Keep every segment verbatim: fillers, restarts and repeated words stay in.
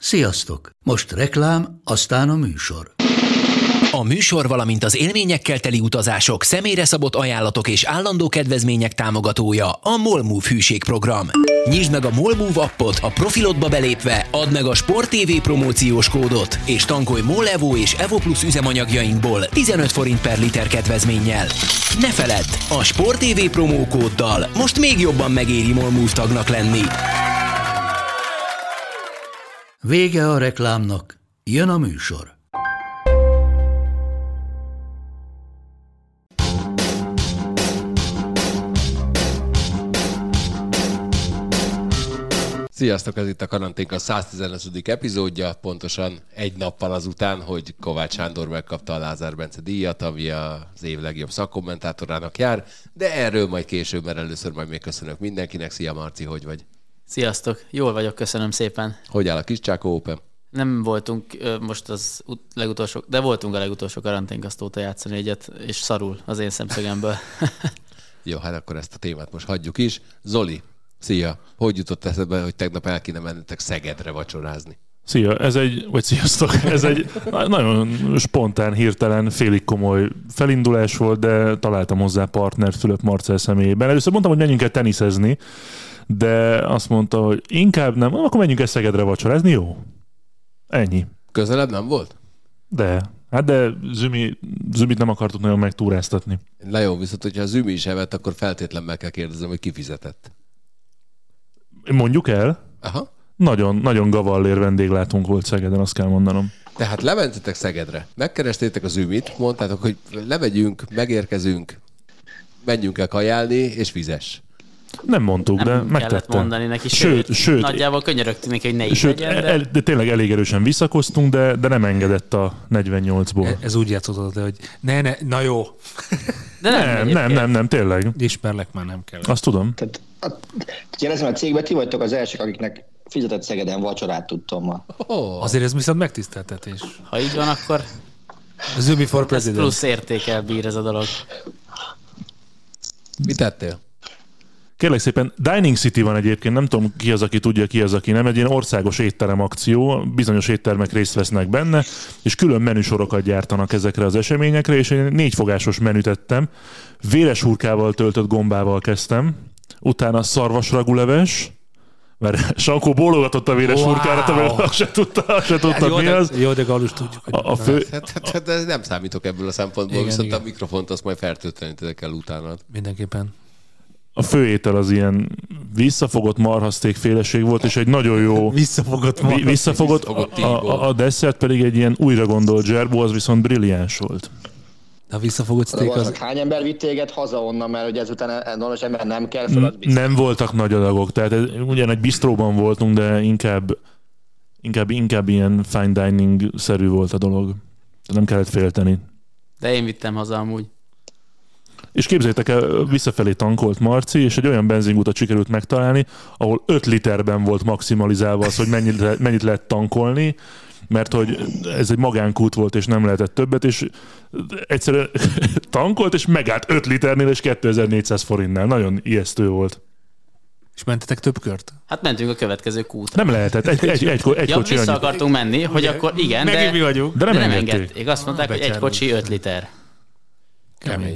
Sziasztok! Most reklám, aztán a műsor. A műsor, valamint az élményekkel teli utazások, személyre szabott ajánlatok és állandó kedvezmények támogatója a MOLMOVE hűségprogram. Nyisd meg a MOLMOVE appot, a profilodba belépve add meg a Sport té vé promóciós kódot, és tankolj MOL Evo és Evo Plus üzemanyagjainkból tizenöt forint per liter kedvezménnyel. Ne feledd, a Sport té vé promókóddal most még jobban megéri MOLMOVE tagnak lenni. Vége a reklámnak, jön a műsor. Sziasztok, ez itt a Karanténka száztizenötödik epizódja, pontosan egy nappal azután, hogy Kovács Sándor megkapta a Lázár Bence díjat, ami az év legjobb szakkommentátorának jár, de erről majd később, mert először majd még köszönök mindenkinek. Szia Marci, hogy vagy? Sziasztok, jól vagyok, köszönöm szépen. Hogy áll a Kiscsákó Open? Nem voltunk most az legutolsó, de voltunk a legutolsó karanténkaszt óta játszani egyet, és szarul az én szemszögemből. Jó, hát akkor ezt a témát most hagyjuk is. Zoli, szia! Hogy jutott eszedbe, hogy tegnap el kéne mennetek Szegedre vacsorázni? Szia, ez egy, vagy sziasztok, ez egy nagyon spontán, hirtelen, félig komoly felindulás volt, de találtam hozzá partnert Fülöp Marcell személyében. Először mondtam, hogy menjünk el teniszezni, de azt mondta, hogy inkább nem, akkor menjünk el Szegedre vacsorázni, jó? Ennyi. Közelebb nem volt? De, hát de Zümi, Zümit nem akartuk nagyon megtúráztatni. Na jó, viszont hogyha a Zümi is evett, akkor feltétlenül meg kell kérdezem, hogy ki fizetett. Mondjuk el? Aha. Nagyon, nagyon gavallér vendéglátónk volt Szegeden, azt kell mondanom. Tehát lementetek Szegedre, megkerestétek az Zümit, mondtátok, hogy lemegyünk, megérkezünk, menjünk el kajálni, és fizes. Nem mondtuk, nem de kellett megtette. mondani neki, sőt, sőt, sőt nagyjából könyörögtünk neki, hogy ne így sőt, legyen. De... El, de tényleg elég erősen visszakoztunk, de, de nem engedett a negyvennyolcból. Ez, ez úgy játszott, hogy ne, ne, na jó. De nem, nem, nem, nem, nem, tényleg. Ismerlek, már nem kell. Azt tudom. Tehát, kérdezem, a cégben ti vagytok az elsők, akiknek fizetett Szegeden vacsorát tudtam ma. Oh. Azért ez viszont megtiszteltetés. Ha így van, akkor Zümi for President. plusz értékkel bír ez a dolog. Mit tettél? Kérlek szépen, Dining City van egyébként, nem tudom ki az, aki tudja, ki az, aki nem. Egy ilyen országos étterem akció, bizonyos éttermek részt vesznek benne, és külön menüsorokat gyártanak ezekre az eseményekre, és én négyfogásos menüt ettem. Véres hurkával töltött gombával kezdtem, utána szarvasraguleves, mert Sankó bólogatott a véres wow. hurkára, mert azt se tudta, azt se tudta jó, mi de, az. Jó, de Galus tudjuk. Hogy a, a fő... hát, hát, hát, de nem számítok ebből a szempontból, igen, viszont igen. A mikrofont azt majd fertőtlenítetek el utána. Mindenképpen. A főétel az ilyen visszafogott marhaszték féleség volt, és egy nagyon jó... visszafogott marhaszték. Visszafogott, visszafogott a, a, a desszert pedig egy ilyen újra gondolt zserbó, az viszont brilliáns volt. A visszafogott szték az... Hány ember vitt téged haza onnan, mert hogy ezután normális ember nem kell fel, az biztos. Nem voltak nagy adagok, tehát ez, ugyan egy bistróban voltunk, de inkább, inkább, inkább ilyen fine dining-szerű volt a dolog. Nem kellett félteni. De én vittem haza amúgy. És képzeljétek el, visszafelé tankolt Marci, és egy olyan benzinkutat sikerült megtalálni, ahol öt literben volt maximalizálva az, hogy mennyit, le, mennyit lehet tankolni, mert hogy ez egy magánkút volt, és nem lehetett többet, és egyszerűen tankolt, és megállt öt liternél, és kétezer-négyszáz forintnál. Nagyon ijesztő volt. És mentetek több kört? Hát mentünk a következő kútra. Nem lehetett. Egy, egy, egy, egy ja, kocsi vissza annyi. akartunk menni, hogy akkor igen, de, mi vagyunk. de nem, de nem engedték. engedték. Azt mondták, hogy egy kocsi öt liter. Kemény.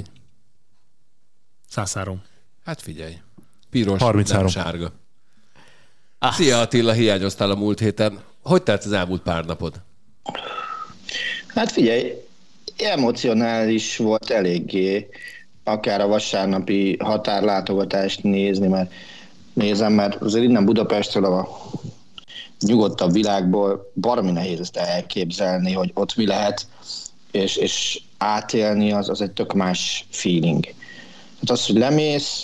száz három. Hát figyelj. Piros, harminchárom. nem sárga. Ah. Szia Attila, hiányoztál a múlt héten. Hogy telt az elmúlt pár napod? Hát figyelj, emocionális volt eléggé, akár a vasárnapi határlátogatást nézni, mert nézem, mert azért innen Budapestről a nyugodtabb világból baromi nehéz ezt elképzelni, hogy ott mi lehet, és, és átélni az, az egy tök más feeling. Hát az, hogy lemész,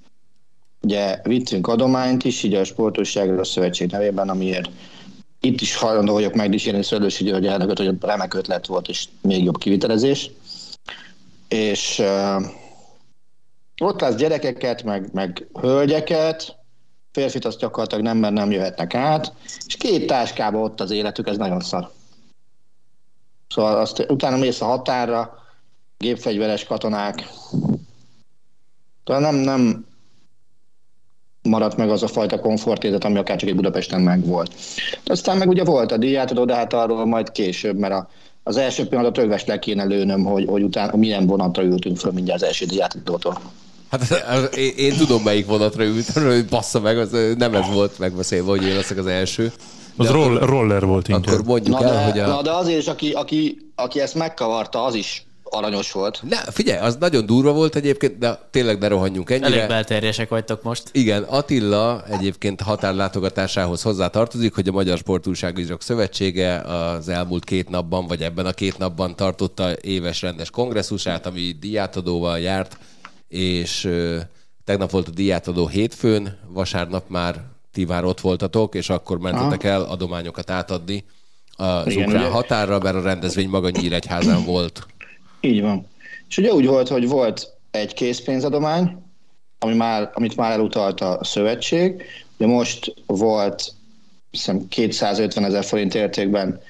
ugye vittünk adományt is, így a Sportosságra a szövetség nevében, amiért itt is hajlandó vagyok megdicsérni Szőlősi György elnököt, hogy remek ötlet volt, és még jobb kivitelezés. És uh, ott látsz gyerekeket, meg, meg hölgyeket, férfit azt gyakorlatilag nem, mert nem jöhetnek át, és két táskában ott az életük, ez nagyon szar. Szóval azt, utána mész a határra, gépfegyveres katonák, talán nem, nem, maradt meg az a fajta komfortérzet, ami akár csak egy Budapesten megvolt. Aztán meg ugye volt a díjátadó, de hát arról majd később, mert a, az első pillanatot rögvest le kéne lőnöm, hogy, hogy utána milyen vonatra ültünk föl mindjárt az első díjátadótól. Hát én, én tudom, melyik vonatra ültem, hogy bassza meg, az nem ez volt megbeszélve, hogy én leszek az első. Az roll, akkor, roller volt inkább. Akkor mondjuk na el, de, hogy a... Na de azért is, aki, aki, aki ezt megkavarta, az is aranyos volt. Ne, figyelj, az nagyon durva volt egyébként, de tényleg ne rohanjunk ennyire. Elég belterjesek vagytok most. Igen, Attila egyébként határlátogatásához hozzá tartozik, hogy a Magyar Sportújságírók Szövetsége az elmúlt két napban, vagy ebben a két napban tartotta éves rendes kongresszusát, ami díjátadóval járt, és ö, tegnap volt a díjátadó hétfőn, vasárnap már ti már ott voltatok, és akkor mentetek el adományokat átadni az Igen, ukrán ugye? határra, mert a rendezvény maga Nyíregyházán volt. Így van. És ugye úgy volt, hogy volt egy készpénzadomány, ami már, amit már elutalt a szövetség. Ugye most volt hiszem kétszázötven ezer forint értékben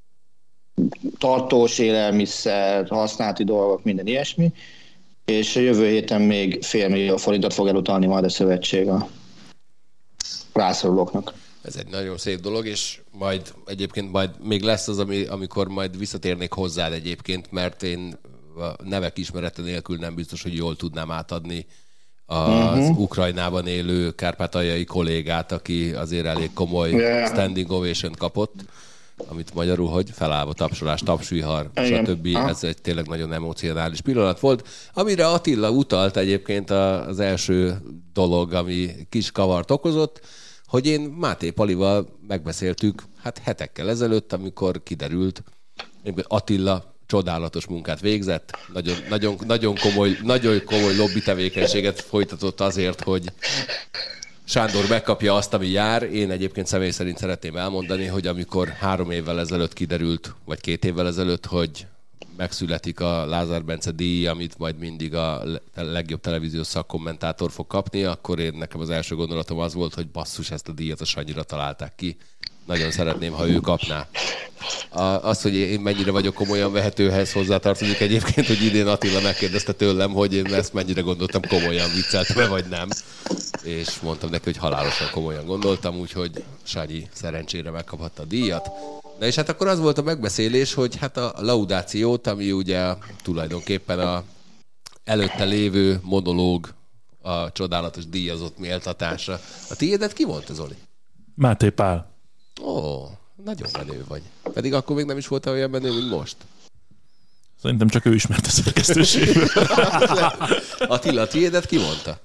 tartós élelmiszer, használati dolgok, minden ilyesmi, és a jövő héten még fél millió forintot fog elutalni majd a szövetség a rászorulóknak. Ez egy nagyon szép dolog, és majd egyébként majd még lesz az, ami, amikor majd visszatérnék hozzád egyébként, mert én a nevek ismerete nélkül nem biztos, hogy jól tudnám átadni az uh-huh. Ukrajnában élő kárpátaljai kollégát, aki azért elég komoly yeah. standing ovation kapott, amit magyarul, hogy felállva tapsolás, tapsvihar, stb. Ez egy tényleg nagyon emocionális pillanat volt, amire Attila utalt egyébként az első dolog, ami kis kavart okozott, hogy én Máté Palival megbeszéltük, hát hetekkel ezelőtt, amikor kiderült, Attila csodálatos munkát végzett, nagyon, nagyon, nagyon, komoly, nagyon komoly lobby tevékenységet folytatott azért, hogy Sándor megkapja azt, ami jár. Én egyébként személy szerint szeretném elmondani, hogy amikor három évvel ezelőtt kiderült, vagy két évvel ezelőtt, hogy megszületik a Lázár Bence díj, amit majd mindig a legjobb televíziós szakkommentátor fog kapni, akkor én nekem az első gondolatom az volt, hogy basszus, ezt a díjat a Sanyira találták ki. Nagyon szeretném, ha ő kapná. A, az, hogy én mennyire vagyok komolyan vehetőhez hozzátartozik egyébként, hogy idén Attila megkérdezte tőlem, hogy én ezt mennyire gondoltam komolyan, vicceltem vagy nem. És mondtam neki, hogy halálosan komolyan gondoltam, úgyhogy Sanyi szerencsére megkaphatta a díjat. Na és hát akkor az volt a megbeszélés, hogy hát a laudációt, ami ugye tulajdonképpen a előtte lévő monológ, a csodálatos díjazott méltatása. A tiédet ki volt, Zoli? Máté Pál. Ó, nagyon menő vagy. Pedig akkor még nem is volt olyan menő, mint most. Szerintem csak ő ismert a szerkesztőségről. Attila, a tiédet ki mondta?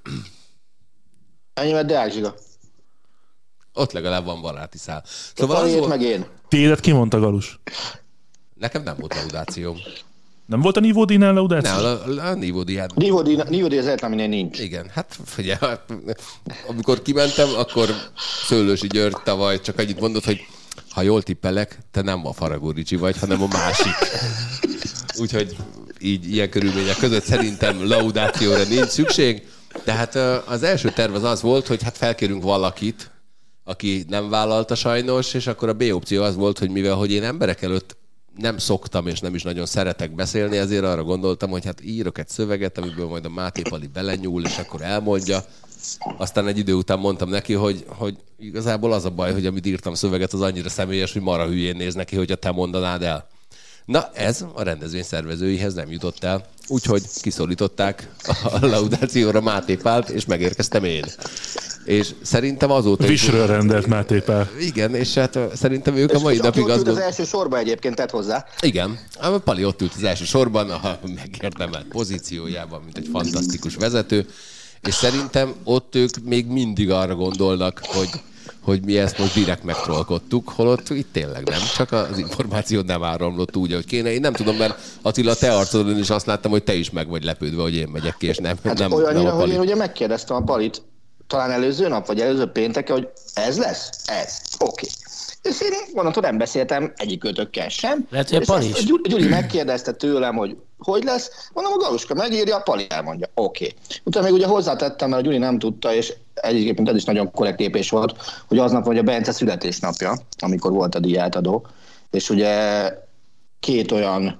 Enyémet Deák Zsiga. Ott legalább van baráti szál. Szóval az volt... meg én. Tiédet ki mondta, Galus? Nekem nem volt laudációm. Nem volt a Nívódínál laudáció? Nem, a, a Nívódíján. Nívódíj az egyetlen, aminél nincs. Igen, hát figyelj, amikor kimentem, akkor Szőlősi György tavaly csak annyit mondott, hogy ha jól tippelek, te nem a Faragó Ricsi vagy, hanem a másik. Úgyhogy így ilyen körülmények között szerintem laudációra nincs szükség. De hát az első terv az az volt, hogy hát felkérünk valakit, aki nem vállalta sajnos, és akkor a B opció az volt, hogy mivel hogy én emberek előtt nem szoktam, és nem is nagyon szeretek beszélni, ezért arra gondoltam, hogy hát írok egy szöveget, amiből majd a Máté Pali belenyúl, és akkor elmondja. Aztán egy idő után mondtam neki, hogy, hogy igazából az a baj, hogy amit írtam szöveget, az annyira személyes, hogy marha hülyén néz neki, hogyha te mondanád el. Na, ez a rendezvény szervezőihez nem jutott el, úgyhogy kiszólították a laudációra Máté Pált, és megérkeztem én. És szerintem azóta... Visről rendelt Máté Pál. Igen, és hát szerintem ők és a mai napig azt... az első sorban egyébként tett hozzá. Igen, a Pali ott ült az első sorban, a megérdemelt pozíciójában, mint egy fantasztikus vezető, és szerintem ott ők még mindig arra gondolnak, hogy hogy mi ezt most direkt megtrollkodtuk, holott itt tényleg nem, csak az információ nem áramlott úgy, ahogy kéne. Én nem tudom, mert Attila, te arcodon is azt láttam, hogy te is meg vagy lepődve, hogy én megyek ki, és nem, hát nem, olyannyira, nem a Pali. Hogy én ugye megkérdeztem a Palit, talán előző nap, vagy előző pénteken, hogy ez lesz? Ez. Oké. Okay. És én mondom, nem beszéltem egyikőtökkel sem. Lehet, hogy a Pali is. Gyuri, Gyuri megkérdezte tőlem, hogy hogy lesz. Mondom, a Galuska megírja, a Pali elmondja. Oké. Okay. Utána még ugye hozzátettem, mert a Gyuri nem tudta, és egyébként ez is nagyon korrekt lépés volt, hogy aznap vagy a Bence születésnapja, amikor volt a díjátadó. És ugye két olyan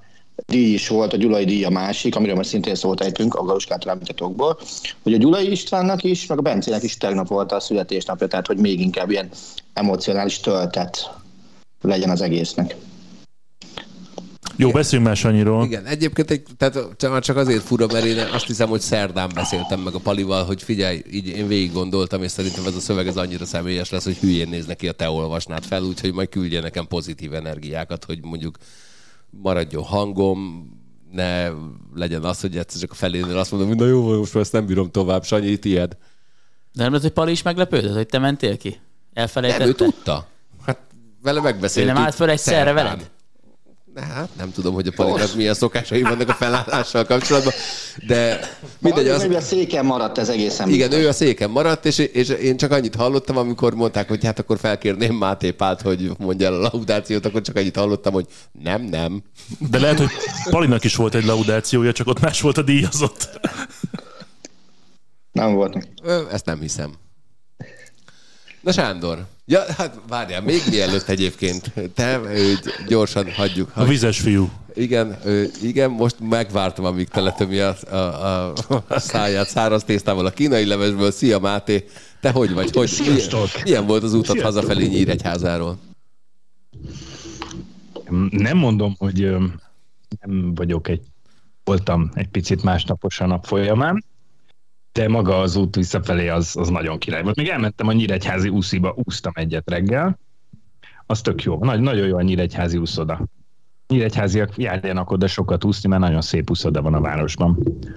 díj is volt, a Gyulai díj a másik, amiről most szintén szót ejtünk a Galuskától említetokból, hogy a Gyulai Istvánnak is, meg a Bencének is tegnap volt a születésnapja, tehát hogy még inkább ilyen emocionális töltet legyen az egésznek. Jó, beszéljünk már Sanyiról. Igen, egyébként egy, tehát csak azért fura, mert én azt hiszem, hogy szerdán beszéltem meg a Palival, hogy figyelj, így én végig gondoltam, és szerintem ez a szöveg ez annyira személyes lesz, hogy hülyén néz neki, a te olvasnád fel, úgyhogy majd küldje nekem pozitív energiákat, hogy mondjuk maradjon hangom, ne legyen az, hogy egyszer csak a felénél azt mondom, hogy na jó, most már ezt nem bírom tovább, Sanyi, tiéd. De nem lehet, hogy Pali is meglepődött, hogy te mentél ki? Elfelejtette? Nem, ő tudta. Hát vele megbeszéltük. Ő nem állt föl egyszerre szerdán. veled? Hát nem tudom, hogy a Palinak milyen szokásai vannak a felállással kapcsolatban, de mindegy. Az... A széken maradt ez egészen. Igen, biztos. Ő a széken maradt, és, és én csak annyit hallottam, amikor mondták, hogy hát akkor felkérném Máté Pált, hogy mondja el a laudációt, akkor csak annyit hallottam, hogy nem, nem. De lehet, hogy Palinak is volt egy laudációja, csak ott más volt a díjazott. Nem volt neki. Ezt nem hiszem. Na Sándor, ja, hát várjál, még mielőtt egyébként, te ő, gyorsan hagyjuk. A vizes fiú. Igen, ő, igen, most megvártam, amíg teletömi a, a, a, a száját száraz tésztával a kínai levesből. Szia Máté, te hogy vagy? Hogy, milyen, milyen volt az útad hazafelé Nyíregyházáról? Nem mondom, hogy nem vagyok egy, voltam egy picit másnapos a nap folyamán, de maga az út visszafelé az, az nagyon király volt. Még elmentem a Nyíregyházi úsziba, úsztam egyet reggel, az tök jó. Nagy, nagyon jó a Nyíregyházi úszoda. Nyíregyháziak járjanak oda sokat úszni, mert nagyon szép úszoda van a városban.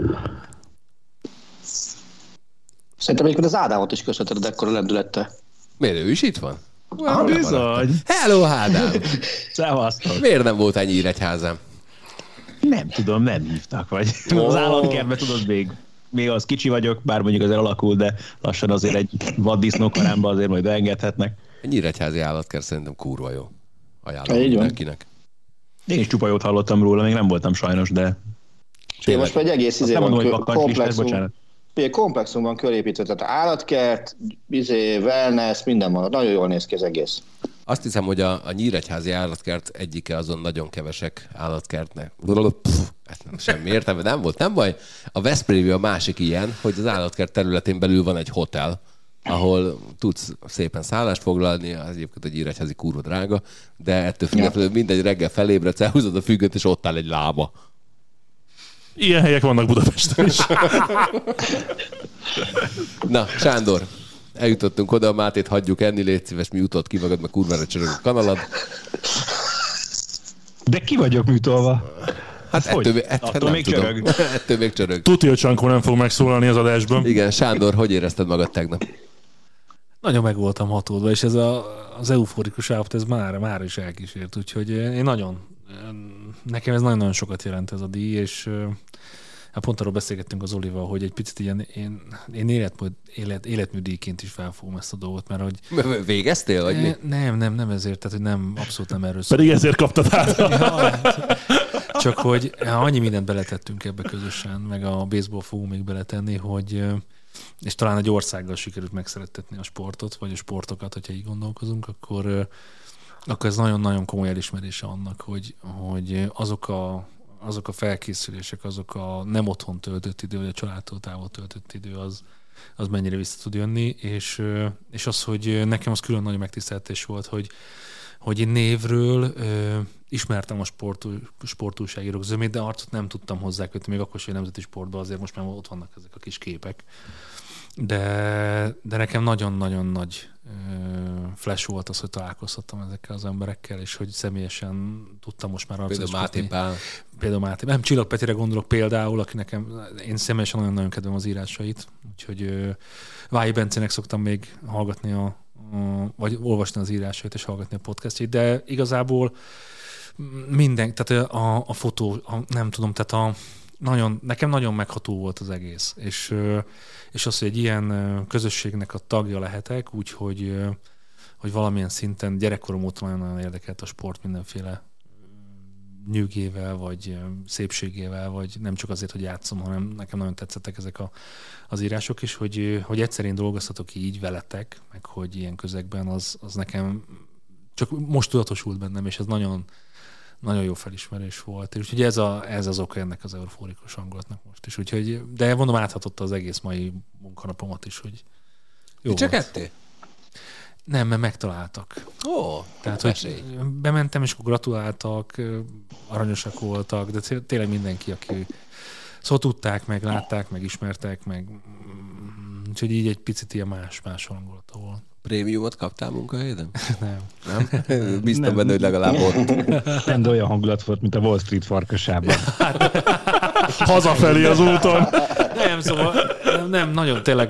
Szerintem egyébként az Ádámot is köszönheted ekkora lendülettel. Miért ő is itt van? Ah, bizony. Hello, Ádám! Szevasztok! Miért nem voltál Nyíregyházán? Nem tudom, nem hívtak, vagy. Oh. Az állatkertbe tudod még. Még az kicsi vagyok, bár mondjuk azért alakul, de lassan azért egy vaddisznókarámba azért majd beengedhetnek. A Nyíregyházi állatkert szerintem kurva jó. Ajánlom Így mindenkinek. Én is csupa jót hallottam róla, még nem voltam sajnos, de... Én most egy egész izé van, mondom, kö- komplexum, komplexum van körépítve, tehát állatkert, izé, wellness, minden van, nagyon jól néz ki az egész. Azt hiszem, hogy a, a Nyíregyházi állatkert egyike azon nagyon kevesek állatkertnek. Ez nem semmi értelme, nem volt, nem baj. A Veszprémi a másik ilyen, hogy az állatkert területén belül van egy hotel, ahol tudsz szépen szállást foglalni, az egyébként a Nyíregyházi kurva drága, de ettől függetlenül mindegy reggel felébredsz, elhúzod a függönyt, és ott áll egy lába. Ilyen helyek vannak Budapesten is. Na, Sándor, eljutottunk oda, a Mátét hagyjuk enni, légy szíves, mi jutott ki magad, meg kurvára csörög a kanalad. De ki vagyok műtolva? Hát ettől, ettől, ettől még tudom. csörög. Ettől még csörög. Tuti, hogy Csankó nem fog megszólalni az adásban. Igen, Sándor, hogy érezted magad tegnap? Nagyon meg voltam hatódva, és ez a, az euforikus állapot, ez már, már is elkísért, úgyhogy én nagyon, nekem ez nagyon-nagyon sokat jelent ez a díj, és hát pont arról beszélgettünk az Olival, hogy egy picit ilyen, én, én életmód, élet, életműdíjként is felfogom ezt a dolgot, mert hogy... Végeztél, vagy mi? Nem, nem, nem ezért, tehát hogy nem, abszolút nem erről szól. Pedig ezért kaptad át. Ja, csak hogy annyi mindent beletettünk ebbe közösen, meg a baseball fogunk még beletenni, hogy és talán egy országgal sikerült megszerettetni a sportot, vagy a sportokat, hogyha így gondolkozunk, akkor, akkor ez nagyon-nagyon komoly elismerése annak, hogy, hogy azok a azok a felkészülések, azok a nem otthon töltött idő, vagy a családtól távol töltött idő, az, az mennyire vissza tud jönni, és, és az, hogy nekem az külön nagy megtiszteltetés volt, hogy, hogy én névről ö, ismertem a sportú, sportúságírók zömét, de arcot nem tudtam hozzákötni, még akkor sem nemzeti sportban, azért most már ott vannak ezek a kis képek. De, de nekem nagyon-nagyon nagy flash volt az, hogy találkozhattam ezekkel az emberekkel, és hogy személyesen tudtam most már arcot. Például Máté Pál. Például Máté. Nem, Csillag Petire gondolok például, aki nekem, én személyesen nagyon-nagyon kedvem az írásait, úgyhogy Vályi Bencének szoktam még hallgatni a, a, vagy olvasni az írásait és hallgatni a podcastjait, de igazából minden, tehát a, a fotó, a, nem tudom, tehát a nagyon, nekem nagyon megható volt az egész, és, és az, hogy egy ilyen közösségnek a tagja lehetek, úgyhogy hogy valamilyen szinten gyerekkorom óta nagyon érdekelt a sport mindenféle nyűgével, vagy szépségével, vagy nem csak azért, hogy játszom, hanem nekem nagyon tetszettek ezek a, az írások is, hogy, hogy egyszer én dolgoztatok így veletek, meg hogy ilyen közegben, az, az nekem csak most tudatosult bennem, és ez nagyon nagyon jó felismerés volt. És ugye ez, a, ez az oka ennek az eufórikus hangulatnak most is. Úgyhogy, de mondom, áthatotta az egész mai munkanapomat is, hogy jó csak volt. ettél? Nem, mert megtaláltak. Ó, Tehát, hogy bementem, és akkor gratuláltak, aranyosak voltak, de tényleg mindenki, aki szóval tudták, meg látták, meg ismertek, meg úgyhogy így egy picit ilyen más, más hangulata volt. Prémiumot kaptál munkahelyeden? Nem. Nem? Biztos benne, hogy legalább ott. Nem, de olyan hangulat volt, mint a Wall Street farkasában. Hazafelé az úton. Nem, szóval nem, nem nagyon, tényleg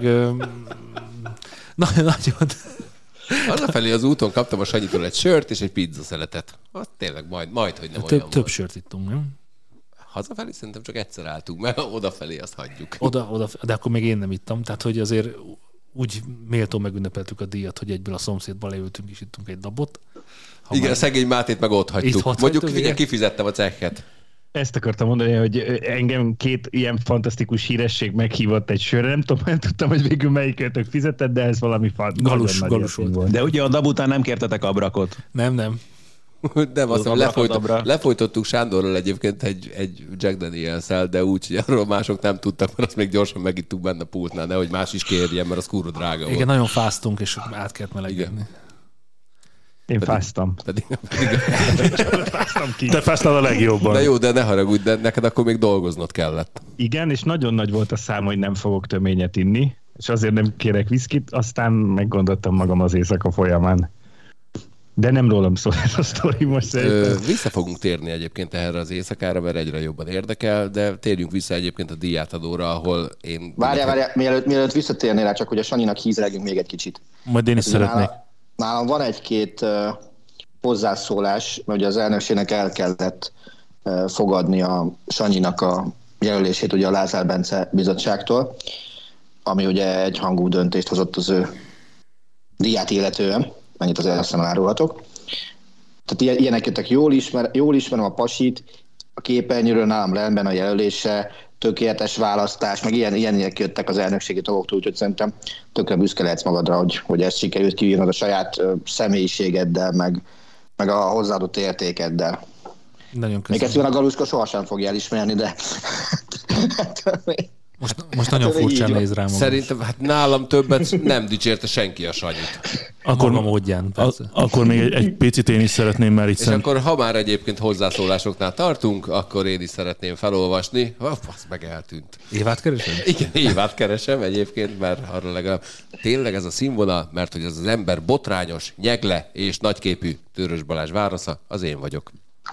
nagyon, nagyon. Hazafelé az úton kaptam a Sanyitól egy sört és egy pizza szeletet. Hát tényleg majd, majd hogy nem Több, olyan volt. több sört ittunk, nem? Hazafelé szerintem csak egyszer álltunk, mert odafelé azt hagyjuk. Oda, oda, de akkor még én nem ittam, tehát hogy azért úgy méltó megünnepeltük a díjat, hogy egyből a szomszédba leültünk és ittunk egy dabot. Ha igen, már... a szegény Mátét meg ott hagytuk. Itt ott Mondjuk hagytuk, ugye kifizettem a cekket. Ezt akartam mondani, hogy engem két ilyen fantasztikus híresség meghívott egy sörre. Nem tudom, nem tudtam, hogy végül melyikőtök fizetett, de ez valami fan. Galus, galus volt. volt. De ugye a dab után nem kértetek abrakot. Nem, nem. Nem, azt hiszem, lefolyt, abra. lefolytottuk Sándorral egyébként egy, egy Jack Daniels-el, de úgy, hogy arról mások nem tudtak, mert azt még gyorsan megittuk benne a pultnál, nehogy más is kérjen, mert az kurva drága volt. Igen, nagyon fáztunk, és át kellett melegedni. Én fáztam. Pedig, pedig, Fáztam ki. Te fáztál a legjobban. de jó, de ne haragudj, de neked akkor még dolgoznod kellett. Igen, és nagyon nagy volt a szám, hogy nem fogok töményet inni, és azért nem kérek viszkit, aztán meggondoltam magam az éjszaka folyamán. De nem rólam szól ez a sztori most Ö, vissza fogunk térni egyébként erre az éjszakára, mert egyre jobban érdekel, de térjünk vissza egyébként a díjátadóra, ahol én... Várjál, várjál, mielőtt, mielőtt visszatérnél rá, csak hogy a Sanyinak hízlegünk még egy kicsit. Majd én is szeretnék. Nálam, nálam van egy-két uh, hozzászólás, mert ugye az elnökségnek el kellett uh, fogadni a Sanyinak a jelölését ugye a Lázár Bence bizottságtól, ami ugye egy hangú döntést hozott az ő díját illetően, mennyit azért azt nem árulhatok. Tehát ilyenek jöttek, jól, ismer, jól ismerem a Pasit, a képernyőről nálam rendben a jelölése, tökéletes választás, meg ilyen, ilyenek jöttek az elnökségi tagoktól, úgyhogy szerintem tökre büszke lehetsz magadra, hogy, hogy ezt sikerült kiírnod a saját személyiségeddel, meg, meg a hozzáadott értékeddel. Nagyon Még köszönöm. ezt a Galuska sohasem fogja elismerni, de... Most, most nagyon Hát, furcsán így van. néz rám. Szerintem hát nálam többet nem dicsérte senki a Sanyit. Akkor maga módján, persze. A, akkor még egy, egy picit én is szeretném már itt És szent... akkor, ha már egyébként hozzászólásoknál tartunk, akkor én is szeretném felolvasni. Hopp, az meg eltűnt. Évát keresem? Igen, Évát keresem egyébként, mert arra legalább tényleg ez a színvonal, mert hogy az az ember botrányos, nyegle és nagyképű Tőrös Balázs válasza, az én vagyok.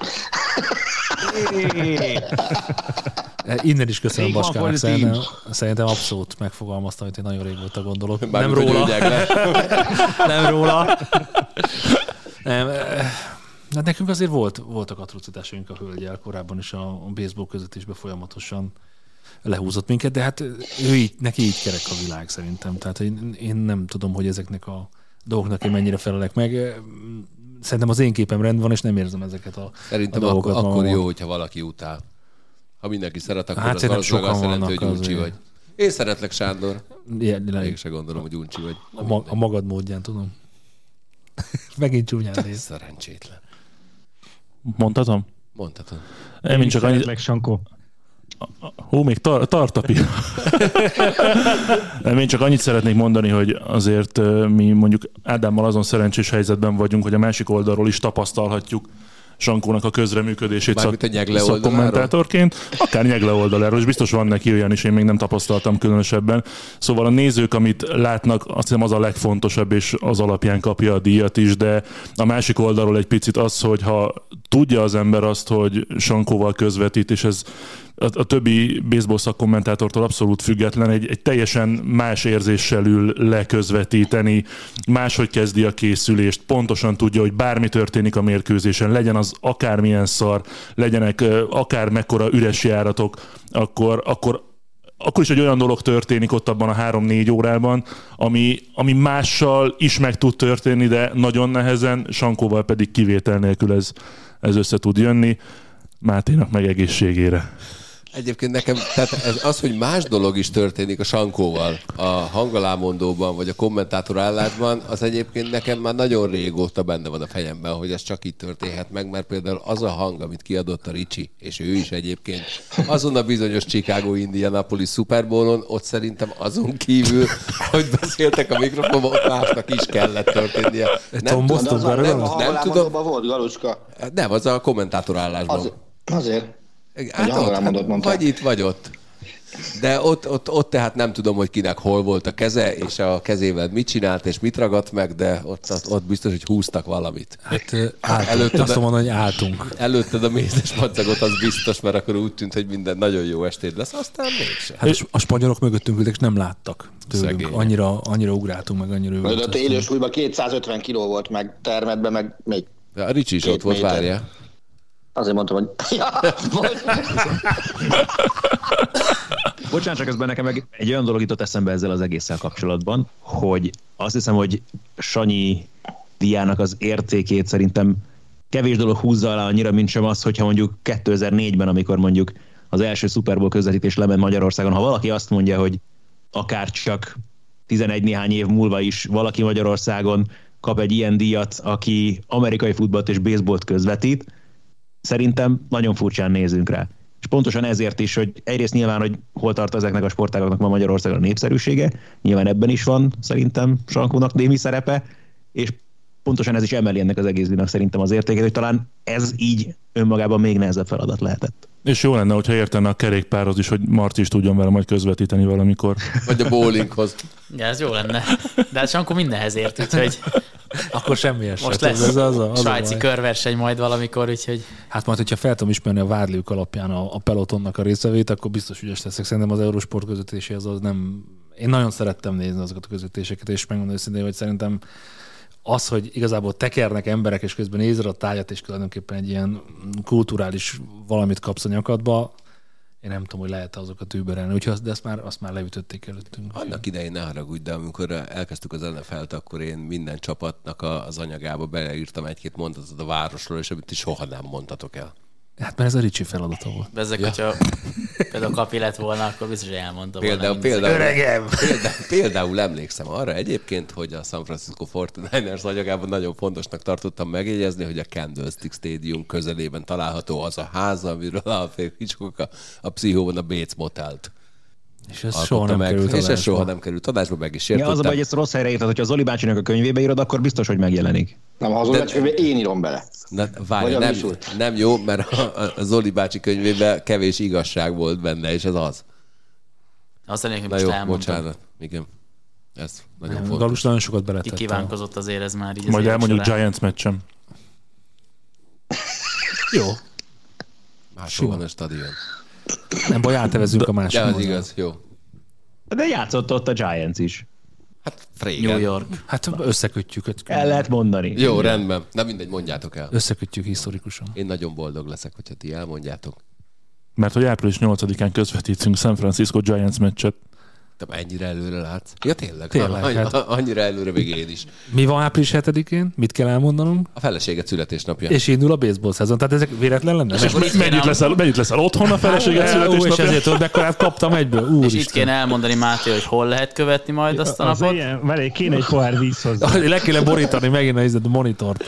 Innen is köszönöm Még van Baskának, pozitív. szerintem, szerintem abszolút megfogalmaztam, hogy én nagyon régóta gondolok. Nem Mármint, hogy róla. ő nyegle. Nem róla. Nem. Hát nekünk azért volt, voltak atrocitásaink a hölgyel, korábban is a, a baseball közvetésben folyamatosan lehúzott minket, de hát ő így, neki így kerek a világ szerintem. Tehát én, én nem tudom, hogy ezeknek a dolgoknak én mennyire felelek meg. Szerintem az én képem rendben van, és nem érzem ezeket a, Szerintem a akkor, dolgokat. akkor magamon. jó, hogyha valaki utál. Ha mindenki szeret, akkor Hát az szerintem valószínűleg azt sokan jelenti, hogy vannak uncsi azért. vagy. Én szeretlek, Sándor. Ilyen, Még se gondolom, hogy uncsi vagy. a, ma, a magad módján, tudom. Megint csúnyán néz. Szerencsétlen. Mondhatom? Mondhatod. Én, én csak annyit... Szeretlek, Sankó. Hú, még tar- tart a pillanat. Nem, én csak annyit szeretnék mondani, hogy azért ö, mi mondjuk Ádámmal azon szerencsés helyzetben vagyunk, hogy a másik oldalról is tapasztalhatjuk Sankónak a közreműködését Mármint szak- a Nyegle oldaláról? szakkommentátorként. Akár Nyegle oldaláról, és biztos van neki olyan is, én még nem tapasztaltam különösebben. Szóval a nézők, amit látnak, azt hiszem az a legfontosabb, és az alapján kapja a díjat is, de a másik oldalról egy picit az, hogy ha tudja az ember azt, hogy Sankóval közvetít, és ez a, a többi baseball szakkommentátortól abszolút független, egy, egy teljesen más érzéssel ül leközvetíteni, máshogy kezdi a készülést, pontosan tudja, hogy bármi történik a mérkőzésen, legyen az akármilyen szar, legyenek ö, akár mekkora üres járatok, akkor, akkor akkor is egy olyan dolog történik ott abban a három-négy órában, ami, ami mással is meg tud történni, de nagyon nehezen, Sankóval pedig kivétel nélkül ez, ez össze tud jönni. Máténak meg egészségére. Egyébként nekem, tehát ez az, hogy más dolog is történik a Sankóval a hangalámondóban, vagy a kommentátor állásban, az egyébként nekem már nagyon régóta benne van a fejemben, hogy ez csak így történhet meg, mert például az a hang, amit kiadott a Ricsi, és ő is egyébként, azon a bizonyos Chicago Indianapolis Super Bowlon, ott szerintem azon kívül, hogy beszéltek a mikrofonban, ott másnak is kellett történnie. Nem, nem, nem, nem nem tudom. Volt, Galuska. Nem, az a kommentátor állásban. Az, azért. Hát ott, hát, vagy itt, vagy ott. De ott, ott, ott tehát nem tudom, hogy kinek hol volt a keze, és a kezével mit csinált, és mit ragadt meg, de ott, ott, ott biztos, hogy húztak valamit. Hát álltunk, azt mondom, hogy álltunk. Előtted a mézes madzagot, az biztos, mert akkor úgy tűnt, hogy minden nagyon jó estéd lesz, aztán mégsem. Hát és a spanyolok mögöttünk ültek, és nem láttak tőlünk. Annyira, annyira ugráltunk, meg annyira ültöztünk. De ott élősúlyban kétszázötven kiló volt, meg termetben, meg még a Ricsi is ott volt, várja. Azért mondtam, hogy... Ja, Bocsánat, csak közben nekem meg egy olyan dolog jutott eszembe ezzel az egésszel kapcsolatban, hogy azt hiszem, hogy Sanyi díjának az értékét szerintem kevés dolog húzza alá annyira, mint sem az, hogyha mondjuk kétezer-négyben, amikor mondjuk az első Super Bowl közvetítés lement Magyarországon, ha valaki azt mondja, hogy akár csak tizenegy néhány év múlva is valaki Magyarországon kap egy ilyen díjat, aki amerikai futballt és baseballt közvetít, szerintem nagyon furcsán nézünk rá. És pontosan ezért is, hogy egyrészt nyilván, hogy hol tart ezeknek a sportágoknak ma Magyarországon a népszerűsége, nyilván ebben is van szerintem Sankónak némi szerepe, és pontosan ez is emeli ennek az egész díjnak szerintem az értékét, hogy talán ez így önmagában még nehezebb feladat lehetett. És jó lenne, hogyha értene a kerékpárhoz is, hogy Marci is tudjon vele majd közvetíteni valamikor. Vagy a bowlinghoz. Ja, ez jó lenne. De hát Sankó mindenhez ért, úgyhogy... Akkor semmi eset. Most lesz ez az a, az svájci körverseny majd valamikor, úgyhogy... Hát majd, hogyha fel tudom ismerni a vádlők alapján a, a pelotonnak a részevét, akkor biztos ügyes leszek. Szerintem az Eurosport közvetítéséhez az nem... Én nagyon szerettem nézni azokat a közvetítéseket, és megmondom őszintén, hogy szerintem az, hogy igazából tekernek emberek, és közben nézed a tájat, és tulajdonképpen egy ilyen kulturális valamit kapsz a nyakadba, én nem tudom, hogy lehet azokat überelni, úgyhogy de ezt már, azt már leütötték előttünk. Annak idején ne haragudj, de amikor elkezdtük az en ef el-t, akkor én minden csapatnak az anyagába beleírtam egy-két mondatot a városról, és amit is soha nem mondtatok el. Hát mert ez a Ricsi feladata volt. Bezzek, ja. Hogyha például Kapi lett volna, akkor biztos, hogy elmondta például, volna. Például, például, például, például emlékszem arra egyébként, hogy a San Francisco negyvenkilencesek anyagában nagyon fontosnak tartottam megjegyezni, hogy a Candlestick Stadium közelében található az a ház, amiről Alfred Hitchcock a, a pszichóban a Bates Motelt. És ez soha nem, meg, került és ez soha nem került adásba, meg is értettem. Ja, az a baj, hogy ezt rossz helyre írtad, hogyha az Zoli bácsinak a könyvébe írod, akkor biztos, hogy megjelenik. Nem, ha az Zoli bácsi könyvébe én írom bele. Na, várj, nem, nem jó, mert a, a Zoli bácsi könyvében kevés igazság volt benne, és ez az. Azt lennék, hogy Na most jó, elmondtam. bocsánat. Igen. Ez nagyon nem, fontos. Galus nagyon sokat beletett. Kikívánkozott azért ez már így. Majd elmondjuk Giants meccsem. Jó. Máshol van a stadion. Nem baj, átevezünk a másik. Ja, az igaz, jó. De játszott ott a Giants is. Hát régen. New York. Hát összekötjük. El lehet mondani. Jó, rendben. Nem mindegy, mondjátok el. Összekötjük historikusan. Én nagyon boldog leszek, hogyha ti elmondjátok. Mert hogy április nyolcadikán közvetítünk San Francisco Giants meccset. Te ennyire előre látsz? Ja, tényleg. Tényleg, Annyi, hát... Annyira előre még én is. Mi van április hetedikén? Mit kell elmondanom? A feleséget születésnapja. És indul a baseball szezon. Tehát ezek véletlen lenne? És mennyit leszel, mennyit leszel otthon a feleséget születésnapja? És ezért hogy mekkorát kaptam egyből. Úr és itt kéne elmondani, Máté, hogy hol lehet követni majd azt a napot. Várj, kéne egy pohár víz hozzá. Le kéne borítani megint a monitort.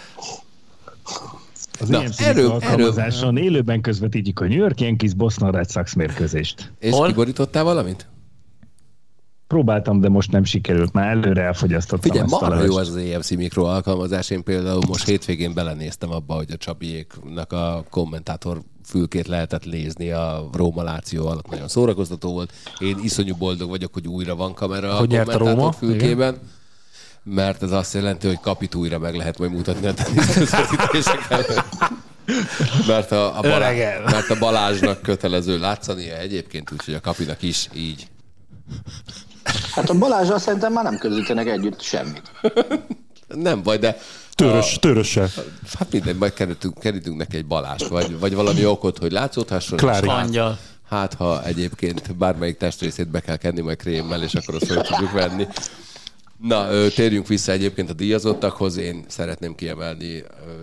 Az Na, ilyen erről, alkalmazáson erről. Élőben közvetítjük a New York Yankees Boston Red Sox mérkőzést. És hol? Kiborítottál valamit? Próbáltam, de most nem sikerült. Már előre elfogyasztottam. Figyelj, marha jó az az é em cé Mikro alkalmazás. Én például most hétvégén belenéztem abba, hogy a Csabiéknak a kommentátor fülkét lehetett nézni a Róma Láció alatt. Nagyon szórakoztató volt. Én iszonyú boldog vagyok, hogy újra van kamera hogy a kommentátor Róma? fülkében. Igen. Mert ez azt jelenti, hogy Kapit újra meg lehet majd mutatni a teniszközvetítések előtt. Mert a, a, Balázs, mert a Balázsnak kötelező látszania egyébként, úgyhogy a Kapinak is így. Hát a Balázsral szerintem már nem közítenek együtt semmit. Nem baj, de... Törös, a, törössel. Hát minden, majd kerítünk, kerítünk neki egy Balást, vagy, vagy valami okot, hogy látszódhasson. Klári. Angyal. Hát, ha egyébként bármelyik testrészét be kell kenni majd krémmel, és akkor azt fel tudjuk venni. Na, térjünk vissza egyébként a díjazottakhoz. Én szeretném kiemelni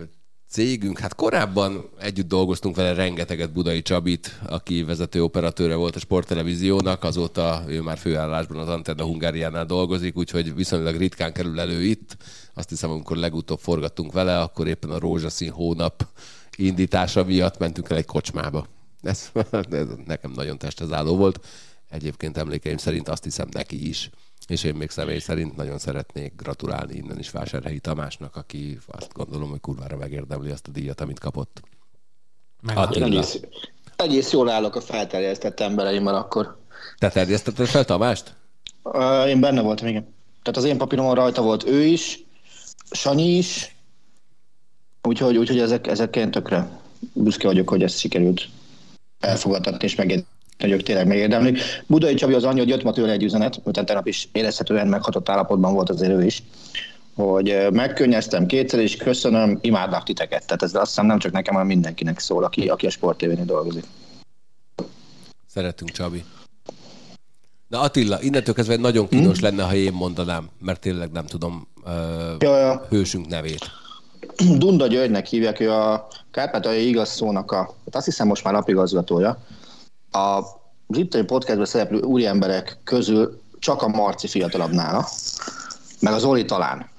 cégünk, hát korábban együtt dolgoztunk vele rengeteget, Budai Csabit, aki vezető operatőre volt a Sporttelevíziónak, azóta ő már főállásban az Antenna Hungáriánál dolgozik, úgyhogy viszonylag ritkán kerül elő itt. Azt hiszem, amikor legutóbb forgattunk vele, akkor éppen a Rózsaszín hónap indítása miatt mentünk el egy kocsmába. Ez, ez nekem nagyon testezálló volt. Egyébként emlékeim szerint azt hiszem neki is. És én még személy szerint nagyon szeretnék gratulálni innen is Vásárhelyi Tamásnak, aki azt gondolom, hogy kurvára megérdemli azt a díjat, amit kapott. Egész, egész jól állok a felterjesztett embereimmel akkor. Te terjesztetted fel Tamást? Uh, én benne voltam, igen. Tehát az én papíromon rajta volt ő is, Sanyi is, úgyhogy, úgyhogy ezek, ezeken tökre büszke vagyok, hogy ezt sikerült elfogadtatni és megérni. hogy ők tényleg megérdemlik. Budai Csabi az annyi, hogy jött ma tőle egy üzenet, utána tegnap is érezhetően meghatott állapotban volt azért ő is, hogy megkönnyeztem kétszer, és köszönöm, imádnak titeket. Tehát ez azt hiszem nem csak nekem, hanem mindenkinek szól, aki, aki a Sport té vén dolgozik. Szeretünk, Csabi. Na Attila, innentől kezdve nagyon kínos hmm. lenne, ha én mondanám, mert tényleg nem tudom uh, ja, ja. hősünk nevét. Dunda Györgynek hívják, ő a Kárpátaljai Igaz Szónak a, azt hiszem most már lapigazgatója. A Liptai Podcastben szereplő úriemberek közül csak a Marci fiatalabb nála, meg az Zoli talán.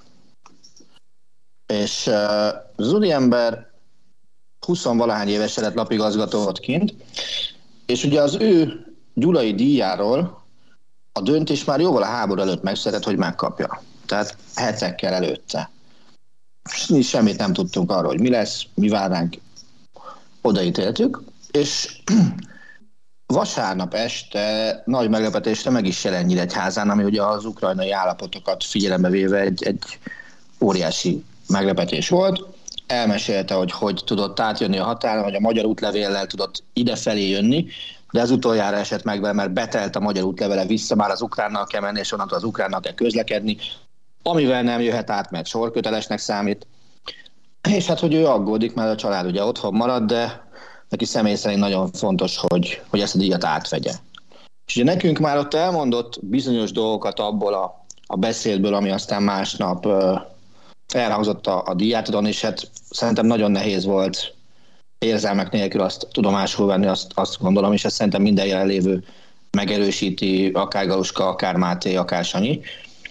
És uh, az úriember húsz-valahány évesen lett lapigazgató ott kint, és ugye az ő gyulai díjáról a döntés már jóval a háború előtt megszületett, hogy megkapja. Tehát hetekkel előtte. Semmit nem tudtunk arról, hogy mi lesz, mi vár ránk. Odaítéltük, és vasárnap este nagy meglepetésre meg is jelent Nyíregyházán, ami ugye az ukrajnai állapotokat figyelembe véve egy, egy óriási meglepetés volt. Elmesélte, hogy hogy tudott átjönni a határon, hogy a magyar útlevéllel tudott idefelé jönni, de ez utoljára esett meg, mert betelt a magyar útlevele vissza, már az ukránnal kell menni, és onnantól az ukránnal kell közlekedni, amivel nem jöhet át, mert sorkötelesnek számít. És hát, hogy ő aggódik, mert a család ugye otthon marad, de neki személy szerint nagyon fontos, hogy, hogy ezt a díjat átvegye. És ugye nekünk már ott elmondott bizonyos dolgokat abból a, a beszédből, ami aztán másnap uh, elhangzott a, a díjátadón, és hát szerintem nagyon nehéz volt érzelmek nélkül azt tudomásul venni, azt, azt gondolom, és ezt szerintem minden jelenlévő megerősíti, akár Galuska, akár Máté, akár Sanyi.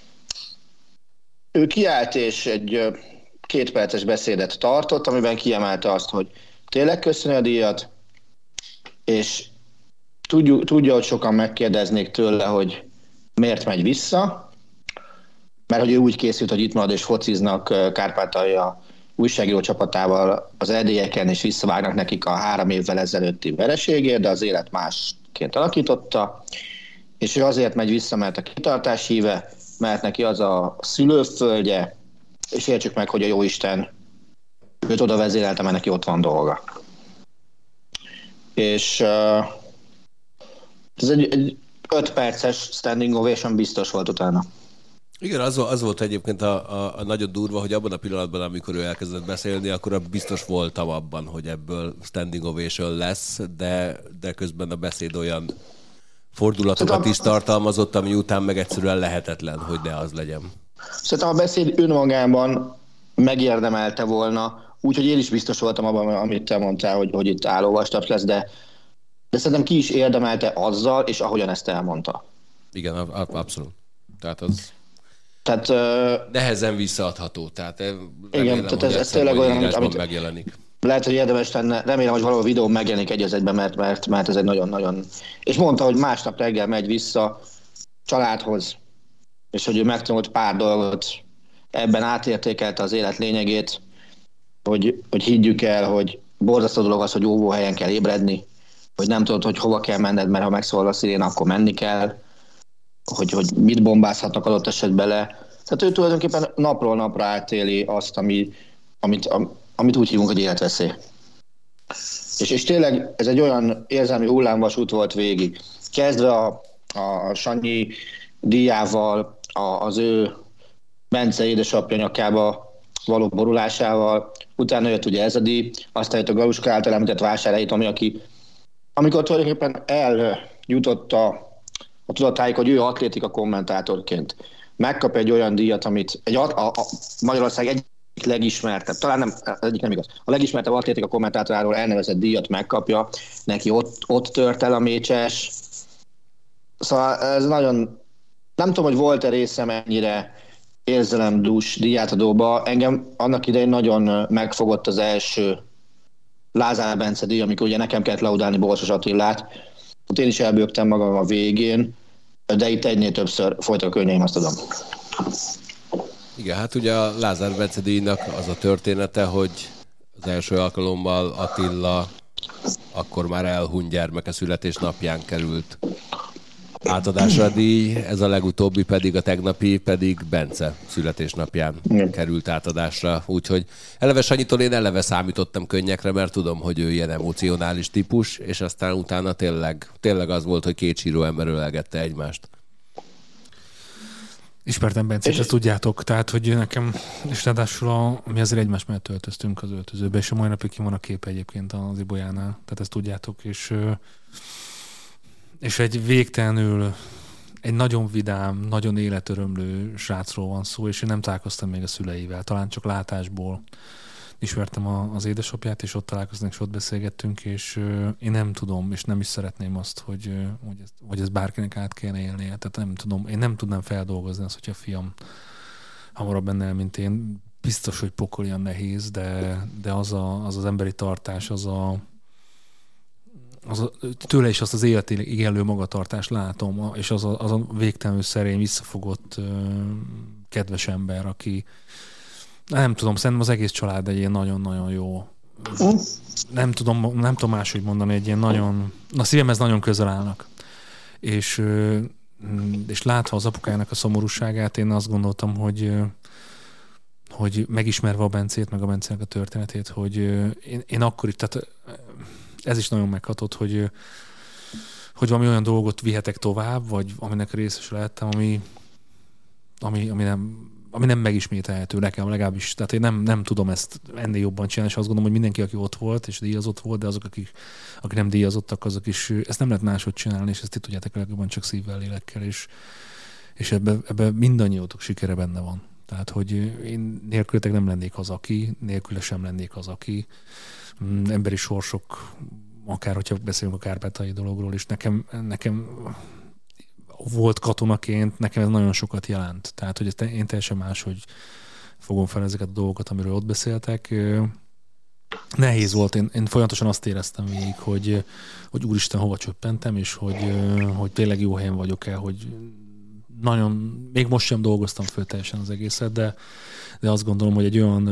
Ő kiállt és egy két perces beszédet tartott, amiben kiemelte azt, hogy tényleg köszöni a díjat, és tudja, tudja, hogy sokan megkérdeznék tőle, hogy miért megy vissza, mert hogy ő úgy készült, hogy itt marad és fociznak Kárpátalja újságíró csapatával az erdélyeken, és visszavágnak nekik a három évvel ezelőtti vereségért, de az élet másként alakította, és ő azért megy vissza, mert a kitartás híve, mert neki az a szülőföldje, és értsük meg, hogy a Jóisten őt oda vezérelte, mert neki ott van dolga. És uh, ez egy, egy öt perces standing ovation biztos volt utána. Igen, az, az volt egyébként a, a, a nagyon durva, hogy abban a pillanatban, amikor ő elkezdett beszélni, akkor biztos voltam abban, hogy ebből standing ovation lesz, de, de közben a beszéd olyan fordulatokat is tartalmazott, ami után meg egyszerűen lehetetlen, hogy ne az legyen. Szerintem a beszéd önmagában megérdemelte volna, úgyhogy én is biztos voltam abban, amit te mondtál, hogy, hogy itt állóvastaps lesz, de, de szerintem ki is érdemelte azzal, és ahogyan ezt elmondta. Igen, abszolút. Tehát az tehát, uh, nehezen visszaadható. Tehát remélem, igen, tehát ez, ez tényleg olyan, amit, amit megjelenik. Lehet, hogy érdemes lenne, remélem, hogy valahol videó megjelenik egy az egyben, mert, mert, mert ez egy nagyon-nagyon... És mondta, hogy másnap reggel megy vissza családhoz, és hogy ő megtanult pár dolgot, ebben átértékelte az élet lényegét, hogy, hogy higgyük el, hogy borzasztó dolog az, hogy óvóhelyen kell ébredni, hogy nem tudod, hogy hova kell menned, mert ha megszólal a szirén, akkor menni kell, hogy, hogy mit bombázhatnak adott esetben le. Tehát ő tulajdonképpen napról napra átéli azt, ami, amit, amit úgy hívunk, hogy életveszély. És, és tényleg ez egy olyan érzelmi hullámvasút volt végig. Kezdve a, a Sanyi díjával, a, az ő Bence édesapja nyakába való borulásával, utána jött ugye ez a díj, aztán jött a Galuska által említett Vásárhelyi Tomi, aki amikor tulajdonképpen eljutott a, a tudatáig, hogy ő atlétika kommentátorként megkap egy olyan díjat, amit egy, a, a, a Magyarország egyik legismertebb, talán nem, egyik nem igaz, a legismertebb atlétika kommentátoráról elnevezett díjat megkapja, neki ott, ott tört el a mécses. Szóval ez nagyon, nem tudom, hogy volt-e részem ennyire érzelemdús díjátadóba. Engem annak idején nagyon megfogott az első Lázár Bence díj, amikor ugye nekem kellett laudálni Borsos Attilát. Ott én is elbőgtem magam a végén, de itt egynél többször folytak a könnyeim, azt tudom. Igen, hát ugye a Lázár Bence díjnak az a története, hogy az első alkalommal Attila akkor már elhunyt gyermeke születésnapján került átadásra a díj, ez a legutóbbi pedig, a tegnapi pedig Bence születésnapján mm. került átadásra. Úgyhogy eleve Sanyitól én eleve számítottam könnyekre, mert tudom, hogy ő ilyen emocionális típus, és aztán utána tényleg, tényleg az volt, hogy két síró ember ölelgette egymást. Ismertem Bencét, és ezt tudjátok, tehát, hogy nekem, és ráadásul a, mi azért egymás mellett töltöztünk az öltözőbe, és a mai napig ki van a kép egyébként az Ibolyánál, tehát ezt tudjátok, és, és egy végtelenül, egy nagyon vidám, nagyon életörömlő srácról van szó, és én nem találkoztam még a szüleivel, talán csak látásból ismertem a, az édesapját, és ott találkoztunk, és ott beszélgettünk, és uh, én nem tudom, és nem is szeretném azt, hogy, uh, hogy, ezt, hogy ezt bárkinek át kéne élnie. Tehát nem tudom, én nem tudnám feldolgozni azt, hogyha a fiam hamarabb benne el, mint én. Biztos, hogy pokolian nehéz, de, de az, a, az az emberi tartás, az a, az a tőle is azt az életéig igenlő magatartást látom, és az a, az a végtelenül szerény, visszafogott uh, kedves ember, aki nem tudom, szerintem az egész család egy ilyen nagyon-nagyon jó. Nem tudom, nem tudom máshogy mondani, egy ilyen nagyon, a szívemhez nagyon közel állnak. És, és látva az apukájának a szomorúságát, én azt gondoltam, hogy, hogy megismerve a Bencét, meg a Bencének a történetét, hogy én, én akkor is, tehát ez is nagyon meghatott, hogy, hogy valami olyan dolgot vihetek tovább, vagy aminek részes lehettem, ami, ami, ami nem ami nem megismételhető nekem legalábbis. Tehát én nem, nem tudom ezt ennél jobban csinálni, és azt gondolom, hogy mindenki, aki ott volt, és díjazott volt, de azok, akik, akik nem díjazottak, azok is, ezt nem lehet máshogy csinálni, és ezt itt tudjátok legjobban csak szívvel, lélekkel, és, és ebben ebbe mindannyiótok sikere benne van. Tehát, hogy én nélkületek nem lennék az, aki, nélküle sem lennék az, aki. Emberi sorsok, akár, hogyha beszélünk a kárpátaljai dologról is, nekem, nekem volt katonaként, nekem ez nagyon sokat jelent. Tehát, hogy ezt én teljesen máshogy fogom fel ezeket a dolgokat, amiről ott beszéltek. Nehéz volt, én, én folyamatosan azt éreztem végig, hogy, hogy úristen, hova csöppentem, és hogy, hogy tényleg jó helyen vagyok-e, hogy nagyon, még most sem dolgoztam föl teljesen az egészet, de, de azt gondolom, hogy egy olyan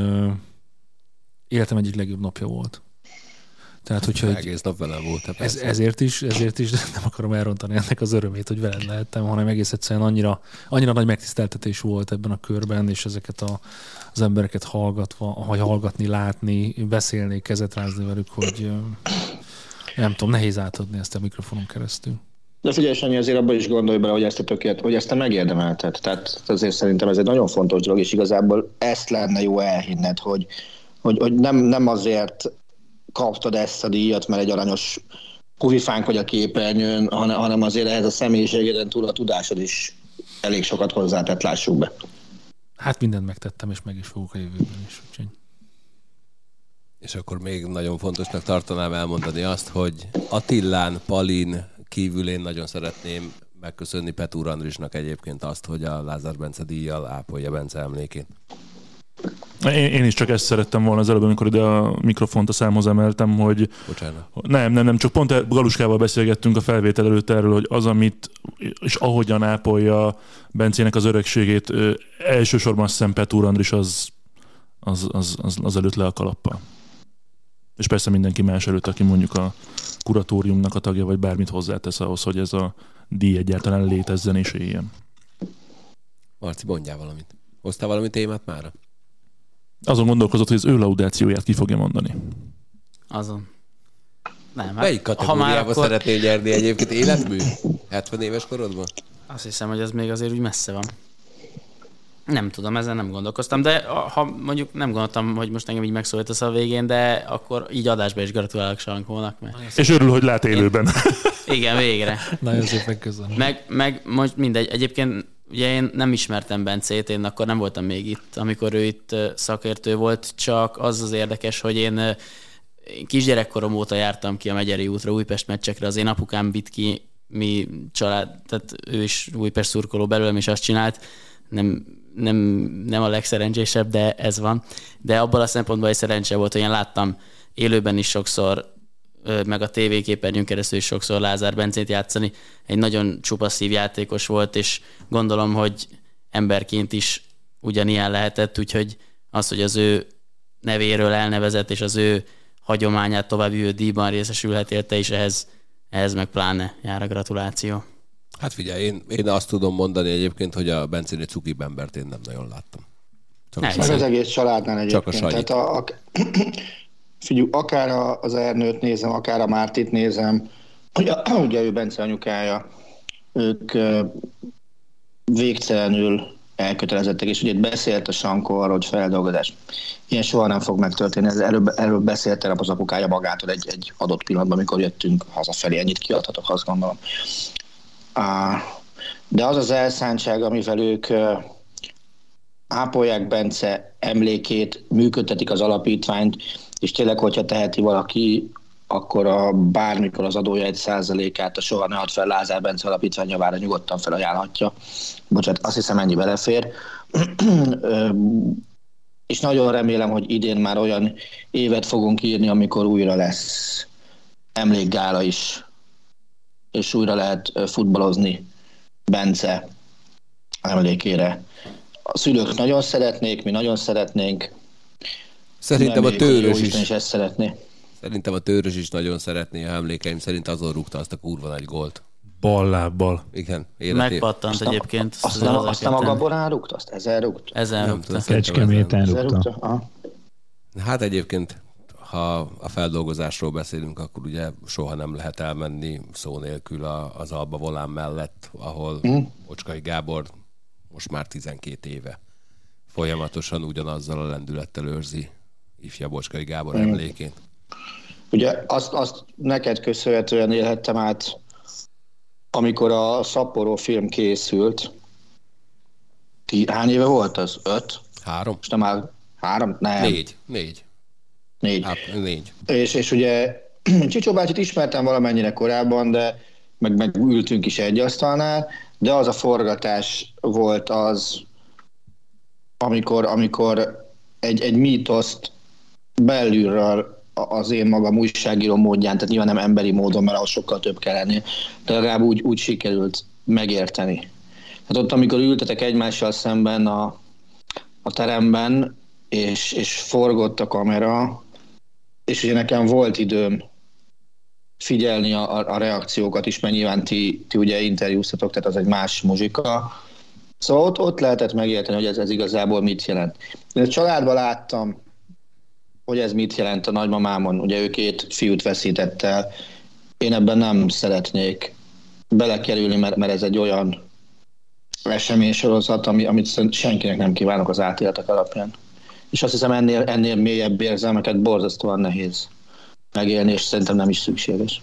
életem egyik legjobb napja volt. Tehát, hogyha egy, egész nap velem volt. Ez, ezért is, ezért is nem akarom elrontani ennek az örömét, hogy veled lehettem, hanem egész egyszerűen annyira, annyira nagy megtiszteltetés volt ebben a körben, és ezeket a, az embereket hallgatva, vagy hallgatni, látni, beszélni, kezet rázni velük, hogy nem tudom, nehéz átadni ezt a mikrofonon keresztül. De figyelj, Sanyi, azért abban is gondolj bele, hogy ezt a tökélet, hogy ezt te megérdemelted. Tehát azért szerintem ez egy nagyon fontos dolog, és igazából ezt lenne jó elhinned, hogy, hogy, hogy nem, nem azért kaptad ezt a díjat, mert egy aranyos pufifánk vagy a képernyőn, hanem azért ehhez a személyiségeden túl a tudásod is elég sokat hozzátett, lássuk be. Hát mindent megtettem, és meg is fogok a jövőben is. Úgyhogy. És akkor még nagyon fontosnak tartanám elmondani azt, hogy Attilán, Palin kívül én nagyon szeretném megköszönni Petúr Andrisnak egyébként azt, hogy a Lázár Bence díjjal ápolja Bence emlékét. Én, én is csak ezt szerettem volna az előbb, amikor ide a mikrofont a számhoz emeltem, hogy Bocsánat. nem, nem, nem, csak pont Galuskával beszélgettünk a felvétel előtt erről, hogy az, amit és ahogyan ápolja Bencének az örökségét, elsősorban azt hiszem Petúr Andris az, az, az, az, az előtt le a kalappal. És persze mindenki más előtt, aki mondjuk a kuratóriumnak a tagja, vagy bármit hozzátesz ahhoz, hogy ez a díj egyáltalán létezzen és éljen. Marci, mondjál valamit. Hoztál valami témát mára? Azon gondolkozott, hogy az ő laudációját ki fogja mondani. Azon. Nem, hát, melyik kategóriába akkor... szeretnél nyerni egyébként? Életmű? hetven éves korodban? Azt hiszem, hogy ez még azért úgy messze van. Nem tudom, ezen nem gondolkoztam, de ha mondjuk nem gondoltam, hogy most engem így megszólítasz a végén, de akkor így adásba is gratulálok Sankónak. Mert... És örül, hogy lát élőben. Én... Igen, végre. Nagyon szépen köszönöm. Meg, meg most mindegy, egyébként ugye én nem ismertem Bencét, én akkor nem voltam még itt, amikor ő itt szakértő volt, csak az az érdekes, hogy én, én kisgyerekkorom óta jártam ki a Megyeri útra, Újpest meccsekre, az én apukám vitt ki, mi család, tehát ő is Újpest szurkoló belőlem, és azt csinált, nem, nem, nem a legszerencsésebb, de ez van. De abban a szempontból egy szerencse volt, hogy én láttam élőben is sokszor, meg a tévéképernyőn keresztül is sokszor Lázár Bencét játszani. Egy nagyon csupaszív játékos volt, és gondolom, hogy emberként is ugyanilyen lehetett, úgyhogy az, hogy az ő nevéről elnevezett, és az ő hagyományát továbbvívő díjban részesülhetél te is, ehhez, ehhez meg pláne jár a gratuláció. Hát figyelj, én, én azt tudom mondani egyébként, hogy a Bencénél cukibb embert én nem nagyon láttam. Csak meg az egész családnál egyébként. Csak a Sanyit. Tehát a, a, figyelj, akár az Ernőt nézem, akár a Mártit nézem, ugye, ugye ő Bence anyukája, ők végtelenül elkötelezettek, és ugye beszélt a Sankó arról, hogy feldolgozás. Ilyen soha nem fog megtörténni, erről, erről beszélt el az apukája magától egy, egy adott pillanatban, amikor jöttünk hazafelé, ennyit kiadhatok, azt gondolom. De az az elszántság, amivel ők ápolják Bence emlékét, működtetik az alapítványt, és tényleg, hogyha teheti valaki, akkor a bármikor az adója egy százalékát a soha ne add fel Lázár Bence alapítvány javára nyugodtan felajánlhatja. Bocsánat, azt hiszem ennyi belefér. És nagyon remélem, hogy idén már olyan évet fogunk írni, amikor újra lesz emlékgála is, és újra lehet futballozni Bence emlékére. A szülők nagyon szeretnék, mi nagyon szeretnénk. Szerintem a Tőrös is. is ezt szeretné. Szerintem a Tőrös is nagyon szeretné, ha emlékeim szerint azon rúgta azt a kurva nagy gólt. Bal lábbal. Igen. Életé. Megpattant azt egyébként. Azt, nem, azt nem a Gaborán rúgta? Azt ezer rúgta? Ezer rúgta. Kecskeméten rúgta. Hát egyébként, ha a feldolgozásról beszélünk, akkor ugye soha nem lehet elmenni szó nélkül az Alba Volán mellett, ahol mm. Ocskai Gábor most már tizenkét éve folyamatosan ugyanazzal a lendülettel őrzi ifjabb Ocskai Gábor mm. emlékén. Ugye azt, azt neked köszönhetően élhettem át, amikor a Sapporo film készült. Hány éve volt az? Öt? Három. Most nem áll... Három? Nem. Négy. Négy. Négy. Hát, négy. És, és ugye Csicsó bácsit ismertem valamennyire korábban, de meg, meg ültünk is egy asztalnál, de az a forgatás volt az, amikor, amikor egy, egy mítoszt belülről az én magam újságíró módján, tehát nyilván nem emberi módon, mert ahhoz sokkal több kell lenni, de legalább úgy, úgy sikerült megérteni. Hát ott, amikor ültetek egymással szemben a, a teremben, és, és forgott a kamera, és ugye nekem volt időm figyelni a, a, a reakciókat is, mert nyilván ti, ti ugye interjúztatok, tehát az egy más muzsika. Szóval ott, ott lehetett megérteni, hogy ez, ez igazából mit jelent. Én a családban láttam, hogy ez mit jelent a nagymamámon. Ugye ő két fiút veszített el. Én ebben nem szeretnék belekerülni, mert, mert ez egy olyan eseménysorozat, ami, amit senkinek nem kívánok az átéletek alapján. És azt hiszem ennél, ennél mélyebb érzelmeket borzasztóan nehéz megélni, és szerintem nem is szükséges.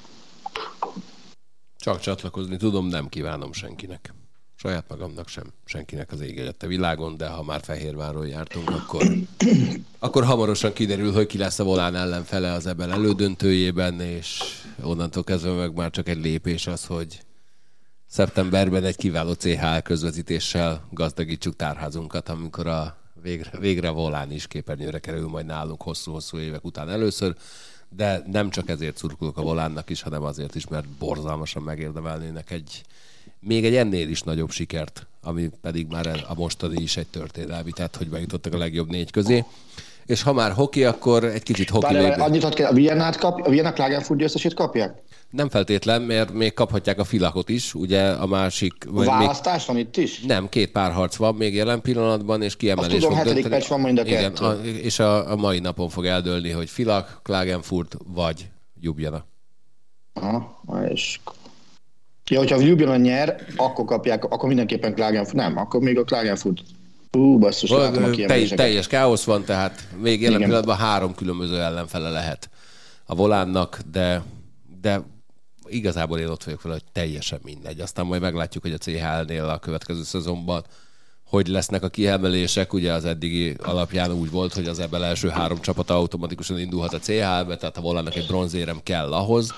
Csak csatlakozni tudom, nem kívánom senkinek. Saját magamnak sem, senkinek az ég egyet a világon, de ha már Fehérvárról jártunk, akkor, akkor hamarosan kiderül, hogy ki lesz a Volán ellenfele az ebben elődöntőjében, és onnantól kezdve meg már csak egy lépés az, hogy szeptemberben egy kiváló cé há el közvetítéssel gazdagítsuk tárházunkat, amikor a végre, végre Volán is képernyőre kerül majd nálunk hosszú-hosszú évek után először, de nem csak ezért szurkolok a Volánnak is, hanem azért is, mert borzalmasan megérdemelnének egy még egy ennél is nagyobb sikert, ami pedig már a mostani is egy történelmi, tehát hogy bejutottak a legjobb négy közé. És ha már hoki, akkor egy kicsit hoki lépő. Annyit ad kell, a Viennát kap, a Vienna Klagenfurt győztesét kapják? Nem feltétlen, mert még kaphatják a Filakot is, ugye a másik... Vagy választás még... van itt is? Nem, két párharc van még jelen pillanatban, és kiemelés tudom, fog hetedik meccs van mind a igen, a, és a, a mai napon fog eldőlni, hogy Filak, Klagenfurt vagy Ljubljana. Aha, és... Ja, hogyha a Ljubljana nyer, akkor kapják, akkor mindenképpen Klagenfurt. Nem, akkor még a Klagenfurt. Ú, basszus, Val, látom a kiemeléseket. Teljes káosz van, tehát még jelen pillanatban három különböző ellenfele lehet a Volánnak, de, de igazából én ott vagyok vele, hogy teljesen mindegy. Aztán majd meglátjuk, hogy a cé há el-nél a következő szezonban hogy lesznek a kiemelések. Ugye az eddigi alapján úgy volt, hogy az ebből első három csapata automatikusan indulhat a cé há el-be, tehát ha Volának egy bronzérem kell ahhoz,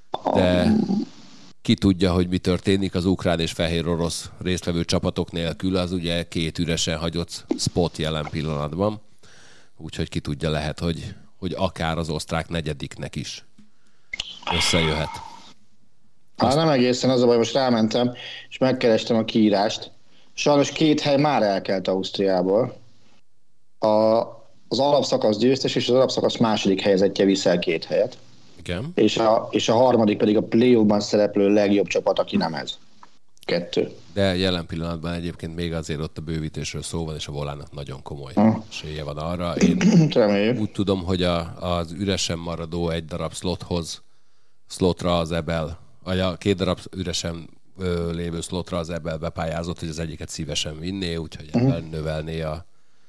de ki tudja, hogy mi történik az ukrán és fehér orosz résztvevő csapatok nélkül, az ugye két üresen hagyott spot jelen pillanatban. Úgyhogy ki tudja, lehet, hogy, hogy akár az osztrák negyediknek is összejöhet. Hát nem egészen, az a baj, most rámentem, és megkerestem a kiírást. Sajnos két hely már elkelt Ausztriából. A, az alapszakasz győztes és az alapszakasz második helyezettje viszel két helyet. Igen. És a, és a harmadik pedig a play-offban szereplő legjobb csapat, aki nem ez. Kettő. De jelen pillanatban egyébként még azért ott a bővítésről szó van, és a Volának nagyon komoly ha. esélye van arra. Én Reméljük. úgy tudom, hogy a, az üresen maradó egy darab slothoz, slotra az Ebel, vagy a két darab üresen ö, lévő slotra az Ebel bepályázott, hogy az egyiket szívesen vinné, úgyhogy ebben uh-huh. növelné a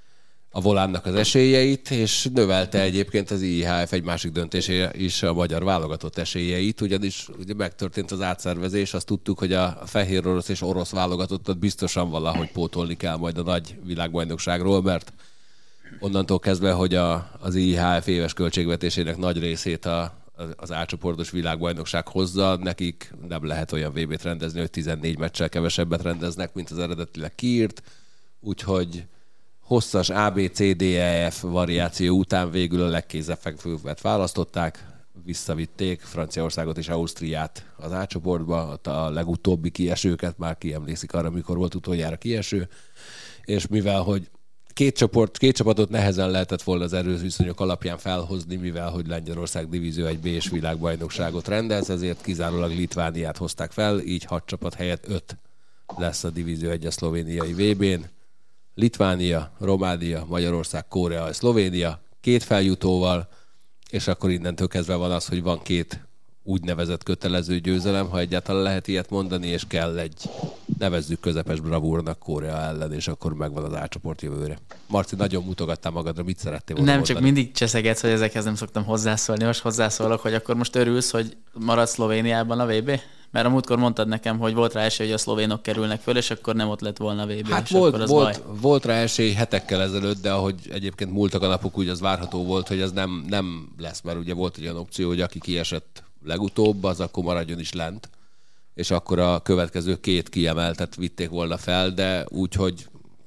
a Volánnak az esélyeit, és növelte egyébként az i há ef egy másik döntésére is a magyar válogatott esélyeit, ugyanis ugye megtörtént az átszervezés, azt tudtuk, hogy a fehér orosz és orosz válogatottat biztosan valahogy pótolni kell majd a nagy világbajnokságról, mert onnantól kezdve, hogy a, az i há ef éves költségvetésének nagy részét a, az átcsoportos világbajnokság hozza, nekik nem lehet olyan vé bét rendezni, hogy tizennégy meccsel kevesebbet rendeznek, mint az eredetileg kiírt, úgyhogy hosszas á bé cé dé e ef variáció után végül a legkézzelfekvőbbet választották, visszavitték Franciaországot és Ausztriát az átcsoportba, a legutóbbi kiesőket már kiemlékszik arra, mikor volt utoljára kieső, és mivel, hogy két, csoport, két csapatot nehezen lehetett volna az erőviszonyok alapján felhozni, mivel, hogy Lengyelország Divízió egy B-s világbajnokságot rendez, ezért kizárólag Litvániát hozták fel, így hat csapat helyett öt lesz a Divízió egyes szlovéniai vé bén. Litvánia, Románia, Magyarország, Korea, Szlovénia, két feljutóval, és akkor innentől kezdve van az, hogy van két úgynevezett kötelező győzelem, ha egyáltalán lehet ilyet mondani, és kell egy, nevezzük közepes bravúrnak Korea ellen, és akkor megvan az átcsoport jövőre. Marci, nagyon mutogattál magadra, mit szerettél volna Nem, mondani? csak mindig cseszegetsz, hogy ezekhez nem szoktam hozzászólni. Most hozzászólok, hogy akkor most örülsz, hogy marad Szlovéniában a vé bé? Mert a múltkor mondtad nekem, hogy volt rá esély, hogy a szlovénok kerülnek föl, és akkor nem ott lett volna a vé bé. Hát volt, volt, volt rá esély hetekkel ezelőtt, de ahogy egyébként múltak a napok, úgy az várható volt, hogy ez nem, nem lesz, mert ugye volt egy olyan opció, hogy aki kiesett legutóbb, az akkor maradjon is lent, és akkor a következő két kiemeltet vitték volna fel, de úgy, hogy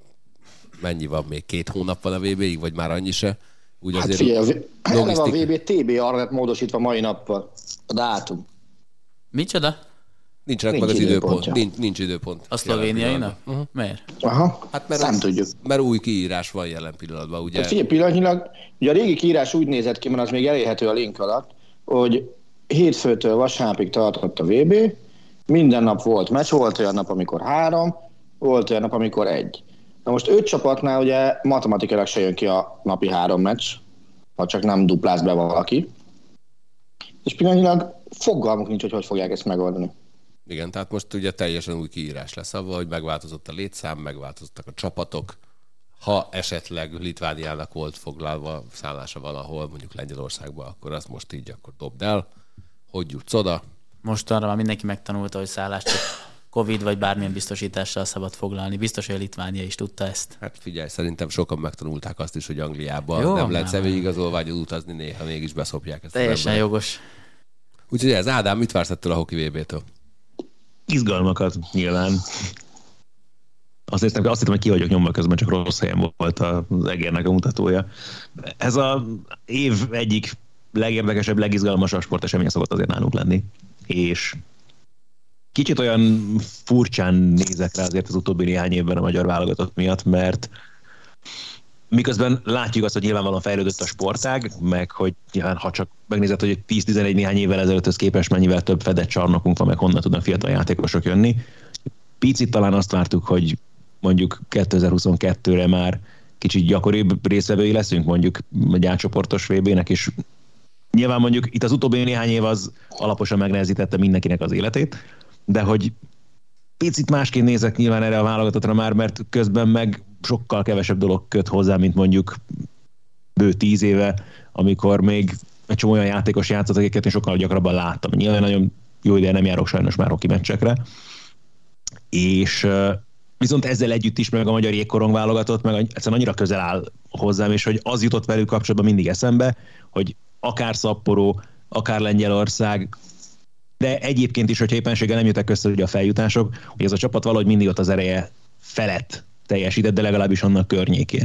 mennyi van még? Két hónap van a vé béig, vagy már annyi se? Úgy hát azért figyelj, logisztik... a vé bé té bé arra lett módosítva mai nappal. A dátum. Micsoda? Nincsenek nincs meg az időpont. Nincs, nincs időpont. A szlovéniainak? Uh-huh. Miért? Aha, hát mert nem az, tudjuk. Mert új kiírás van jelen pillanatban, ugye? Hát figyelj, pillanatnyilag, ugye a régi kiírás úgy nézett ki, mert az még elérhető a link alatt, hogy hétfőtől vasárnapig tartott a vé bé, minden nap volt meccs, volt olyan nap, amikor három, volt olyan nap, amikor egy. Na most öt csapatnál ugye matematikailag se jön ki a napi három meccs, ha csak nem dupláz be valaki. És pillanatnyilag fogalmuk nincs, hogy hogy fogják ezt megoldani. Igen, tehát most ugye teljesen új kiírás lesz avval, hogy megváltozott a létszám, megváltozottak a csapatok. Ha esetleg Litvániának volt foglalva szállása valahol, mondjuk Lengyelországban, akkor azt most így akkor dobd el, hogy jutsz oda. Most arra már mindenki megtanulta, hogy szállást csak Covid vagy bármilyen biztosítással szabad foglalni. Biztos, hogy a Litvánia is tudta ezt. Hát figyelj, szerintem sokan megtanulták azt is, hogy Angliában Jó, nem lehet személyigazolványod utazni, néha mégis beszopják ezt. Teljesen jogos. Úgyhogy ez, Ádám, mit vársz ettől a hoki vé bé-től? Izgalmakat nyilván. Azt hiszem, azt hittem, hogy ki vagyok nyomva közben, csak rossz helyen volt az egérnek a mutatója. Ez az év egyik legérdekesebb, legizgalmasabb sportesemény szokott azért nálunk lenni. És kicsit olyan furcsán nézek rá azért az utóbbi néhány évben a magyar válogatott miatt, mert miközben látjuk azt, hogy nyilvánvalóan fejlődött a sportág, meg hogy nyilván, ha csak megnézed, hogy tíz-tizenegy néhány évvel ezelőtthöz képest mennyivel több fedett csarnokunk van, meg honnan tudnak fiatal játékosok jönni. Picit talán azt vártuk, hogy mondjuk kétezer-huszonkettőre már kicsit gyakoribb részvevői leszünk, mondjuk egy átcsoportos vé bének, és nyilván mondjuk itt az utóbbi néhány év az alaposan megnehezítette mindenkinek az életét, de hogy picit másként nézek nyilván erre a válogatottra már, mert közben meg sokkal kevesebb dolog köt hozzá, mint mondjuk bő tíz éve, amikor még egy csomó olyan játékos játszott, akiket én sokkal gyakrabban láttam. Nyilván nagyon jó ideje nem járok sajnos már hoki meccsekre. És viszont ezzel együtt is meg a magyar jégkorong válogatott, meg egyszerűen annyira közel áll hozzám, és hogy az jutott velük kapcsolatban mindig eszembe, hogy akár Szapporo, akár Lengyelország, de egyébként is, hogyha éppenséggel nem jöttek össze ugye a feljutások, hogy ez a csapat valahogy mindig ott az ereje felett teljesített, de legalábbis annak környékén.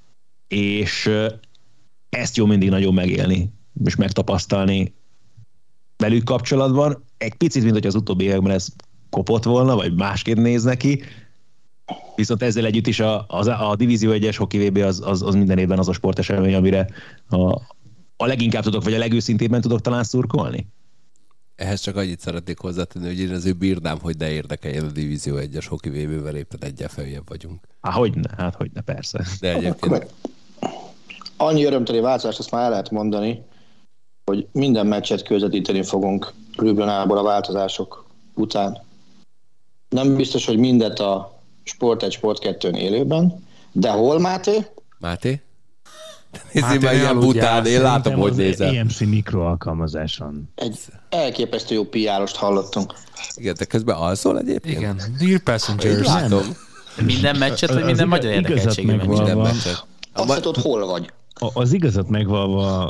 És ezt jó mindig nagyon megélni, és megtapasztalni velük kapcsolatban. Egy picit, mint hogy az utóbbi években ez kopott volna, vagy másképp néz neki, viszont ezzel együtt is a, a, a Divízió egyes Hoki vé bé az, az, az minden évben az a sportesemény, amire a, a leginkább tudok, vagy a legőszintébben tudok talán szurkolni. Ehhez csak annyit szeretnék hozzátenni, hogy én azért bírnám, hogy ne érdekeljen a Divízió egyes Hoki vé bével, éppen egyel feljebb vagyunk. Há, hogyne, hát hogyne, persze. De egyébként... Annyi örömteli változást, azt már el lehet mondani, hogy minden meccset közvetíteni fogunk Ljubljanából a változások után. Nem biztos, hogy mindet a Sport egy Sport kettőn élőben, de hol, Máté? Máté? Nézzél már ilyen bután, én látom, hogy nézel. é em cé mikroalkalmazáson. Egy elképesztő jó pé er-ost hallottunk. Igen, de közben alszol egyébként? Igen, Dear Passengers. Látom. Minden meccset, vagy minden magyar érdekeltségű meccset? Minden meccset. Azt ma... tudod, hol vagy. Az igazat megvalva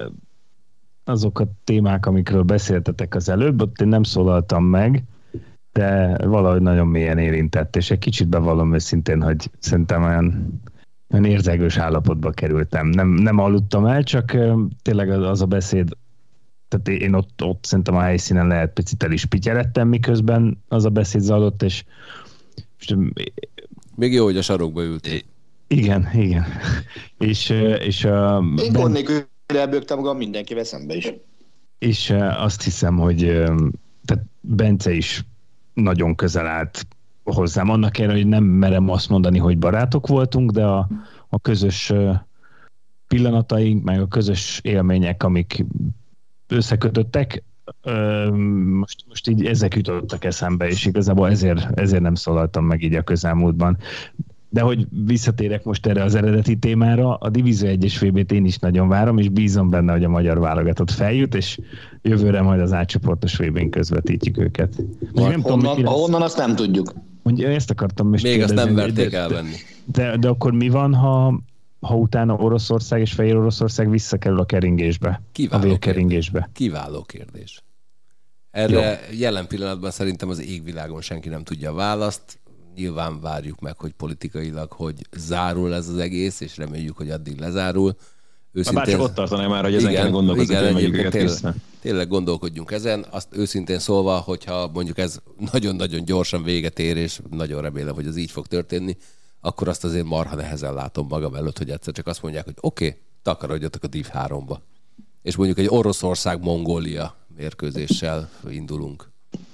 azok a témák, amikről beszéltetek az előbb, ott én nem szólaltam meg, de valahogy nagyon mélyen érintett, és egy kicsit bevallom őszintén, hogy szerintem olyan, olyan érzegős állapotba kerültem. Nem, nem aludtam el, csak tényleg az a beszéd, tehát én ott, ott szerintem a helyszínen lehet picit el is pityeredtem, miközben az a beszéd zajlott, és, és még jó, hogy a sarokba ült. Igen, igen. és, és a, én gond nélkül elbögtem magam mindenkivel szembe is. És azt hiszem, hogy tehát Bence is nagyon közel állt hozzám. Annak ellenére, hogy nem merem azt mondani, hogy barátok voltunk, de a, a közös pillanataink, meg a közös élmények, amik összekötöttek, most, most így ezek jutottak eszembe, és igazából ezért, ezért nem szólaltam meg így a közelmúltban. De hogy visszatérek most erre az eredeti témára, a Divízió egyes vé bét én is nagyon várom, és bízom benne, hogy a magyar válogatott feljut, és jövőre majd az átcsoportos vé bén közvetítjük őket. Nem honnan, tudom, honnan azt nem tudjuk. Mondja, ezt akartam most még kérdezni, azt nem verték de, elvenni. De, de akkor mi van, ha, ha utána Oroszország és Fehér Oroszország visszakerül a keringésbe? Kiváló a vérkeringésbe. Kérdés. Kiváló kérdés. Erre jó. Jelen pillanatban szerintem az égvilágon senki nem tudja a választ. Nyilván várjuk meg, hogy politikailag hogy zárul ez az egész, és reméljük, hogy addig lezárul. Őszintén... Bár csak ott tartanám már, hogy ezen igen, kell gondolkozni, igen, hogy megyünk tényleg, tényleg gondolkodjunk ezen. Azt őszintén szólva, hogyha mondjuk ez nagyon-nagyon gyorsan véget ér, és nagyon remélem, hogy ez így fog történni, akkor azt azért marha nehezen látom magam előtt, hogy egyszer csak azt mondják, hogy oké, okay, takarodjatok a Div háromba. És mondjuk egy Oroszország-Mongólia mérkőzéssel indulunk.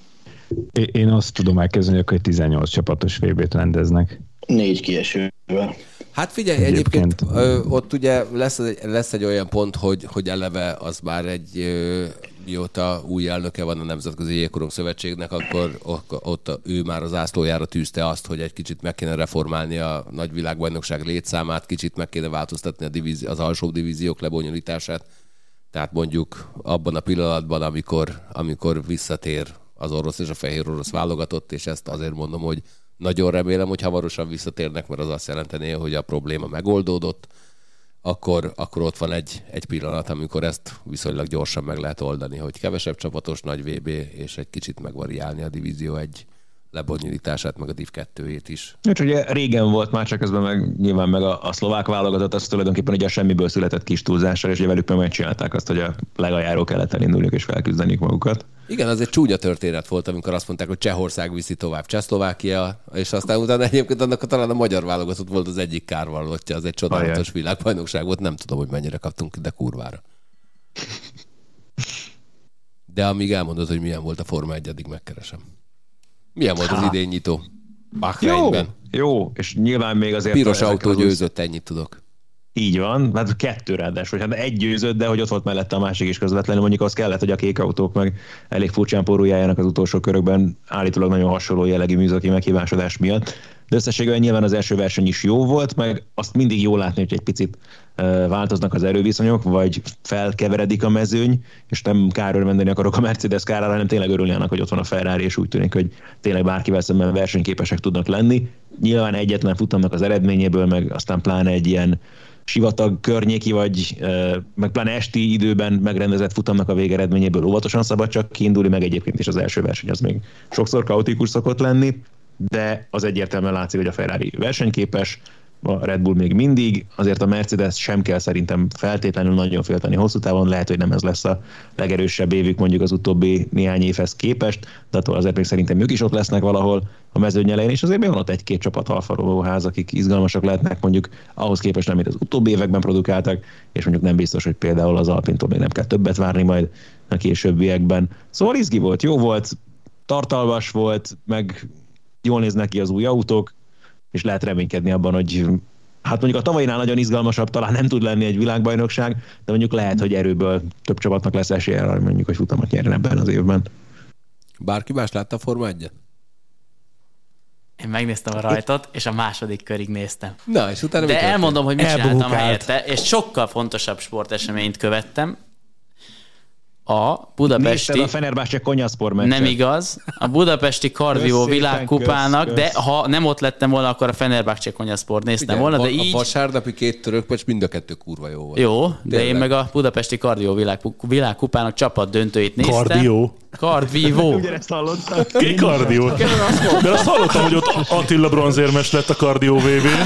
Én azt tudom elkezdeni, hogy tizennyolc csapatos vé bét rendeznek. Négy kiesővel. Hát figyelj, egyébként, egyébként ö, ott ugye lesz egy, lesz egy olyan pont, hogy, hogy eleve az már egy, ö, mióta új elnöke van a Nemzetközi Jégkorong Szövetségnek, akkor ott ő már az ászlójára tűzte azt, hogy egy kicsit meg kéne reformálni a nagyvilágbajnokság létszámát, kicsit meg kéne változtatni a divízi, az alsóbb divíziók lebonyolítását. Tehát mondjuk abban a pillanatban, amikor, amikor visszatér az orosz és a fehér orosz válogatott, és ezt azért mondom, hogy nagyon remélem, hogy hamarosan visszatérnek, mert az azt jelentené, hogy a probléma megoldódott, akkor, akkor ott van egy, egy pillanat, amikor ezt viszonylag gyorsan meg lehet oldani, hogy kevesebb csapatos nagy vé bé, és egy kicsit megvariálni a Divízió egy lebonyolítását, meg a Div kettőjét is. És ugye régen volt már, csak közben meg nyilván meg a, a szlovák válogatott, az tulajdonképpen ugye a semmiből született kis túlzással, és ugye velük meg megcsinálták azt, hogy a legaljáról kellett elindulniuk és felküzdeniük magukat. Igen, az egy csúnya történet volt, amikor azt mondták, hogy Csehország viszi tovább Csehszlovákia, és aztán utána egyébként annak talán a magyar válogatott volt az egyik kárvallottja, az egy csodálatos világbajnokság volt, nem tudom, hogy mennyire kaptunk ide kurvára. De amíg elmondod, hogy milyen volt a Forma egy, addig megkeresem. Milyen volt az idén nyitó? Bahreinben. Jó, jó, és nyilván még azért... Piros autó győzött, ennyit tudok. Így van, hát kettő ráadásul, hát egy győzött, de hogy ott volt mellette a másik is közvetlenül, mondjuk az kellett, hogy a kék autók meg elég furcsán poruljájának az utolsó körökben, állítólag nagyon hasonló jellegű műszaki meghibásodás miatt. De összességében nyilván az első verseny is jó volt, meg azt mindig jó látni, hogy egy picit változnak az erőviszonyok, vagy felkeveredik a mezőny, és nem kárörvendeni akarok a Mercedes kárára, hanem tényleg örülni annak, hogy ott van a Ferrari, és úgy tűnik, hogy tényleg bárkivel szemben versenyképesek tudnak lenni. Nyilván egyetlen futamnak az eredményéből, meg aztán pláne egy ilyen sivatag környéki, vagy meg pláne esti időben megrendezett futamnak a végeredményéből óvatosan szabad csak kiindulni, meg egyébként is az első verseny az még sokszor kaotikus szokott lenni, de az egyértelműen látszik, hogy a Ferrari versenyképes, a Red Bull még mindig, azért a Mercedes sem kell szerintem feltétlenül nagyon félteni hosszú távon, lehet, hogy nem ez lesz a legerősebb évük mondjuk az utóbbi néhány évhez képest, de attól azért még szerintem ők is ott lesznek valahol a mezőny elején, és azért még van ott egy-két csapat Alfa ház, akik izgalmasak lehetnek mondjuk ahhoz képest nem, amit az utóbbi években produkáltak, és mondjuk nem biztos, hogy például az Alpintól még nem kell többet várni majd a későbbiekben. Szóval izgi volt, jó volt, tartalmas volt, meg jól néznek ki az új autók, és lehet reménykedni abban, hogy hát mondjuk a tavainál nagyon izgalmasabb, talán nem tud lenni egy világbajnokság, de mondjuk lehet, hogy erőből több csapatnak lesz esélye, mondjuk, hogy futamot nyerjen ebben az évben. Bárki más látta a Forma egyet? Én megnéztem a rajtot, és a második körig néztem. Na, és utána De elmondom, hogy mit csináltam Elbukált. helyette, és sokkal fontosabb sporteseményt követtem. A budapesti... Nézted a Fenerbahce Konyaspor meccset? Nem igaz. A budapesti Kardió Kösz világkupának, kösz, de kösz. ha nem ott lettem volna, akkor a Fenerbahce Konyasport néztem Figyelj, volna, de a így... vasárnapi két török meccs mind a kettő kurva jó volt. Jó, de Tényleg. én meg a budapesti Kardió világ, világkupának csapat döntőit néztem. Kardió. Kardvívó. Ugyanezt hallottam. Ki kardió? De azt hallottam, hogy ott Attila bronzérmes lett a kardió vé vén.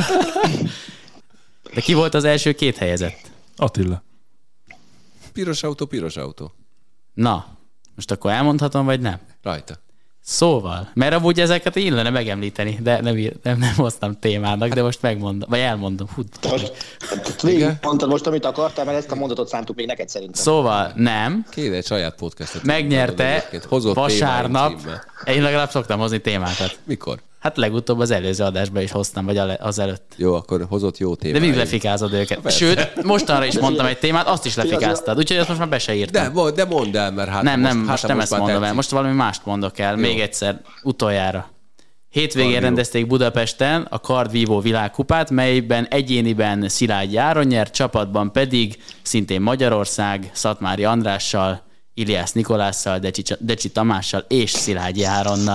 De ki volt az első két helyezett? Attila. Piros autó, piros autó. Na, most akkor elmondhatom, vagy nem? Rajta. Szóval, mert amúgy ezeket illene megemlíteni, de nem, ír, nem, nem hoztam témának, de most megmondom, vagy elmondom. Hú. Most végig mondtad most, amit akartál, mert ezt a mondatot szántuk még neked szerintem. Szóval nem, Kéne egy saját podcastot. megnyerte Hozott vasárnap, témáim én legalább szoktam hozni témákat. Mikor? Hát legutóbb az előző adásban is hoztam, vagy az előtt. Jó, akkor hozott jó De témáim. mindig lefikázod őket. Sőt, mostanra is mondtam egy témát, azt is lefikáztad. Úgyhogy azt most már be se írtam. De, mo- de mondd el, mert hát nem, most, nem, hát most nem most ezt már mondom el. tetszik. Most valami mást mondok el. Jó. Még egyszer, utoljára. Hétvégén Kardió. rendezték Budapesten a Kardvívó világkupát, melyben egyéniben Szilágyi Áron nyert, csapatban pedig szintén Magyarország, Szatmári Andrással, Iliász Nikolásszal, Decsi, Decsi Tamással és Szilágyi Áronnal.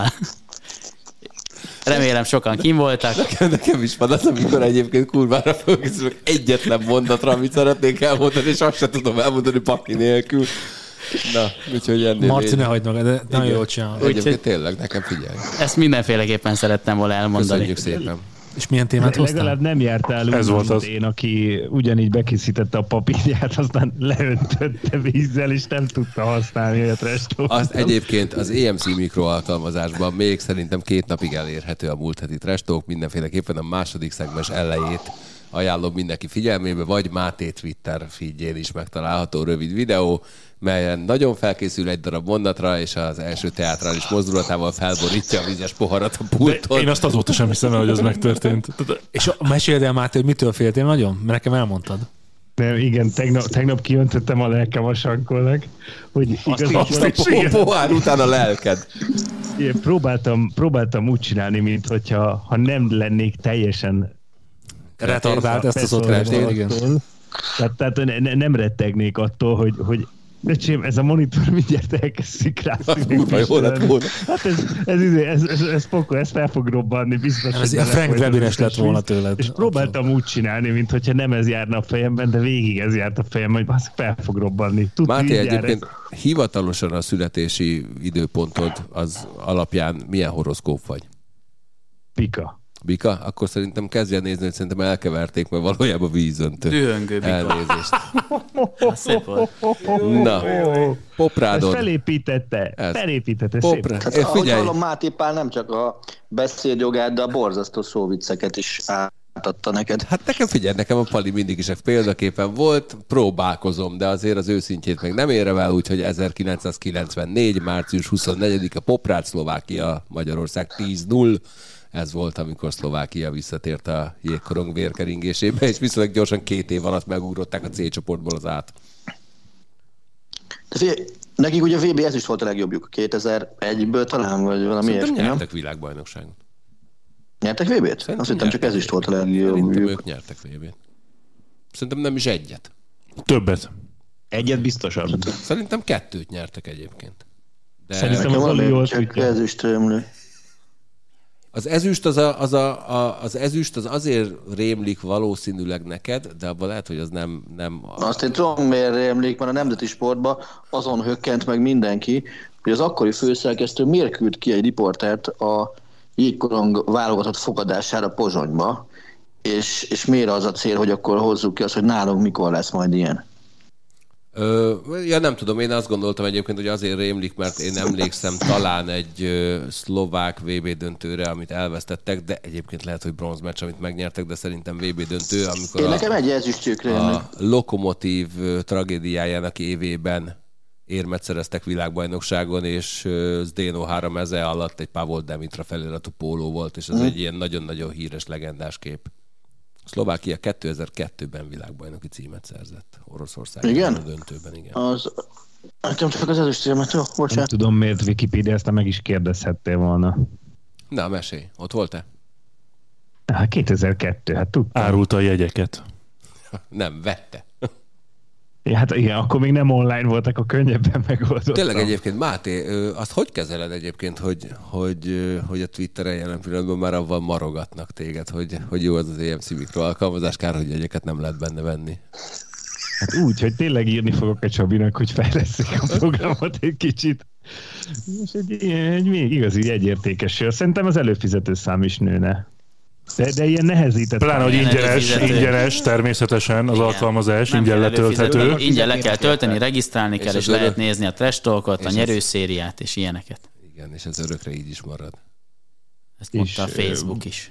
Remélem sokan kim voltak. Nekem, nekem is van az, amikor egyébként kurvára fölkészülök egyetlen mondatra, amit szeretnék elmondani, és azt sem tudom elmondani paki nélkül. Na, úgyhogy ennél Marci, én- ne hagyd magad, de nagyon Igen. jól csinál. Egyébként Úgyhogy- tényleg, nekem figyelj. Ezt mindenféleképpen szerettem volna elmondani. Köszönjük szépen. És milyen témát hoztál? Legalább nem jártál úgy, Ez volt mint az. én, aki ugyanígy bekészítette a papírját, aztán leöntötte vízzel, és nem tudta használni a trestó. Azt egyébként az é em cé mikro alkalmazásban még szerintem két napig elérhető a múlt heti Trash Talk, mindenféleképpen a második szegmens elejét ajánlom mindenki figyelmébe, vagy Máté Twitter feedjén is megtalálható rövid videó, melyen nagyon felkészül egy darab mondatra, és az első teátrális mozdulatával felborítja a vizes poharat a De pulton. én azt azóta sem hiszem el, hogy ez megtörtént. Tehát És a- meséld el, Máté, hogy mitől féltél nagyon? Mert nekem elmondtad. De igen, tegnap, tegnap kiöntöttem a lelkem a sankolnak, hogy igazából Azt a po- pohár után a lelked. én próbáltam, próbáltam úgy csinálni, mint hogyha ha nem lennék teljesen Retardált ezt az ott Kretén, igen. attól, tehát, tehát ne, ne, nem rettegnék attól, hogy, hogy öcsém, ez a monitor mindjárt elkezd szikrászni. Kurva jó lett volna. Hát ez, ez, ez, ez, ez, ez, pokol, ez fel fog robbanni, biztos. Ez hogy a Frank belefolyt az Webines lett összes volna víz. tőled. És próbáltam úgy csinálni, mintha nem ez járna a fejemben, de végig ez járt a fejemben, hogy az fel fog robbanni. Tud, Máté, mindjárt egyébként hivatalosan a születési időpontod az alapján milyen horoszkóp vagy? Pika. Bika? Akkor szerintem kezdjen nézni, hogy szerintem elkeverték, mert valójában vízöntő. Dühöngő bika. Elnézést. Az szép volt. Na, Ezt Poprádon. felépítette, Ez. felépítette Popra. szép. Hát, Én ahogy figyelj, hallom, Máté Pál nem csak a beszédjogát, de a borzasztó szóvicceket is átadta neked. hát nekem figyelj, nekem a Pali mindig is egy példaképen volt, próbálkozom, de azért az őszintjét meg nem érem el, úgyhogy ezerkilencszázkilencvennégy. március huszonnegyedike Poprád, Szlovákia, Magyarország tíz null. Ez volt, amikor Szlovákia visszatért a jégkorong vérkeringésébe, és viszonylag gyorsan két év alatt megugrották a C csoportból az át. De figyelj, nekik ugye a vé bé ezüst volt a legjobbjuk, kétezer-egyből talán, vagy valami Szerintem ilyesmi, nem? nyertek világbajnokságot. Nyertek vé bét? Szerintem Azt hittem, csak nyertek. ezüst volt a Szerintem legjobbjuk. ők nyertek vé bét. Szerintem nem is egyet. Többet. Egyet biztosan. Szerintem kettőt nyertek egyébként. De Szerintem az Oli jól csak ezüströmlő. az ezüst az, a, az, a, a, az ezüst az azért rémlik valószínűleg neked, de abban lehet, hogy az nem... nem a... Azt én tudom, miért rémlik, mert a nemzeti sportban azon hökkent meg mindenki, hogy az akkori főszerkesztő miért küld ki egy riportert a jégkorong válogatott fogadására Pozsonyba, és, és miért az a cél, hogy akkor hozzuk ki azt, hogy nálunk mikor lesz majd ilyen. Ö, ja, nem tudom, én azt gondoltam egyébként, hogy azért rémlik, mert én emlékszem talán egy ö, szlovák vé bé döntőre, amit elvesztettek, de egyébként lehet, hogy bronzmeccs, amit megnyertek, de szerintem vé bé döntő, amikor én a, nekem egy ezüstjük rémlik. a Lokomotív tragédiájának évében érmet szereztek világbajnokságon, és uh, Zdeno három meze alatt egy Pavol Demitra feliratú póló volt, és ez mm. egy ilyen nagyon-nagyon híres, legendás kép. Szlovákia kétezer-kettőben világbajnoki címet szerzett Oroszországban. Igen? A döntőben, igen. Az... Nekem csak az ezüstérmet, jó? Bocsánat. Nem tudom, miért Wikipedia, ezt meg is kérdezhettél volna. Na, mesélj. Ott volt-e? Hát kétezer-kettő, hát tudtam. Árulta a jegyeket. Nem, vette. Ja, hát igen, akkor még nem online voltak, a könnyebben megoldottam. Tényleg egyébként, Máté, azt hogy kezeled egyébként, hogy, hogy, hogy a Twitteren jelen pillanatban már avval marogatnak téged, hogy, hogy jó az az é em cé Mikro alkalmazás, kár, hogy jegyeket nem lehet benne venni. Hát úgy, hogy tényleg írni fogok a Csabinak, hogy fejlesztik a programot egy kicsit. És egy, egy még igazi jegyértékes. Szerintem az előfizető szám is nőne. De, de ilyen nehezített. Pláne, hogy ingyenes, ingyenes természetesen az igen. alkalmazás, nem ingyen letölthető. Ingyen le kell tölteni, regisztrálni kell, és, és lehet örök... nézni a trash talkot, a nyerőszériát és ilyeneket. Igen, és ez örökre így is marad. Ezt mondta a Facebook is.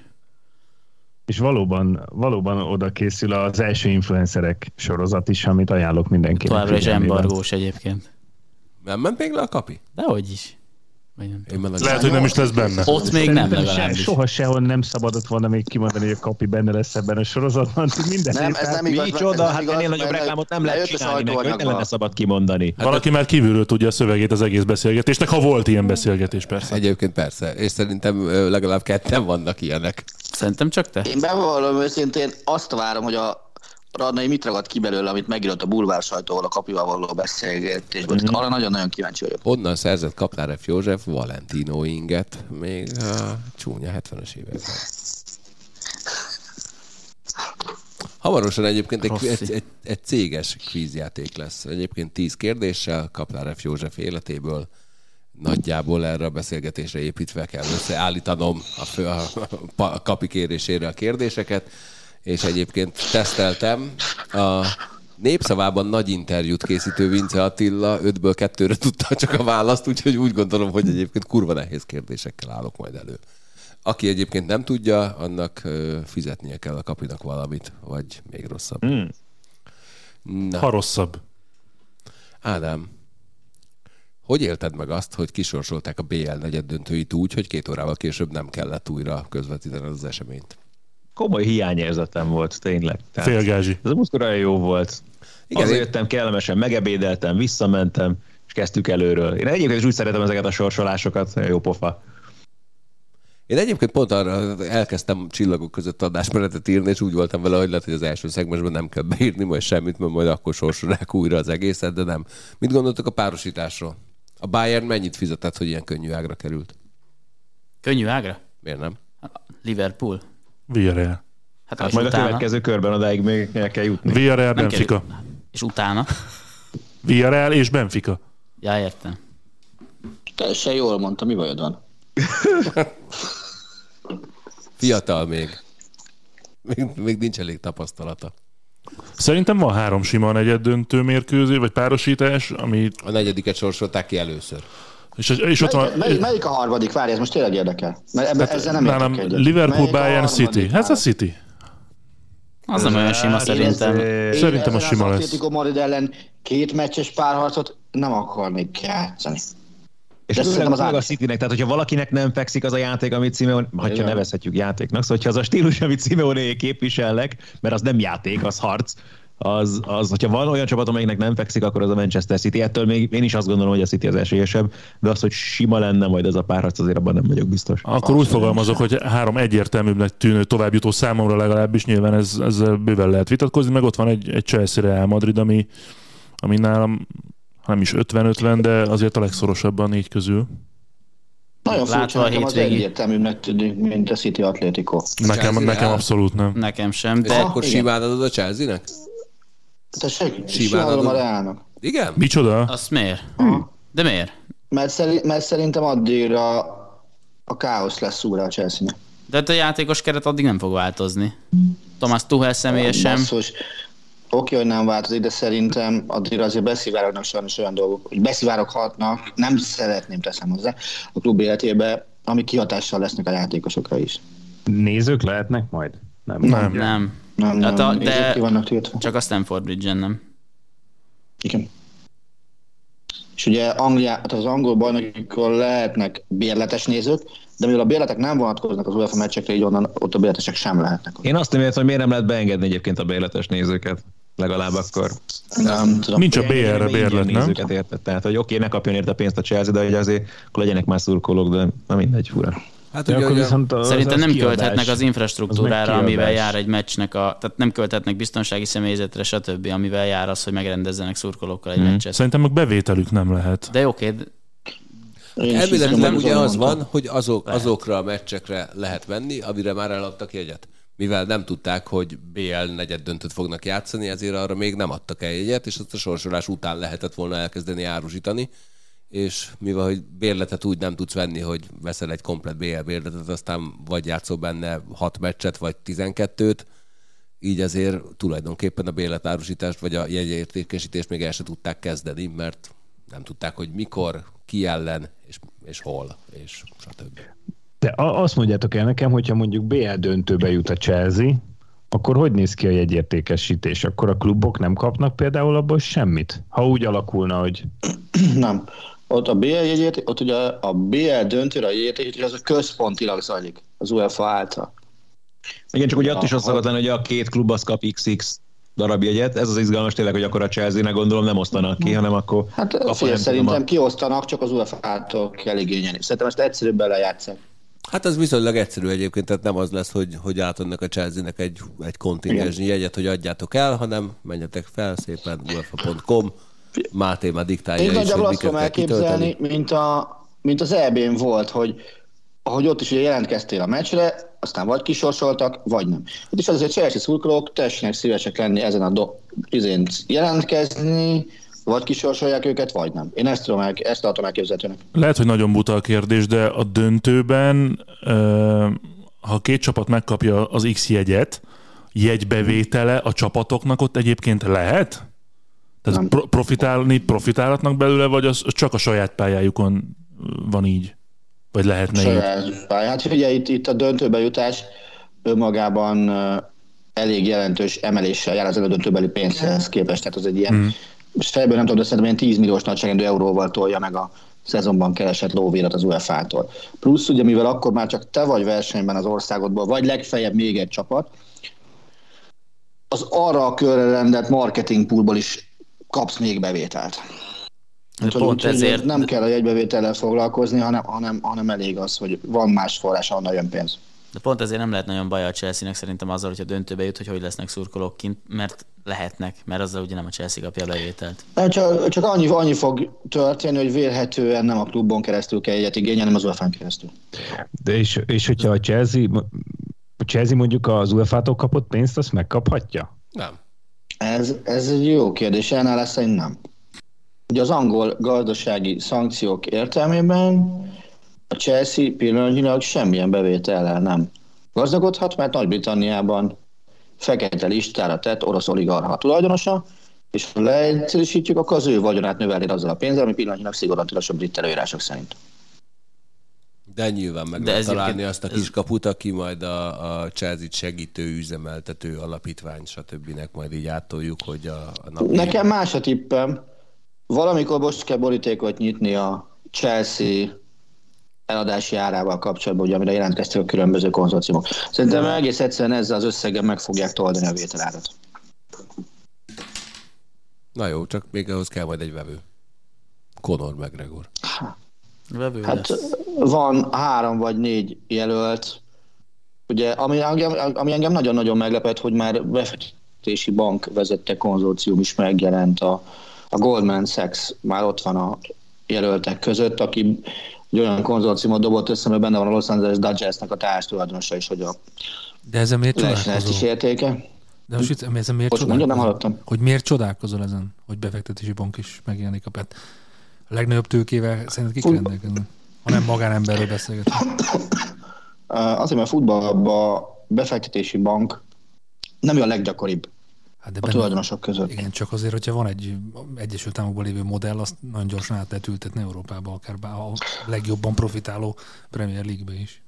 És valóban, valóban oda készül az első influencerek sorozat is, amit ajánlok mindenkinek. Továbbra is embargós egyébként. Nem ment még le a kapi? Dehogy is. Lehet, hogy nem is lesz benne. Ott még nem legalábbis. Soha sehol nem szabadott volna még kimondani, hogy a kapi benne lesz ebben a sorozatban. Minden nem, ez nem igaz. Micsoda, hát ennél nagyobb reklámot nem lehet csinálni neki, hogy nem lenne szabad kimondani. Hát valaki már kívülről tudja a szövegét az egész beszélgetésnek, ha volt ilyen beszélgetés, persze. Egyébként persze, és szerintem legalább ketten vannak ilyenek. Szerintem csak te. Én bevallom őszintén, azt várom, hogy a Radnai mit ragad ki belőle, amit megírott a bulvár sajtóval a kapival való beszélgetésben. Mm-hmm. Arra nagyon-nagyon kíváncsi vagyok. Onnan szerzett Kaplár F. József Valentino inget még a csúnya hetvenes években. Hamarosan egyébként egy, egy, egy, egy céges kvízjáték lesz. Egyébként tíz kérdéssel Kaplár F. József életéből nagyjából erre a beszélgetésre építve kell összeállítanom a, fő, a, a kapi kérésére a kérdéseket. És egyébként teszteltem. A Népszavában nagy interjút készítő Vince Attila ötből kettőre tudta csak a választ, úgyhogy úgy gondolom, hogy egyébként kurva nehéz kérdésekkel állok majd elő. Aki egyébként nem tudja, annak fizetnie kell a kapinak valamit, vagy még rosszabb. Mm. Na. Ha rosszabb. Ádám, hogy élted meg azt, hogy kisorsolták a bé el negyeddöntőit úgy, hogy két órával később nem kellett újra közvetíteni az eseményt? Komoly hiányérzetem volt, tényleg. Félgázsi. Ez a múltkor olyan jó volt. Igen, Azért én... jöttem, kellemesen megebédeltem, visszamentem, és kezdtük előről. Én egyébként is úgy szeretem ezeket a sorsolásokat, jó pofa. Én egyébként pont arra elkezdtem csillagok között adásmenetet írni, és úgy voltam vele, hogy lehet, hogy az első szegmensben nem kell beírni majd semmit, mert majd akkor sorsolják újra az egészet, de nem. Mit gondoltok a párosításról? A Bayern mennyit fizetett, hogy ilyen könnyű ágra került? Könnyű ágra? Miért nem? Liverpool. Villarreal. Hát, hát majd utána... a következő körben odáig még el kell jutni. Villarreal, Benfica. És utána? Villarreal és Benfica. Ja, értem. Teljesen jól mondta, mi bajod van? Fiatal még. még. Még nincs elég tapasztalata. Szerintem van három sima negyeddöntő mérkőzés, vagy párosítás, ami... A negyediket sorsolták ki először. És, és ott melyik, van... melyik, melyik a harmadik? Várj, ez most tényleg érdekel. Mert ebben, ezzel nem nálam értek egyet. Liverpool, Bayern, City. Hát a City. Az nem olyan sima szerintem. Én szerintem a sima az lesz. Atlético Madrid ellen két meccses párharcot nem akarnék játszani. És főleg az a Citynek, tehát hogyha valakinek nem fekszik az a játék, amit Simeone, ha nevezhetjük játéknak, szóval hogyha az a stílus, amit Simeone képviselnek, mert az nem játék, az harc, az, az, hogyha van olyan csapat, amelyiknek nem fekszik, akkor az a Manchester City. Ettől még én is azt gondolom, hogy a City az esélyesebb, de az, hogy sima lenne majd ez a párharc, azért abban nem vagyok biztos. Akkor úgy fogalmazok, hogy három egyértelműbbnek tűnő továbbjutó számomra legalábbis, nyilván ez, ezzel bőven lehet vitatkozni, meg ott van egy, egy Chelsea Real Madrid, ami, ami nálam nem is ötven-ötven, de azért a legszorosabban négy közül. Nagyon furcsa, nekem az egyértelműbbnek tűnik, mint a City Atlético. Nekem, nekem abszolút nem. Nekem sem, de... de... És akkor simán adod a Chelsea-nek? Tessék, simán adom a Reálnak. Igen? Micsoda? Azt miért? Hmm. De miért? Mert, szerint, mert szerintem addigra a káosz lesz újra a Chelsea-nek. De a játékos keret addig nem fog változni. Thomas Tuchel személyesen. Basszus. Oké, hogy nem változik, de szerintem addigra azért beszivárognak sajnos olyan dolgok, hogy beszivároghatnak, nem szeretném teszem hozzá a klub életébe, ami kihatással lesznek a játékosokra is. Nézők lehetnek majd? Nem. Nem. nem. nem, nem. A, de ki vannak tiltva. Csak a Stamford Bridge-en nem. Igen. És ugye Anglia, az angol bajnokikon lehetnek bérletes nézők, de mivel a bérletek nem vonatkoznak az UEFA meccsekre, így onnan ott a bérletesek sem lehetnek. Én azt nem értem, hogy miért nem lehet beengedni egyébként a bérletes nézőket. Legalább akkor. Nem tudom. Nincs a bé er-re bérlet, nem? Nézőket érted. Tehát, hogy oké, ne kapjon érte pénzt a Chelsea, de hogy azért akkor legyenek már szurkolók, de na mindegy, fura. Hát ugye, ugye, az, szerintem az nem kiadás, költhetnek az infrastruktúrára, az amivel jár egy meccsnek, a, tehát nem költhetnek biztonsági személyzetre, stb., amivel jár az, hogy megrendezzenek szurkolókkal egy hmm. meccset. Szerintem meg bevételük nem lehet. De oké. Elméletileg ugye az van, hogy azok, azokra a meccsekre lehet menni, amire már eladtak jegyet. Mivel nem tudták, hogy bé el negyed döntőt fognak játszani, ezért arra még nem adtak el jegyet, és azt a sorsolás után lehetett volna elkezdeni árusítani. És mivel, hogy bérletet úgy nem tudsz venni, hogy veszel egy komplet bé el bérletet, aztán vagy játszol benne hat meccset, vagy tizenkettőt, így azért tulajdonképpen a bérletárusítást, vagy a jegyértékesítést még el se tudták kezdeni, mert nem tudták, hogy mikor, ki ellen, és, és hol, és stb. De azt mondjátok el nekem, hogyha mondjuk bé el döntőbe jut a Chelsea, akkor hogy néz ki a jegyértékesítés? Akkor a klubok nem kapnak például abból semmit? Ha úgy alakulna, hogy... Nem. Ott a bé el jegyért, ott ugye a bé el döntőre a jegyértékesítés az a központilag zajlik, az UEFA által. Igen, csak ugye ott is az szokott lenni, hogy a két klub az kap iksz iksz darab jegyet. Ez az izgalmas tényleg, hogy akkor a Chelsea-nek gondolom nem osztanak ki, hanem akkor... Hát fél, szerintem a... kiosztanak, csak az UEFA-tól kell igényelni. Szerintem ezt egyszerűbben lejátszák. Hát ez viszonylag egyszerű egyébként, tehát nem az lesz, hogy, hogy átadnak a Chelsea-nek egy, egy kontingensnyi jegyet, hogy adjátok el, hanem menjetek fel szépen uefa pont com, Máté már diktálja is, hogy mikor kell kitölteni. Én nagyjából azt tudom elképzelni, mint, a, mint az é bén volt, hogy ahogy ott is ugye jelentkeztél a meccsre, aztán vagy kisorsoltak, vagy nem. Itt is az, hogy a Chelsea szurkolók tessenek szívesek lenni ezen a do, izén jelentkezni, vagy kisorsolják őket, vagy nem. Én ezt, tudom el, ezt tartom elképzelhetőnek. Lehet, hogy nagyon buta a kérdés, de a döntőben, ha két csapat megkapja az X jegyet, jegybevétele a csapatoknak ott egyébként lehet? Tehát pro- profitálni, profitálhatnak belőle, vagy az csak a saját pályájukon van így? Vagy lehetne saját így? Pályá. Hát ugye itt, itt a döntőbe jutás önmagában elég jelentős emeléssel jár az elődöntőbeli pénzhez képest. Tehát az egy ilyen, mm. most fejből nem tudom, de szerintem ilyen tíz milliós nagyságrendű euróval tolja meg a szezonban keresett lóvérat az UEFA-tól. Plusz ugye, mivel akkor már csak te vagy versenyben az országodból, vagy legfeljebb még egy csapat, az arra a körre rendelt marketing poolból is kapsz még bevételt. Pont ezért nem kell a jegybevétellel foglalkozni, hanem, hanem, hanem elég az, hogy van más forrás, ahonnan jön pénz. De pont ezért nem lehet nagyon baj a Chelsea-nek szerintem azzal, hogyha döntőbe jut, hogy hogy lesznek szurkolók kint, mert lehetnek, mert azzal ugye nem a Chelsea kapja a bevételt. Csak, csak annyi, annyi fog történni, hogy vélhetően nem a klubon keresztül kell jegyet igényelni, hanem az UEFA-n keresztül. De és, és hogyha a Chelsea, a Chelsea mondjuk az UEFA-tól kapott pénzt, azt megkaphatja? Nem. Ez, ez egy jó kérdés, ennél lesz, én nem. Ugye az angol gazdasági szankciók értelmében a Chelsea pillanatnyilag semmilyen bevétellel nem gazdagodhat, mert Nagy-Britanniában fekete listára tett orosz oligarcha tulajdonosa, és ha leegyszerűsítjük, akkor az ő vagyonát növeli azzal a pénzzel, ami pillanatnyilag szigorúan tilos a brit előírások szerint. De nyilván meg lehet találni azt a kiskaput, aki majd a, a Chelsea-t segítő, üzemeltető, alapítvány, stb. Majd így áttoljuk, hogy a, a napi... Nekem más a tippem. Valamikor most kell borítékot nyitni a Chelsea eladási árával kapcsolatban, ugye, amire jelentkeztek a különböző konzorciumok. Szerintem egész egyszerűen ezzel az összeggel meg fogják toldani a vételárat. Na jó, csak még ahhoz kell majd egy vevő. Conor McGregor. Vevő Hát lesz. van három vagy négy jelölt. Ugye, ami engem, ami engem nagyon-nagyon meglepett, hogy már befektetési bank vezette konzorcium is megjelent. A, a Goldman Sachs már ott van a jelöltek között, aki egy olyan konzorciumot dobott össze, mert benne van a Los Angeles Dodgersnek a társtulajdonosa is, hogy a De ezen miért lehessen ezt is csodálkozol? értéke. De most itt, ezen miért Most mondja, nem csodálkozol? hallottam. Hogy miért csodálkozol ezen, hogy befektetési bank is megjelenik a pet? A legnagyobb tőkével szerinted kik rendelkezni? Ha nem magánemberről beszélgetünk. Azért, mert futballban befektetési bank nem a leggyakoribb Hát de a benne- tulajdonosok között. Igen, csak azért, hogyha van egy Egyesült Államokban lévő modell, azt nagyon gyorsan át lehet ültetni Európába, akár bár a legjobban profitáló Premier League-be is.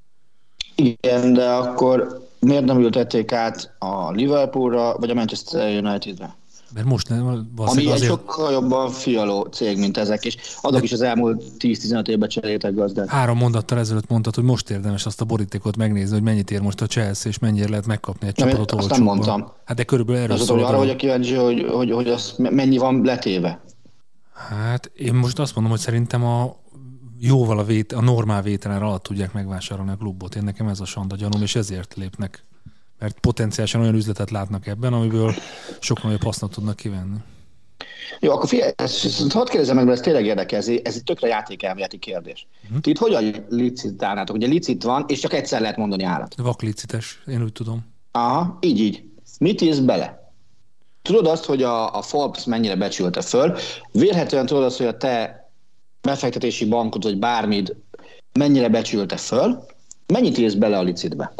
Igen, de akkor miért nem ültették át a Liverpoolra, vagy a Manchester Unitedre? Mert most nem, Ami valószínűleg egy azért sokkal jobban fialó cég, mint ezek, és azok is az elmúlt tíz-tizenöt évben cseréltek gazdát. három mondattal ezelőtt mondtad, hogy most érdemes azt a borítékot megnézni, hogy mennyit ér most a Chelsea, és mennyire lehet megkapni egy Nem, csapatot azt nem olcsóbban. mondtam. Hát de körülbelül erről Az szól. hogy a arra dolog. vagyok kíváncsi, hogy, hogy, hogy az mennyi van letéve. Hát én most azt mondom, hogy szerintem a jóval a, vét, a normál vételen alatt tudják megvásárolni a klubot. Én nekem ez a sanda gyanúm, és ezért lépnek. Mert potenciálisan olyan üzletet látnak ebben, amiből sokkal nagyobb hasznot tudnak kivenni. Jó, akkor figyelj, ezt, ezt hadd kérdezem meg, mert ez tényleg érdekel, ez egy tökre játékelméleti kérdés. Mhm. Ti itt hogyan licitálnátok? Ugye licit van, és csak egyszer lehet mondani állat. Vaklicites, én úgy tudom. Aha, így, így. Mit írsz bele? Tudod azt, hogy a, a Forbes mennyire becsülte föl? Vélhetően tudod azt, hogy a te befektetési bankod, vagy bármid mennyire becsülte föl? Mennyit írsz bele a licitbe?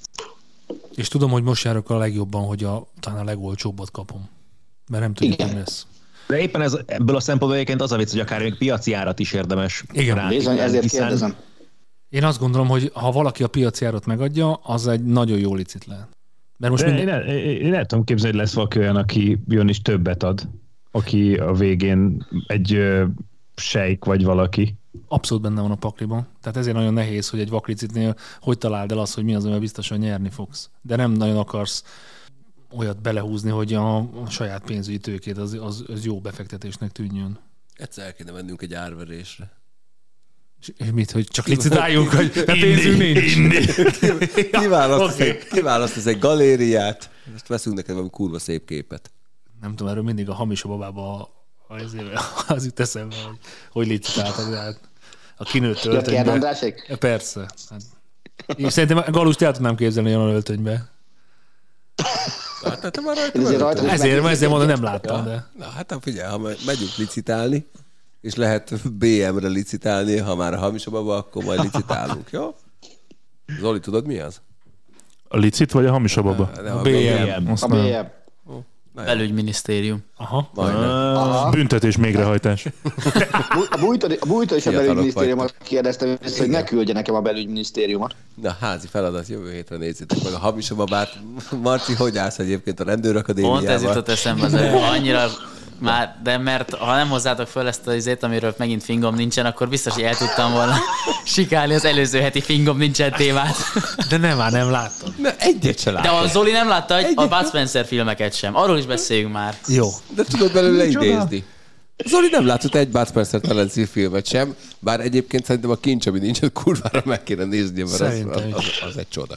És tudom, hogy most járok a legjobban, hogy a, talán a legolcsóbbat kapom. Mert nem tudjuk, Igen. hogy mi lesz. De éppen ez, ebből a szempontból egyébként az a vicc, hogy akár még piaci árat is érdemes Igen. rá. Bizony, ezért hiszen- kérdezem. Én azt gondolom, hogy ha valaki a piaci árat megadja, az egy nagyon jó licit lehet. Mert most De minden... én, el, én el tudom képzelni, hogy lesz valaki olyan, aki jön és többet ad, aki a végén egy ö, sejk vagy valaki. Abszolút benne van a pakliban. Tehát ezért nagyon nehéz, hogy egy vaklicitnél hogy találd el azt, hogy mi az, amivel biztosan nyerni fogsz. De nem nagyon akarsz olyat belehúzni, hogy a, a saját pénzügyi tőkét az, az, az jó befektetésnek tűnjön. Egyszer el kéne mennünk egy árverésre. És, és mit, hogy csak licitáljunk, hogy de pénzünk nincs. Kiválasztasz, okay. egy, kiválasztasz egy galériát, most veszünk neked valami kurva szép képet. Nem tudom, erről mindig a hamis babába az, az jut eszembe, hogy, hogy licitáltak, de hát a kinőtt Jött Kern öltönybe. Andrásék? Persze. Hát. Én szerintem Galust el tudnám képzelni olyan öltönybe. Hát, te már rajta Én azért vagy. rajta- Ezért, ezért mondom, nem láttam, de... Na hát figyelj, ha megyünk licitálni, és lehet bé em-re licitálni, ha már a hamis a baba, akkor majd licitálunk, jó? Zoli, tudod mi az? A licit vagy a hamis a baba? De A bé em. Azt A nem. bé em. Belügyminisztérium. Aha. Majdnem. Büntetés mégrehajtás. A bújtó, a bújtó és a Fiatalok belügyminisztériumot kérdeztem, hogy ne küldje nekem a belügyminisztériumot. Na, házi feladat, jövő hétre nézzétek meg a hamis a babát. Marci, hogy állsz egyébként a rendőrakadémiával? Pont ez jutott eszembe, az előbb. Annyira már, de mert ha nem hozzátok föl ezt az izét, amiről megint fingom nincsen, akkor biztos, hogy el tudtam volna sikálni az előző heti fingom nincsen témát. De nem, már nem láttam. Na, egyet se De látom. a Zoli nem látta hogy a Bud Spencer filmeket sem. Arról is beszéljünk már. Jó. De tudod belőle idézni. Zoli nem látott egy Bud Spencer Terence filmet sem, bár egyébként szerintem a kincs, ami nincs, az kurvára meg kéne nézni, mert az, Szerintem az, az, az egy csoda.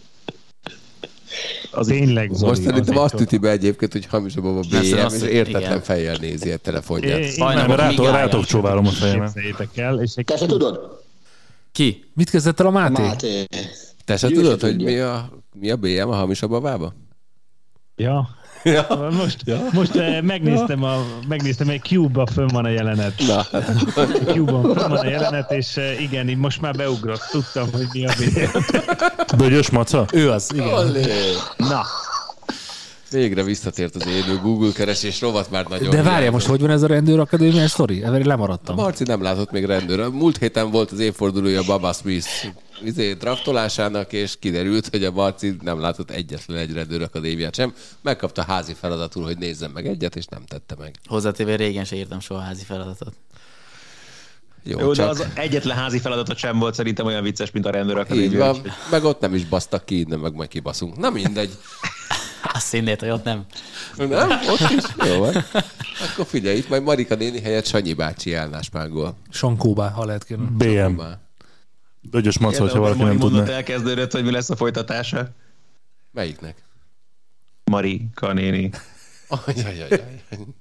Az Tényleg, Zoli. Most szerintem az egy azt üti be egyébként, hogy hamis a baba bé Persze, em, azt- és értetlen igen. fejjel nézi a telefonját. Én- én Hajnalok nem Rátok, migálja. rátok csóválom a fejemet. képzeljétek el, és egy Te se tudod? Ki? Mit kezdett el a Máté? Máté. Te se Ő tudod, se hogy tudja. mi a, mi a bé em a hamis a babába? Ja. ja. Most, ja. most eh, megnéztem, a, megnéztem, egy Cube-ba fönn van a jelenet. Na, Cube-on fönn van a jelenet, és eh, igen, így most már beugrott. Tudtam, hogy mi a bé em. Bögyös maca? Ő az, igen. Na, végre visszatért az élő Google keresés rovat már nagyon. De várjál, hiányzott. most hogy van ez a rendőrakadémiás sztori? Ebben lemaradtam. Marci nem látott még rendőr. Múlt héten volt az évfordulója Baba Smith izé, draftolásának, és kiderült, hogy a Marci nem látott egyetlen egy rendőrakadémiát sem. Megkapta házi feladatul, hogy nézzem meg egyet, és nem tette meg. Hozzátéve régen se írtam soha házi feladatot. Jó, Jó, de csak az egyetlen házi feladatot sem volt szerintem olyan vicces, mint a így rendőrakadémia. van. Meg ott nem is basztak ki, innen meg majd kibaszunk. Na mindegy. A színnét, hogy ott nem. Nem? Ott is? Jó van. Akkor figyelj, itt majd Marika néni helyett Sanyi bácsi állásmángol. Sankóbá, ha lehet kérni. bé em. Dögyös Mac, hogyha valaki nem tudná. Mondat elkezdődött, hogy mi lesz a folytatása. Melyiknek? Marika néni. Ajajajaj.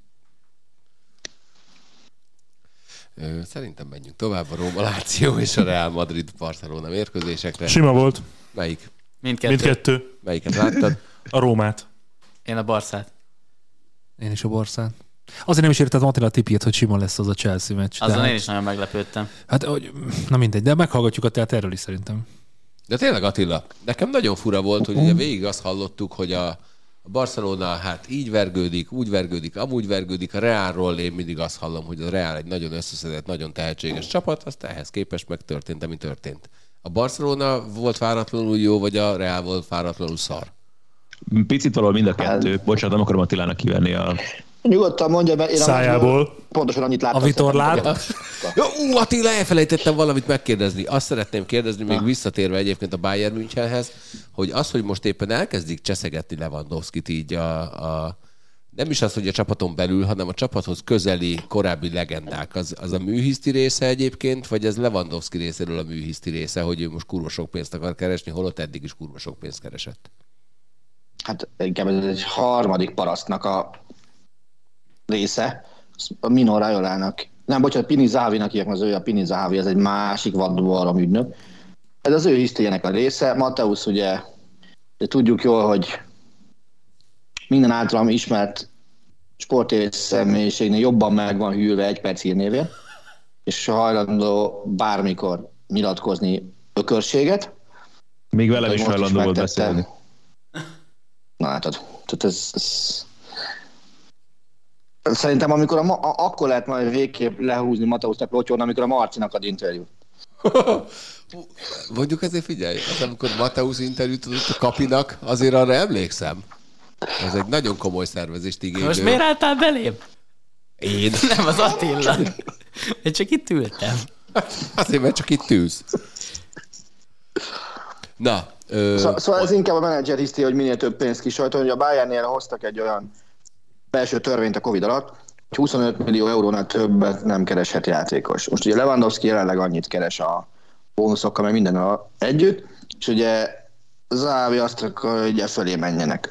Szerintem menjünk tovább a Róma Láció és a Real Madrid Barcelona mérkőzésekre. Sima volt. Melyik? Mindkettő. Mindkettő. Melyiket láttad? A Rómát. Én a Barszát. Én is a Barszát. Azért nem is érted Attila tipjét, hogy sima lesz az a Chelsea meccs. Azon hát, én is nagyon meglepődtem. Hát, hogy, na mindegy, de meghallgatjuk a teát erről is szerintem. De tényleg Attila, nekem nagyon fura volt, hogy ugye végig azt hallottuk, hogy a A Barcelona hát így vergődik, úgy vergődik, amúgy vergődik. A Realról én mindig azt hallom, hogy a Real egy nagyon összeszedett, nagyon tehetséges csapat, azt ehhez képest meg történt, ami történt. A Barcelona volt váratlanul jó, vagy a Real volt váratlanul szar? Picit valahol mind a kettő. Bocsánat, nem akarom Attilának kivenni a... Nyugodtan mondja be. Én Szájából. Pontosan annyit láttam. A Vitor lát. Ja, ú, Attila, elfelejtettem valamit megkérdezni. Azt szeretném kérdezni, még visszatérve egyébként a Bayern Münchenhez, hogy az, hogy most éppen elkezdik cseszegetni Lewandowskit így a, a nem is az, hogy a csapaton belül, hanem a csapathoz közeli korábbi legendák. Az, az a műhiszti része egyébként, vagy ez Lewandowski részéről a műhiszti része, hogy ő most kurva sok pénzt akar keresni, holott eddig is kurva sok pénzt keresett? Hát inkább ez egy harmadik parasztnak a része. A Mino Raiolának. Nem, bocsánat, Pini Zahavinak hívják, az ő a Pini Zahavi, ez egy másik vadbarom ügynök. Ez az ő hisztéjének a része. Mateusz ugye, de tudjuk jól, hogy minden általam ismert sportévész személyiségnél jobban meg van hűlve egy perc hírnévén, és hajlandó bármikor nyilatkozni ökörséget. Még velem is hajlandó volt beszélni. Na látod, tehát ez, ez... Szerintem amikor a, a, akkor lehet majd végképp lehúzni Mateusznak Lotyon, amikor a Marcinak ad interjút. Mondjuk azért figyelj, az, amikor Mateusz interjút adott a Kapinak, azért arra emlékszem. Ez egy nagyon komoly szervezést igénylő. Most miért álltál belém? Én? Nem, az Attila. Én csak itt ültem. Azért, mert csak itt ülsz. Na. Ö... Szóval, szóval ez inkább a menedzser hiszti, hogy minél több pénzt kisajtolni. Hogy a Bayernnél hoztak egy olyan belső törvényt a Covid alatt, hogy huszonöt millió eurónál többet nem kereshet játékos. Most ugye Lewandowski jelenleg annyit keres a bónuszokkal, meg minden együtt, és ugye Zahavi azt akar, hogy e fölé menjenek.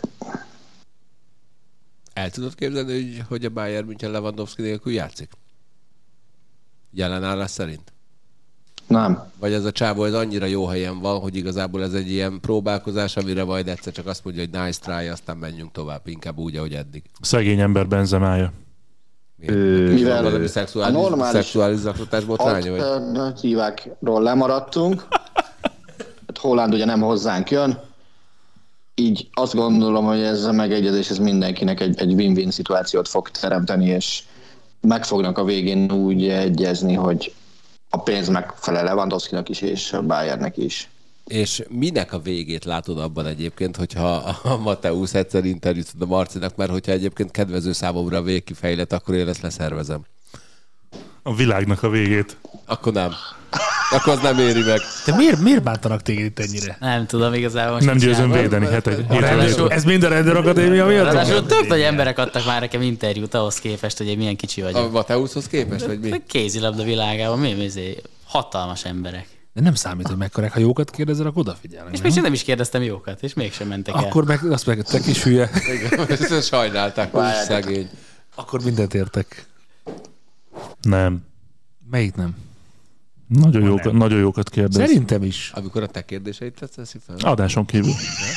El tudod képzelni, hogy, hogy a Bayern München Lewandowski nélkül játszik? Jelenállás szerint? Nem. Vagy ez a csávó ez annyira jó helyen van, hogy igazából ez egy ilyen próbálkozás, amire majd egyszer csak azt mondja, hogy nice try, aztán menjünk tovább, inkább úgy, ahogy eddig. Szegény ember Benzemája. Mivel valami szexuális, normális szexuális zaklatás botránya? Alternatívákról lemaradtunk. Hát Haaland ugye nem hozzánk jön. Így azt gondolom, hogy ez a megegyezés ez mindenkinek egy, egy win-win szituációt fog teremteni, és meg fognak a végén úgy egyezni, hogy a pénz megfelel Lewandowskinak is, és a Bayernnek is. És minek a végét látod abban egyébként, hogyha a Mateusz egyszer interjút a Marcinak, mert hogyha egyébként kedvező számomra a végkifejlet, akkor én ezt leszervezem. A világnak a végét. Akkor nem. Akkor az nem éri meg. De miért, miért bántanak téged itt ennyire? Nem tudom igazából. Most Nem győzöm védeni. Hetek, Ez mind a Rendőr Akadémia miatt? Ráadásul tök nagy emberek adtak már nekem interjút ahhoz képest, hogy én milyen kicsi vagyok. A Mateuszhoz képest, vagy mi? Kézilabda világában, mi, mi, mi hatalmas emberek. De nem számít, hogy mekkorák. Ha jókat kérdezel, akkor odafigyelnek. És még nem is kérdeztem jókat, és mégsem mentek el. Akkor meg azt meg, te kis hülye. Ezt sajnálták, hogy szegény. Akkor mindent értek. Nem. Melyik nem? Nagyon, jók, nagyon jókat kérdez. Szerintem is. Amikor a te kérdéseit teszi fel? Adáson kívül.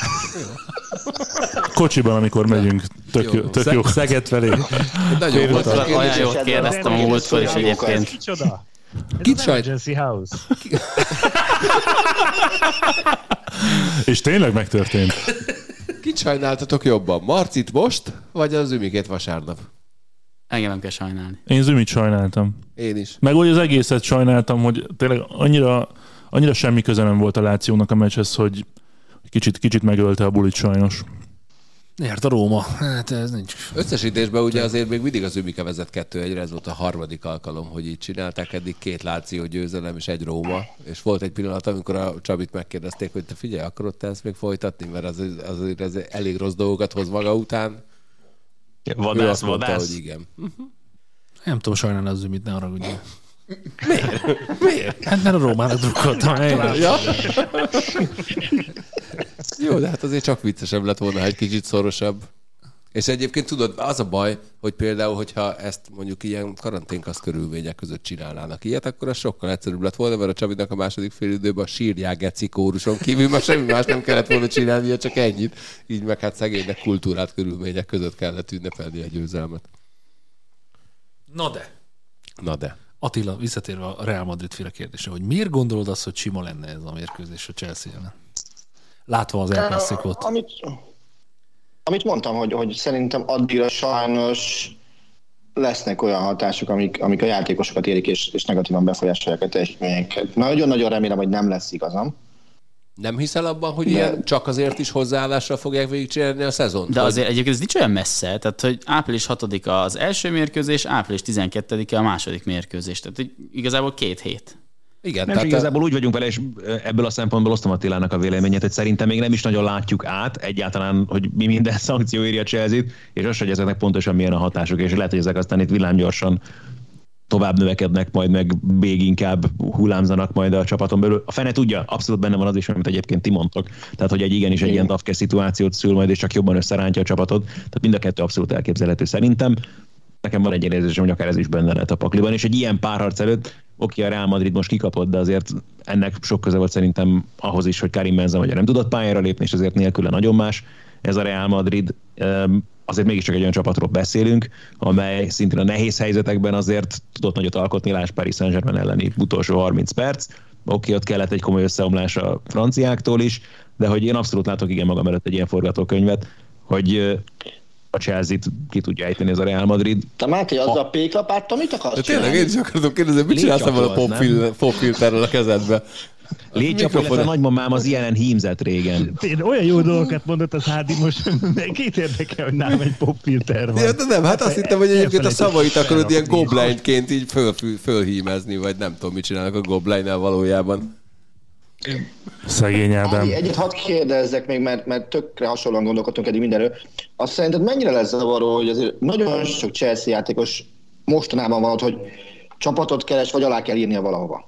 Kocsiban, amikor megyünk, tök jó. Tök jó. Szeged felé. Nagyon volt. Olyan jót kérdeztem a múltkor is egyébként. Kicsoda? Kit Ez sajt? Emergency House. És tényleg megtörtént. Kit sajnáltatok jobban? Marcit most, vagy az Ümikét vasárnap? Engem nem kell sajnálni. Én Zümit sajnáltam. Én is. Meg úgy az egészet sajnáltam, hogy tényleg annyira, annyira semmi köze nem volt a Lációnak a meccshez, hogy kicsit, kicsit megölte a bulit sajnos. Nyert a Róma. Hát ez nincs. Összesítésben ugye azért még mindig az Ümike vezet kettő egyre, ez volt a harmadik alkalom, hogy így csinálták, eddig két Láció győzelem és egy Róma, és volt egy pillanat, amikor a Csabit megkérdezték, hogy te figyelj, akarod te ezt még folytatni, mert az, azért ez elég rossz dolgokat hoz maga után. Vadász, mondta, vadász. hogy igen. Nem tudom sajnálni az Ümit, ne haragudjál. Miért? Miért? Hát mert a Rómának drukkoltam. Ja. Jó, de hát azért csak viccesebb lett volna, ha egy kicsit szorosabb. És egyébként tudod, az a baj, hogy például, hogyha ezt mondjuk ilyen karanténkasz körülmények között csinálnának ilyet, akkor az sokkal egyszerűbb lett volna, mert a Csabinak a második fél időben a sírják geci kóruson kívül már semmi más nem kellett volna csinálnia, csak ennyit. Így meg hát szegénynek kultúrát körülmények között kellett ünnepelni a győzelmet. Na de. Na de. Attila, visszatérve a Real Madrid féle kérdése, hogy miért gondolod azt, hogy sima lenne ez a mérkőzés a Chelsea ellen? Látva az El Clasicót. Amit, amit mondtam, hogy, hogy szerintem addigra sajnos lesznek olyan hatások, amik, amik a játékosokat érik, és, és negatívan befolyásolják a teljesítményeket. Nagyon-nagyon remélem, hogy nem lesz igazam. Nem hiszel abban, hogy De... ilyen csak azért is hozzáállással fogják végigcsinálni a szezont? De vagy... azért egyébként ez nincs olyan messze, tehát hogy április hatodika az első mérkőzés, április tizenkettedike a második mérkőzés, tehát hogy igazából két hét. Igen, nem, tehát igazából úgy vagyunk vele, és ebből a szempontból osztom Attilának a véleményét, hogy szerintem még nem is nagyon látjuk át egyáltalán, hogy mi minden szankció éri a Chelsea-t, és az, hogy ezeknek pontosan milyen a hatások, és lehet, hogy ezek aztán itt villámgyorsan tovább növekednek, majd meg még inkább hullámzanak majd a csapaton belül. A fene tudja, abszolút benne van az is, amit egyébként ti mondtok. Tehát, hogy egy igenis egy ilyen tafke szituációt szül majd, és csak jobban összerántja a csapatot. Tehát mind a kettő abszolút elképzelhető szerintem. Nekem van egy érzésem, hogy akár ez is benne lehet a pakliban, és egy ilyen párharc előtt, oké, a Real Madrid most kikapott, de azért ennek sok köze volt szerintem ahhoz is, hogy Karim Benzema nem tudott pályára lépni, és azért nélküle nagyon más ez a Real Madrid. Azért mégiscsak egy olyan csapatról beszélünk, amely szintén a nehéz helyzetekben azért tudott nagyot alkotni, lásd Paris Saint-Germain elleni utolsó harminc perc. Oké, ott kellett egy komoly összeomlás a franciáktól is, de hogy én abszolút látok igen magam előtt egy ilyen forgatókönyvet, hogy a Chelsea-t ki tudja ejteni ez a Real Madrid. Te Máté, az a, a péklapáttal mit akarsz csinálni? Tényleg én is akartam kérdezni, mit csinálsz volna a popfilterrel a kezedbe? Légycsapó, illetve a nagymamám az ilyenen hímzett régen. Én olyan jó dolgokat mondott az Hádi most, két érdekel, hogy nálam egy popfilter van. Ja, de nem, hát azt hittem, hogy egyébként a szavait akarod ilyen goblinként így föl, fölhímezni, vagy nem tudom, mit csinálnak a goblinnál valójában. Szegény Ádám. Ádi, egyet hadd kérdezzek még, mert, mert tökre hasonlóan gondolkodtunk eddig mindenről. Azt szerinted mennyire lesz zavaró, hogy azért nagyon sok Chelsea játékos mostanában van ott, hogy csapatot keres, vagy alá kell írnia valahova?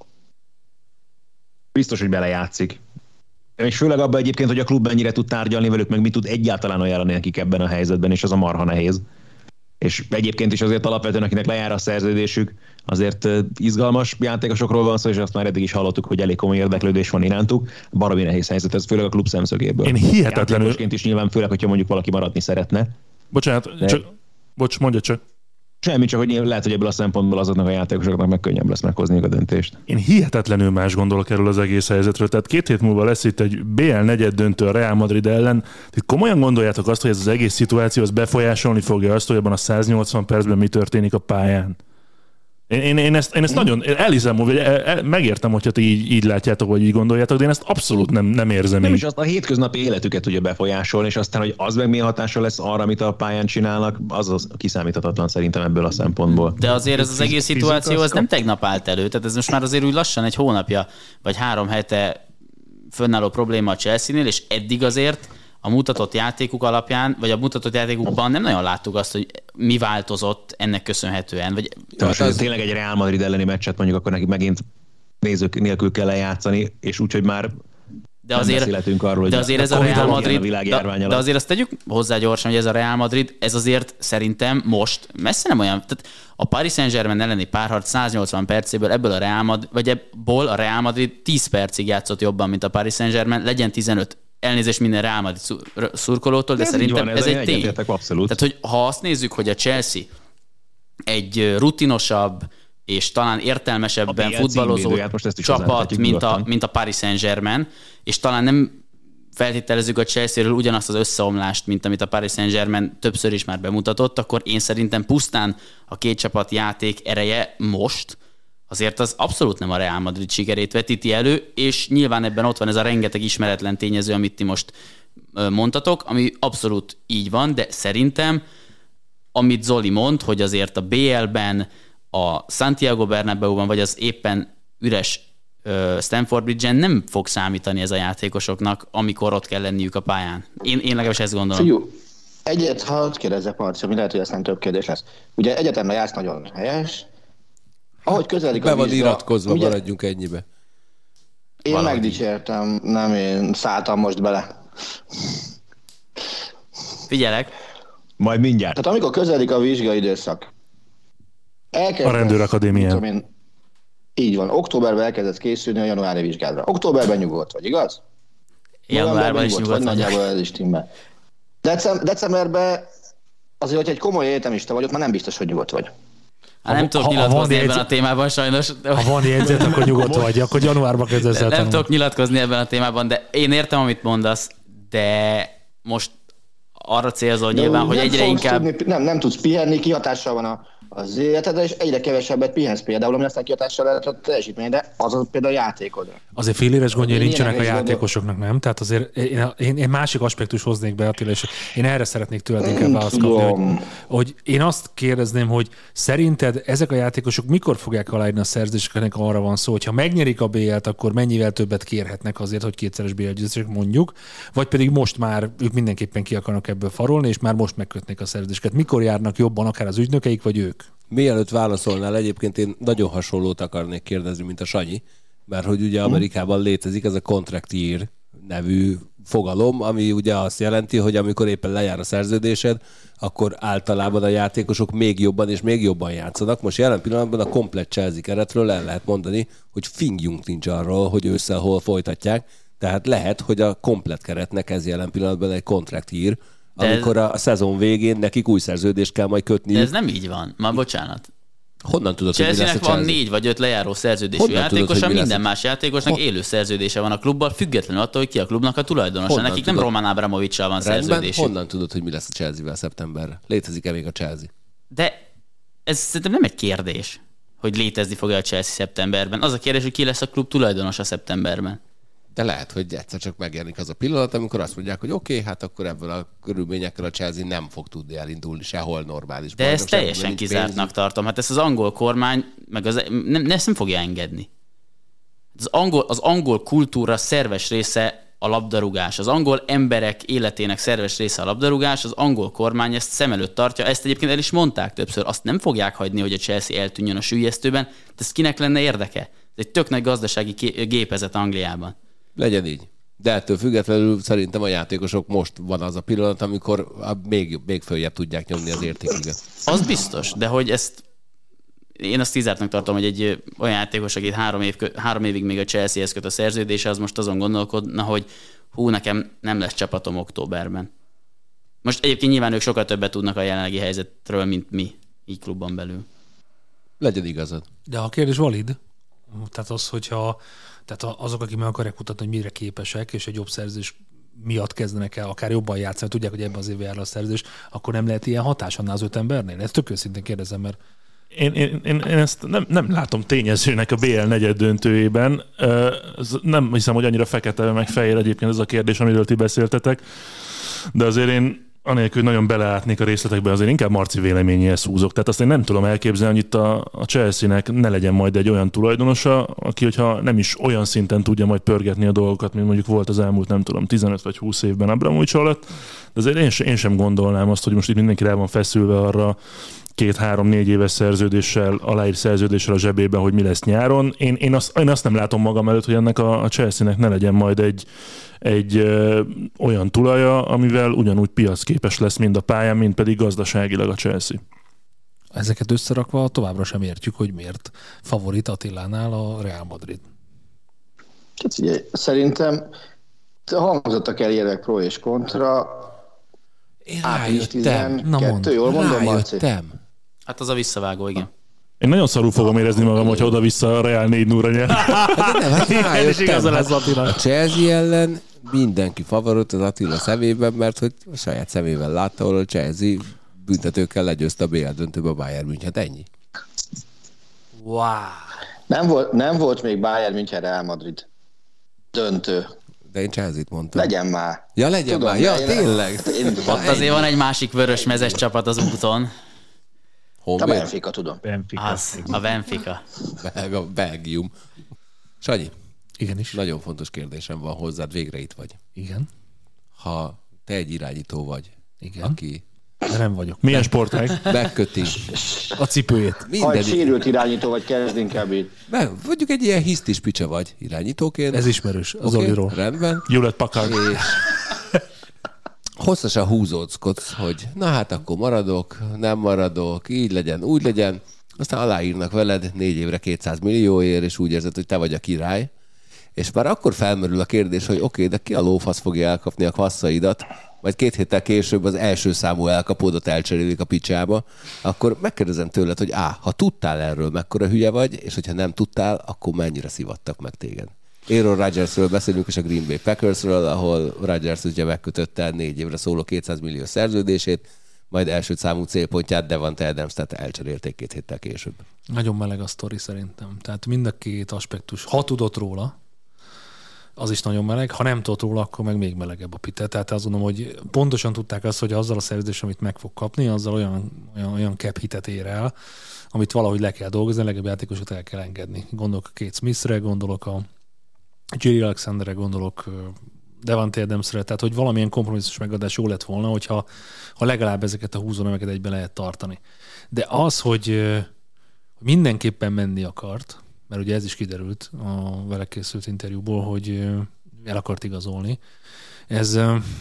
Biztos, hogy belejátszik. És főleg abban egyébként, hogy a klub mennyire tud tárgyalni velük, meg mit tud egyáltalán ajánlani nekik ebben a helyzetben, és az a marha nehéz. És egyébként is azért alapvetően, akinek lejár a szerződésük, azért izgalmas játékosokról van szó, és azt már eddig is hallottuk, hogy elég komoly érdeklődés van irántuk. Baromi nehéz helyzet, ez főleg a klub szemszögéből. Én hihetetlenül... Játékosként is nyilván, főleg, hogyha mondjuk valaki maradni szeretne. Bocsánat, De... csak... Bocs, mondja csak. Semmi, csak hogy lehet, hogy ebből a szempontból azoknak a játékosoknak meg könnyebb lesz meghozni a döntést. Én hihetetlenül más gondolok erről az egész helyzetről. Tehát két hét múlva lesz itt egy bé el negyed döntő a Real Madrid ellen. Tehát komolyan gondoljátok azt, hogy ez az egész szituáció az befolyásolni fogja azt, hogy abban a száznyolcvan percben mi történik a pályán? Én, én, én ezt, én ezt nagyon elhiszem, hogy megértem, hogyha ti így, így látjátok, vagy így gondoljátok, de én ezt abszolút nem, nem érzem Nem így. is azt a hétköznapi életüket tudja befolyásolni, és aztán, hogy az meg milyen hatással lesz arra, amit a pályán csinálnak, az, az kiszámíthatatlan szerintem ebből a szempontból. De azért ez az egész szituáció, ez nem tegnap állt elő, tehát ez most már azért úgy lassan egy hónapja, vagy három hete fönnálló probléma a Chelsea-nél, és eddig azért a mutatott játékuk alapján, vagy a mutatott játékukban nem nagyon láttuk azt, hogy mi változott ennek köszönhetően. Vagy... Tehát, az... tényleg egy Real Madrid elleni meccset mondjuk, akkor neki megint nézők nélkül kell lejátszani, és úgy, hogy már de azért, beszélhetünk arról, hogy de azért ez a Real Madrid, a de, de azért azt tegyük hozzá gyorsan, hogy ez a Real Madrid, ez azért szerintem most messze nem olyan, tehát a Paris Saint-Germain elleni párharc száznyolcvan percéből ebből a Real Madrid, vagy ebből a Real Madrid tíz percig játszott jobban, mint a Paris Saint-Germain, legyen tizenöt. Elnézést minden Real Madrid szurkolótól, de, de szerintem van, ez, ez egy tény. Tehát, hogy ha azt nézzük, hogy a Chelsea egy rutinosabb és talán értelmesebben futballozó csapat, mint a, mint a Paris Saint-Germain, és talán nem feltételezzük a Chelsea-ről ugyanazt az összeomlást, mint amit a Paris Saint-Germain többször is már bemutatott, akkor én szerintem pusztán a két csapat játék ereje most azért az abszolút nem a Real Madrid sikerét vetíti elő, és nyilván ebben ott van ez a rengeteg ismeretlen tényező, amit ti most mondtatok, ami abszolút így van, de szerintem, amit Zoli mond, hogy azért a bé el-ben, a Santiago Bernabéu-ban, vagy az éppen üres Stamford Bridge-en nem fog számítani ez a játékosoknak, amikor ott kell lenniük a pályán. Én, én legalábbis ezt gondolom. Figyú, egyet hadd kérdezzek, Marci, ami lehet, hogy ezt nem több kérdés lesz. Ugye egyetemre jársz, nagyon helyes. Ahogy közelik Be a van vizsga... iratkozva, ugye, maradjunk ennyibe. én Valahogy. megdicsértem, nem én szálltam most bele. Figyelek. Majd mindjárt. Tehát amikor közelik a vizsgai időszak, elkezdesz, A rendőrakadémián. tudom én, így van, októberben elkezdett készülni a januári vizsgádra. Októberben nyugodt vagy, igaz? Januárban is nyugodt vagy. vagy. Nagyjából ez is timmel. Decem- decemberben azért, hogyha egy komoly egyetemista vagy, ott már nem biztos, hogy nyugodt vagy. Hát nem tudok ha- ha nyilatkozni van ebben jegyzet- a témában sajnos. Ha van jegyzet, akkor nyugodt vagy, akkor januárban kezdesz el Nem tanulni. tudok nyilatkozni ebben a témában, de én értem, amit mondasz, de most arra célzol De nyilván, úgy hogy nem egyre fogsz inkább... Tudni, nem, nem tudsz pihenni, kihatással van a, az életedre, és egyre kevesebbet pihensz például, ami aztán kihatással lehet a teljesítményre, az az például a játékodra. Azért fél éves gondjai Én nincsenek a ilyenekre is játékosoknak, nem? Tehát azért én, én, én másik aspektus hoznék be, Attila, és én erre szeretnék tőled inkább választ kapni, hogy, hogy én azt kérdezném, hogy szerinted ezek a játékosok mikor fogják aláírni a szerződéseket, arra van szó, hogy ha megnyerik a bé el-t, akkor mennyivel többet kérhetnek azért, hogy kétszeres bé el győztesek mondjuk, vagy pedig most már ők mindenképpen ki akarnak ebből farolni, és már most megkötnék a szerződéseket. Mikor járnak jobban akár az ügynökeik, vagy ők? Mielőtt válaszolnál, egyébként én nagyon hasonlót akarnék kérdezni, mint a Sanyi, mert hogy ugye Amerikában létezik ez a contract year nevű fogalom, ami ugye azt jelenti, hogy amikor éppen lejár a szerződésed, akkor általában a játékosok még jobban és még jobban játszanak. Most jelen pillanatban a komplett Chelsea keretről el lehet mondani, hogy fingjunk nincs arról, hogy ősszel hol folytatják, tehát lehet, hogy a komplett keretnek ez jelen pillanatban egy contract year, De amikor a, a szezon végén nekik új szerződést kell majd kötni. De ez nem így van. Már bocsánat. Honnan tudod, hogy mi lesz a Chelsea-nek van Chelsea? négy vagy öt lejáró szerződésű Honnan tudod, játékosa, hogy mi lesz minden a- más játékosnak Hon- élő szerződése van a klubban, függetlenül attól, hogy ki a klubnak a tulajdonosa. Honnan Nekik nem tudod? Roman Abramovics-sal van Rendben, szerződésük. honnan tudod, hogy mi lesz a Chelsea-vel szeptemberre? Létezik-e még a Chelsea? De ez szerintem nem egy kérdés, hogy létezni fog-e a Chelsea szeptemberben. Az a kérdés, hogy ki lesz a klub tulajdonosa szeptemberben. De lehet, hogy egyszer csak megjelenik az a pillanat, amikor azt mondják, hogy oké, okay, hát akkor ebből a körülményekkel a Chelsea nem fog tudni elindulni sehol normális. De ezt bajnokságban, teljesen nincs kizártnak pénzük. tartom. Hát ezt az angol kormány, meg az, nem, ezt nem fogja engedni. Az angol, az angol kultúra szerves része a labdarúgás. Az angol emberek életének szerves része a labdarúgás, az angol kormány ezt szem előtt tartja. Ezt egyébként el is mondták többször. Azt nem fogják hagyni, hogy a Chelsea eltűnjön a süllyesztőben, de ez kinek lenne érdeke? Ez egy tök nagy gazdasági ké- gépezet Angliában. Legyen így. De ettől függetlenül szerintem a játékosok most van az a pillanat, amikor a még, még följebb tudják nyomni az értéküket. Az biztos, de hogy ezt én azt kizártnak tartom, hogy egy olyan játékos, akit három, év, három évig még a Chelsea-hez köt a szerződése, az most azon gondolkodna, hogy hú, nekem nem lesz csapatom októberben. Most egyébként nyilván ők sokkal többet tudnak a jelenlegi helyzetről, mint mi, így klubban belül. Legyen igazad. De a kérdés valid. Tehát az, hogyha tehát azok, akik meg akarják mutatni, hogy mire képesek, és egy jobb szerződés miatt kezdenek el akár jobban játszani, tudják, hogy ebben az évben jár a szerződés, akkor nem lehet ilyen hatás annál az öt embernél? Ezt tök őszintén kérdezem, mert Én, én, én, én ezt nem, nem látom tényezőnek a bé el negyed döntőjében. Ö, Nem hiszem, hogy annyira fekete meg fehér egyébként ez a kérdés, amiről ti beszéltetek, de azért én anélkül nagyon beleátnék a részletekbe, azért inkább Marci véleményéhez húzok. Tehát azt én nem tudom elképzelni, hogy itt a, a Chelsea-nek ne legyen majd egy olyan tulajdonosa, aki, hogyha nem is olyan szinten tudja majd pörgetni a dolgokat, mint mondjuk volt az elmúlt, nem tudom, tizenöt vagy húsz évben Abramovics alatt, de azért én, sem, én sem gondolnám azt, hogy most itt mindenki rá van feszülve arra két-három-négy éves szerződéssel, aláír szerződéssel a zsebében, hogy mi lesz nyáron. Én, én, azt, én azt nem látom magam előtt, hogy ennek a, a Chelsea-nek ne legyen majd egy, egy ö, olyan tulaja, amivel ugyanúgy piacképes lesz mind a pályán, mind pedig gazdaságilag a Chelsea. ezeket összerakva továbbra sem értjük, hogy miért favorit Attilánál a Real Madrid. Hát ugye, szerintem hangzottak el érvek pro és kontra. Én április rájöttem. tizenkettő, jól mondom, Marci? Rájöttem. Hát az a visszavágó, igen. Én nagyon szarul fogom érezni magam, hogyha oda-vissza a Real négy nulla nyer. Hát nem, hát rájöttem. igaza lesz Attila. A Chelsea ellen mindenki favorit az Attila szemében, mert hogy a saját szemével látta, ahol a Chelsea büntetőkkel legyőzte a bé el döntőbe a Bayern München. Ennyi. Wow. Nem volt, nem volt még Bayern München Real Madrid döntő. De én Chelsea-t mondtam. Legyen már. Ja, legyen Tudom, már. Ja, én- tényleg. Én, Ott azért van egy másik vörösmezes csapat az úton. a Honvéd? Benfica, tudom. Benfica. Az, a Benfica. Belga, Belgium. Sanyi, Igenis. nagyon fontos kérdésem van hozzád, végre itt vagy. Igen. Ha te egy irányító vagy, Igen. aki De nem vagyok. Milyen sportág? megköti A cipőjét. Ha egy minden... sérült irányító vagy, kezd inkább így. Be, mondjuk egy ilyen hisztis picsa vagy irányítóként. Ez ismerős az Oké, Oliról. rendben. Hewlett Packard. És hosszasan húzódsz, hogy na hát akkor maradok, nem maradok, így legyen, úgy legyen. Aztán aláírnak veled négy évre kétszáz millióért, és úgy érzed, hogy te vagy a király. És már akkor felmerül a kérdés, hogy oké, okay, de ki a lófasz fogja elkapni a klasszaidat, majd két héttel később az első számú elkapódot elcserélik a picsába, akkor megkérdezem tőled, hogy á, ha tudtál erről, mekkora hülye vagy, és hogyha nem tudtál, akkor mennyire szivattak meg téged. Aaron Rodgersről beszélünk, és a Green Bay Packersről, ahol Rodgers ugye megkötötte négy évre szóló kétszáz millió szerződését, majd első számú célpontját Devante Adams, tehát elcserélték két héttel később. Nagyon meleg a sztori szerintem. Tehát mind a két aspektus. Ha tudott róla, az is nagyon meleg. Ha nem tudott róla, akkor meg még melegebb a pite. Tehát azt gondolom, hogy pontosan tudták azt, hogy azzal a szerződés, amit meg fog kapni, azzal olyan, olyan, olyan cap hitet ér el, amit valahogy le kell dolgozni, a legjobb játékosot el kell engedni. Gondolok a Kate Smithre, gondolok a Jerry Alexanderre, gondolok Devante Adamsre, tehát hogy valamilyen kompromisszus megadás jó lett volna, hogyha ha legalább ezeket a húzónemeket egyben lehet tartani. De az, hogy mindenképpen menni akart, mert ugye ez is kiderült a vele készült interjúból, hogy el akart igazolni, ez,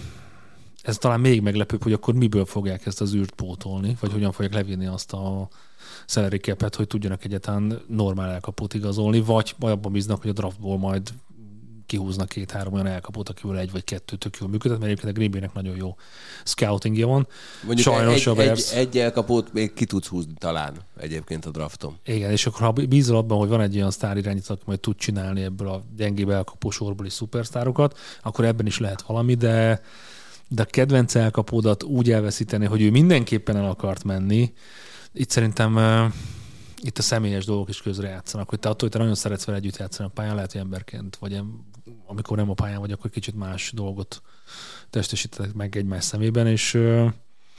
ez talán még meglepőbb, hogy akkor miből fogják ezt az űrt pótolni, vagy hogyan fogják levinni azt a salary capet, hogy tudjanak egyáltalán normál elkapót igazolni, vagy abban bíznak, hogy a draftból majd kihúznak két-három olyan elkapót, akiből egy vagy kettő tök jól működött, mert egyébként a Green Bay-nek nagyon jó scoutingja van. Mondjuk Sajnos egy, a Bears... egy, egy elkapót még ki tudsz húzni talán egyébként a drafton. Igen, és akkor ha bízol abban, hogy van egy olyan sztár irányító, aki majd tud csinálni ebből a gyengébb elkapó sorból is szupersztárokat, akkor ebben is lehet valami, de, de a kedvenc elkapódat úgy elveszíteni, hogy ő mindenképpen el akart menni, itt szerintem uh, itt a személyes dolgok is közre játszanak, hogy te attól, hogy te nagyon szeretsz vele együtt játszani a pályán, lehet, hogy emberként, vagy amikor nem a pályán vagy, akkor kicsit más dolgot testesítetek meg egymás szemében, és uh,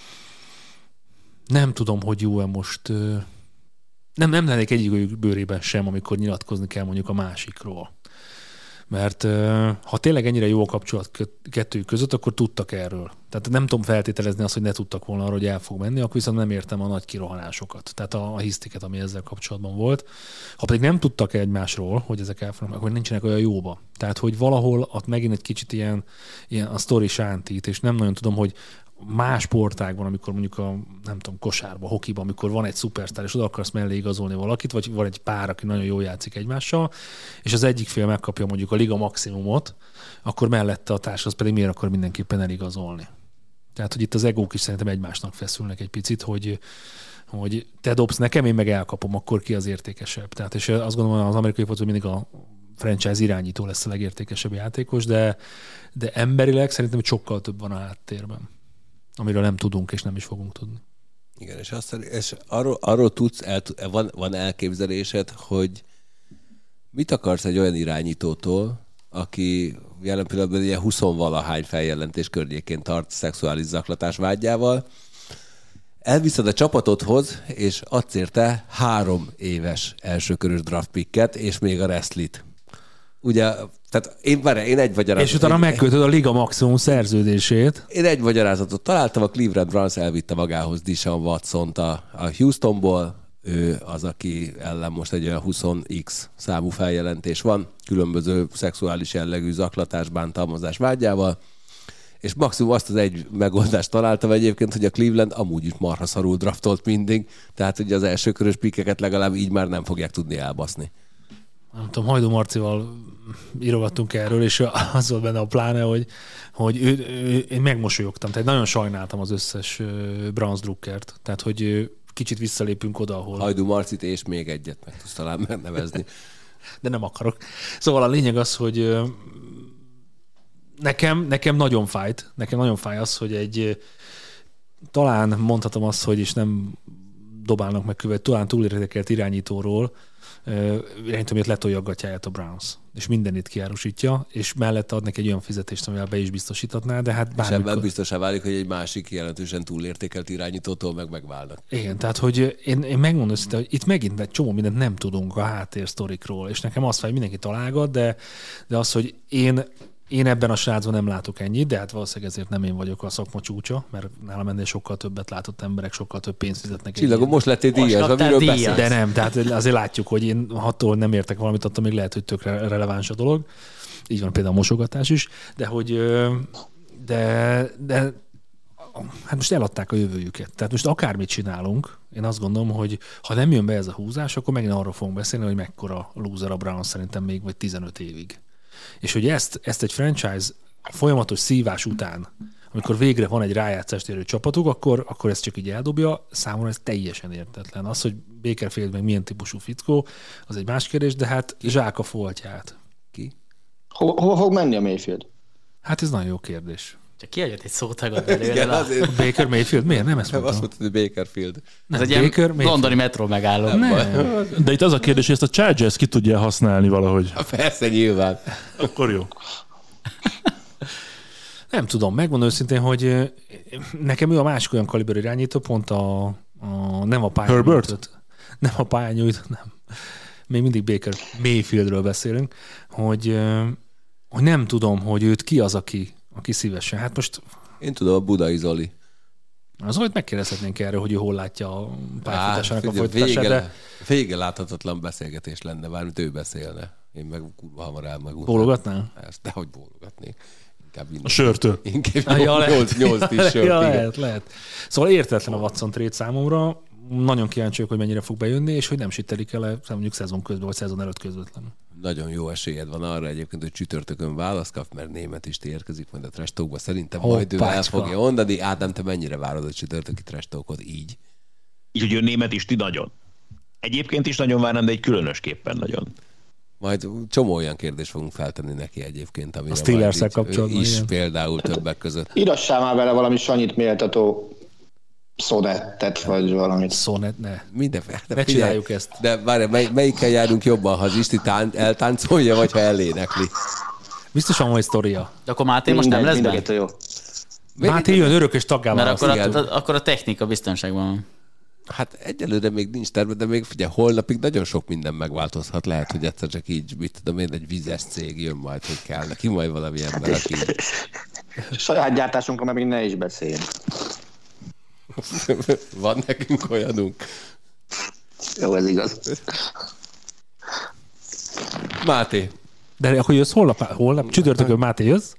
nem tudom, hogy jó-e most, uh, nem, nem lennék egyik bőrében sem, amikor nyilatkozni kell mondjuk a másikról. Mert uh, ha tényleg ennyire jó a kapcsolat kettőjük között, akkor tudtak erről. Tehát nem tudom feltételezni azt, hogy ne tudtak volna arra, hogy el fog menni, akkor viszont nem értem a nagy kirohanásokat. Tehát a, a hisztiket, ami ezzel kapcsolatban volt. Ha pedig nem tudtak egymásról, hogy ezek el fognak, akkor nincsenek olyan jóba. Tehát, hogy valahol ott megint egy kicsit ilyen, ilyen a sztori sántít, és nem nagyon tudom, hogy más sportágban, amikor mondjuk a, nem tudom, kosárban, hokiban, amikor van egy szupersztár, és oda akarsz mellé igazolni valakit, vagy van egy pár, aki nagyon jól játszik egymással, és az egyik fél megkapja mondjuk a liga maximumot, akkor mellette a társ az pedig miért akar mindenképpen eligazolni. Tehát, hogy itt az egók is szerintem egymásnak feszülnek egy picit, hogy, hogy te dobsz nekem, én meg elkapom, akkor ki az értékesebb. Tehát, és azt gondolom, az amerikai foci mindig a franchise irányító lesz a legértékesebb játékos, de, de emberileg szerintem sokkal több van a háttérben, amiről nem tudunk, és nem is fogunk tudni. Igen, és, azt, és arról, arról tudsz, el, van, van elképzelésed, hogy mit akarsz egy olyan irányítótól, aki jelen pillanatban ilyen huszonvalahány feljelentés környékén tart szexuális zaklatás vágyával, elviszed a csapatodhoz, és adsz érte három éves elsőkörös draft picket, és még a wrestlit. Ugye, tehát én, várj, én egy magyarázatot... És utána megkötöd a liga maximum szerződését. Én egy magyarázatot találtam, a Cleveland Browns elvitte magához Deshaun Watsont a, a Houstonból, ő az, aki ellen most egy olyan húsz x számú feljelentés van, különböző szexuális jellegű zaklatás, bántalmazás vágyával, és maximum azt az egy megoldást találtam egyébként, hogy a Cleveland amúgy is marha szarul draftolt mindig, tehát ugye az első körös pikkeket legalább így már nem fogják tudni elbaszni. Nem tudom, Hajdú Marcival írogattunk erről, és az volt benne a pláne, hogy, hogy ő, ő, én megmosolyogtam, tehát nagyon sajnáltam az összes Browns drukkert, tehát hogy kicsit visszalépünk oda, ahol... Hajdú Marcit és még egyet meg tudsz talán megnevezni. De nem akarok. Szóval a lényeg az, hogy nekem, nekem nagyon fájt, nekem nagyon fáj az, hogy egy talán mondhatom azt, hogy is nem dobálnak meg követ, talán túlértékelt irányítóról, irányító miatt letolja a gatyáját a Browns, és mindenit kiárusítja, és mellette ad neki egy olyan fizetést, amivel be is biztosítatná, de hát bármikor... És ebben biztosá válik, hogy egy másik jelentősen túlértékelt irányítótól meg megválnak. Igen, tehát hogy én, én megmondom szinte, hogy itt megint egy csomó mindent nem tudunk a háttérsztorikról, és nekem azt fáj, hogy mindenki találgat, de, de az, hogy én Én ebben a srácban nem látok ennyit, de hát valószínűleg ezért nem én vagyok a szakma csúcsa, mert nálam ennél sokkal többet látott emberek, sokkal több pénzt fizetnek. Csillagom, most lettél díjas, amiről beszélsz. De nem, tehát azért látjuk, hogy én attól nem értek valamit, attól még lehet, hogy tökre releváns a dolog. Így van például a mosogatás is, de hogy de, de hát most eladták a jövőjüket. Tehát most akármit csinálunk, én azt gondolom, hogy ha nem jön be ez a húzás, akkor megint arról fogunk beszélni, hogy mekkora loser a Browns szerintem még vagy tizenöt évig. És hogy ezt, ezt egy franchise folyamatos szívás után, amikor végre van egy rájátszást érő csapatuk, akkor, akkor ezt csak így eldobja. Számomra ez teljesen értetlen. Az, hogy Bakerfield meg milyen típusú fickó, az egy más kérdés, de hát zsák a foltját. Ki? Hova, hova fog menni a Mayfield? Hát ez nagyon jó kérdés. Csak kiadjad egy szótagot belőle. Azért... Baker Mayfield? Miért? Nem ezt mondtam. Azt mondtad, hogy Bakerfield. Ez egy Baker, ilyen londoni metró megálló. Nem. Nem. De itt az a kérdés, hogy ezt a Chargers ki tudja használni valahogy. Persze, nyilván. Akkor jó. Nem tudom, megmondom őszintén, hogy nekem ő a másik olyan kaliber irányító, pont a, a nem a pályán nyújtott. Nem a pályán nyújtott, nem. Még mindig Baker Mayfieldről beszélünk, hogy, hogy nem tudom, hogy őt ki az, aki, aki szívesen. Hát most... Én tudom, a Budai Zoli. Az, hogy megkérdezhetnénk erről, hogy ő hol látja a pályafutásának a folytatását. Vége, de... vége láthatatlan beszélgetés lenne, bármit ő beszélne. Én meg kurva hamar elmegúzom. Bólogatnál? Ezt, de hogy bólogatnék. A sörtől. Inkább nyolc tíz sört. Ja, lehet, lehet. Szóval értetlen a Watson trade számomra. Nagyon kíváncsi vagyok, hogy mennyire fog bejönni, és hogy nem sittelik el mondjuk szezon közben, vagy szezon előtt közvetlenül. Nagyon jó esélyed van arra egyébként, hogy csütörtökön választ kap, mert német is érkezik majd a trash talkba. Szerintem Hoppácska. majd ő el fogja mondani. Ádám, te mennyire várod a csütörtöki trash talkot így? Így, hogy ő német is, ti nagyon. Egyébként is nagyon várnám, de egy különösképpen nagyon. Majd csomó olyan kérdést fogunk feltenni neki egyébként, amire a Steelers-szel kapcsolatban is ilyen. Például többek között. Írassál már vele valami Sanyit méltató szonettet, vagy valamit. Szonet, ne. Mindenféle. Ne csináljuk ezt. De várj, mely, melyikkel járunk jobban, ha az Isti tán, eltáncolja, vagy ha elénekli? Biztosan van egy sztoria. De akkor Máté most nem lesz benne? Jó. Máté jön örökös taggá Mert választ. akkor a, akkor a technika biztonságban van. Hát egyelőre még nincs terve, de még figyelj, holnapig nagyon sok minden megváltozhat. Lehet, hogy egyszer csak így, mit tudom én, egy vizes cég jön majd, hogy kell neki majd valami ember, aki... Saját gyártásunkra már még ne is beszélj. Van nekünk olyanunk. Jó, ez igaz. Máté. De akkor jössz holnap? Holnap? Csütörtökön Máté jössz?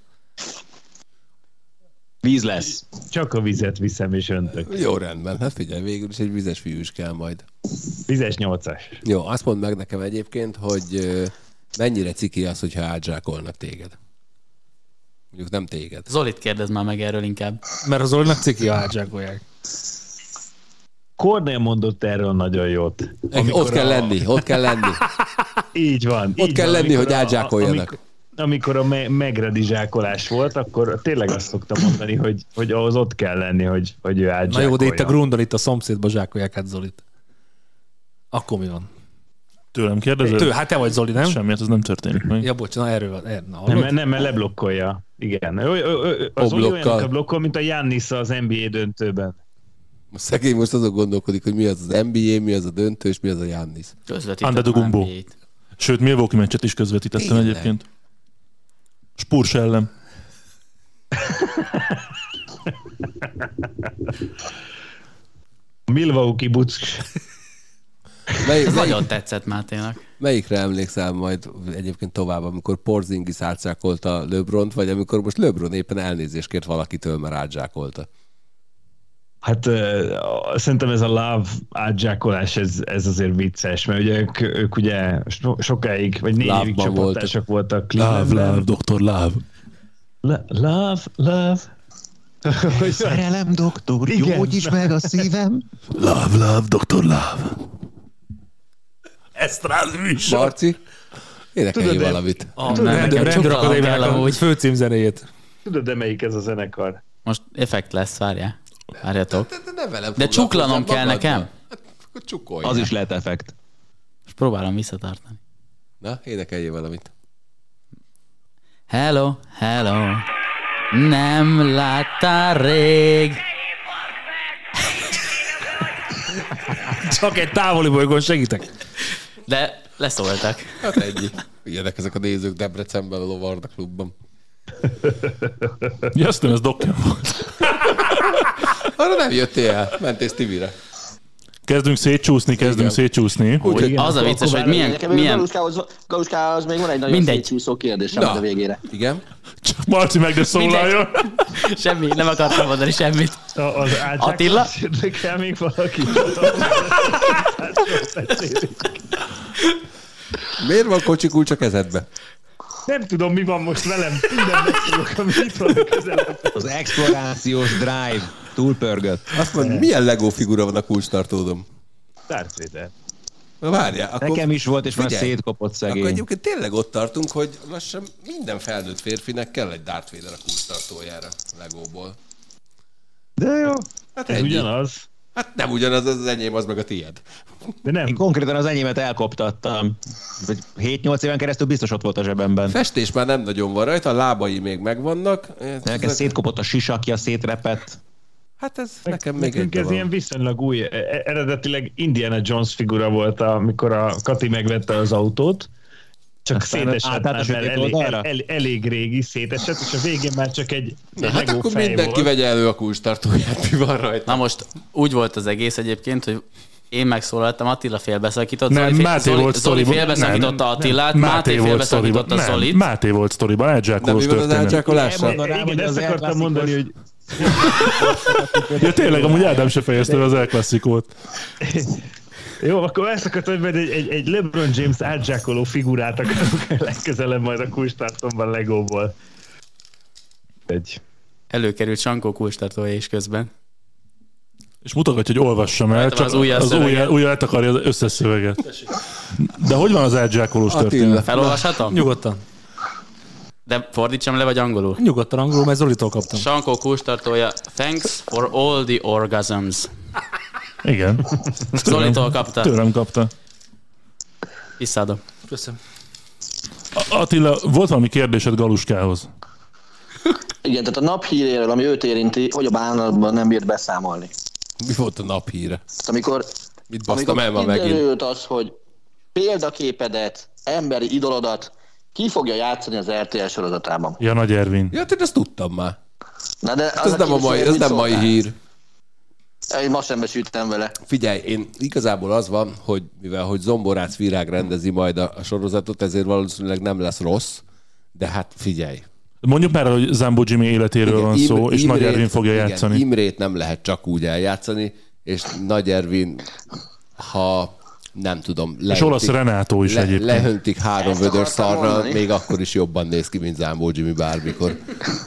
Víz lesz. Csak a vizet viszem és öntök. Jó, rendben. Hát figyelj, végül is egy vizes fiú is kell majd. Vizes nyolcas. Jó, azt mondd meg nekem egyébként, hogy mennyire ciki az, hogyha átzsákolnak téged. Mondjuk nem téged. Zolit kérdez már meg erről inkább. Mert az Zolinak ciki a átzsákolják. Kornél mondott erről nagyon jót. Ott kell a... lenni, ott kell lenni. Így van. Ott így kell van, lenni, hogy a- átzsákoljanak. Amikor, amikor a me- megredi zsákolás volt, akkor tényleg azt szoktam mondani, hogy, hogy ahhoz ott kell lenni, hogy, hogy ő Na átzsákolja. jó, de itt a Grundon, itt a szomszédba zsákolják át Zolit. Akkor mi van? Tőlem kérdezed? Tő, hát te vagy Zoli, nem? Semmiért, az nem történik meg. Ja, bocs, na erről van. Er, na, Nem, hallod? nem, mert leblokkolja. Igen. Ő, ő, ő, az Zoli Oblokkal. olyan blokkol, mint a Giannis az en bé á döntőben. A szegény most azon gondolkodik, hogy mi az az en bé á, mi az a döntő, és mi az a Giannis. Antetokounmpo. Sőt, Milwaukee meccset is közvetítettem Tényleg? egyébként. Spurs ellen. Milwaukee Bucks. Mely, Ez melyik, nagyon tetszett Máténak. melyikre emlékszel majd egyébként tovább, amikor Porzingis átzsákolta LeBront, vagy amikor most LeBron éppen elnézést kért valakitől, mert átzsákolta? Hát uh, szerintem ez a love átzsákolás, ez, ez azért vicces, mert ugye ők, ők ugye so, sokáig, vagy négy Love-ban évig csapattársak voltak. Love, Clevelandben. love, doktor Love. Le- Love, love. Szerelem, doktor, Igen. gyógyíts meg a szívem. Love, love, doktor Love. Ezt rád műsor. Marci? Énekelj Tudod, valamit. A Nem, nekem Rend- csuklalom Rendrakadémiának kell a amúgy. főcímzenéjét. Tudod, de melyik ez a zenekar? Most effekt lesz, várjál. Várjatok. De, de, ne velem De csuklanom foglalkozzál kell magadban. nekem? Hát Akkor csukolják. Az is lehet effekt. És próbálom visszatartani. Na, énekeljél valamit. Hello, hello, nem láttál rég. Csak egy távoli bolygón segítek. De leszóltak. Hát ennyi. Ilyenek ezek a nézők Debrecenben, a Lovarda klubban. Ja, azt nem, ez Dokken volt. Arra nem jöttél el. Mentél Stevie-re. Kezdünk szétcsúszni, kezdünk Igen. szétcsúszni. Hogy az a vicces, hogy milyen... Nekem még milyen... Galuskához, Galuskához még van egy nagyon Mindegy. szétcsúszó kérdésem a végére. Igen. Csak Marci meg ne szólaljon. Semmi, nem akartam mondani semmit. A, az Attila? Érdekel még valaki? Miért van kocsi kulcs a kezedbe? Nem tudom, mi van most velem. Minden megszólok, ami itt van a közelem. Az explorációs drive túlpörgött. Azt mondja, milyen Lego figura van a kulcstartódom? Darth Vader. Na várjál, akkor... Nekem is volt, és már Figyelj, szétkopott szegény. Akkor egyébként tényleg ott tartunk, hogy lassan minden felnőtt férfinek kell egy Darth Vader a kulcstartójára Legóból. De jó. Hát Ez ennyi. ugyanaz. Hát nem ugyanaz, az enyém, az meg a tiéd. De nem. Én konkrétan az enyémet elkoptattam. hét-nyolc éven keresztül biztos ott volt a zsebemben. Festés már nem nagyon van rajta, a lábai még megvannak. Nekem szétkopott a sisakja, szétrepett. Hát ez nekem még Nekünk egy ez van. ilyen viszonylag új. E- Eredetileg Indiana Jones figura volt, amikor a Kati megvette az autót. Csak Aztán szétesett, átállt a mert sötét elég, oldalra? el, el, elég régi szétesett, és a végén már csak egy, Na, egy hát Lego akkor fej mindenki volt. vegye elő a kulcstartóját, mi van rajta. Na most úgy volt az egész egyébként, hogy én megszólaltam, Attila félbeszakított, Nem, Zoli, Máté Zoli, volt Zoli sztoriban. félbeszakította Nem, Attilát, nem. Máté volt félbeszakította sztoriban. Nem, Zolit. Máté volt sztoriban, Nem, eldzsákolós mi van az történet. eldzsákolással? Mondaná, Igen, hogy ezt az akartam elklasszikos- mondani, hogy Ja, tényleg, amúgy Ádám se fejezte be az elklasszikót. jó, akkor ezt akartam, hogy egy, egy, egy LeBron James átzsákoló figurát akarok legközelebb majd a kulcstartomban Legóból. Egy. Előkerült Sankó kulcstartója is közben. És mutogatja, hogy olvassam el, Rajta van csak az ujjal az szöveget. ujjal, ujjal eltakarja az összes szöveget. De hogy van az eldzsákolós Attila. történet? Felolvashatom? Nyugodtan. De fordítsam le, vagy angolul? Nyugodtan angolul, mert Zolitól kaptam. Sankó kulcstartója, thanks for all the orgasms. Igen. Zolitól kapta. Tőlem kapta. Visszaadom. Köszönöm. A- Attila, volt valami kérdésed Galuskához? Igen, tehát a naphíréről, ami őt érinti, hogy a bánatban nem bírt beszámolni. Mi volt a naphíre? Amikor, Mit basztam el ma amikor megint? kiderült az, hogy példaképedet, emberi idolodat ki fogja játszani az er té el sorozatában. Ja, Nagy Ervin. Ja, hát én ezt tudtam már. Na de Ez nem, a mai, ez nem mai hír. Én ma szembesültem vele. Figyelj, én igazából az van, hogy mivel hogy Zomborác Virág rendezi majd a, a sorozatot, ezért valószínűleg nem lesz rossz, de hát figyelj. Mondjuk már, hogy Zambó Jimmy életéről van szó, Im- és Nagy Imrét- Ervin fogja igen, játszani. Imrét nem lehet csak úgy eljátszani, és Nagy Ervin, ha nem tudom, És Olasz Renátó is egyébként. lehöntik három Ezt vödör akartam szarra, mondani. még akkor is jobban néz ki, mint Zambó Jimmy bármikor.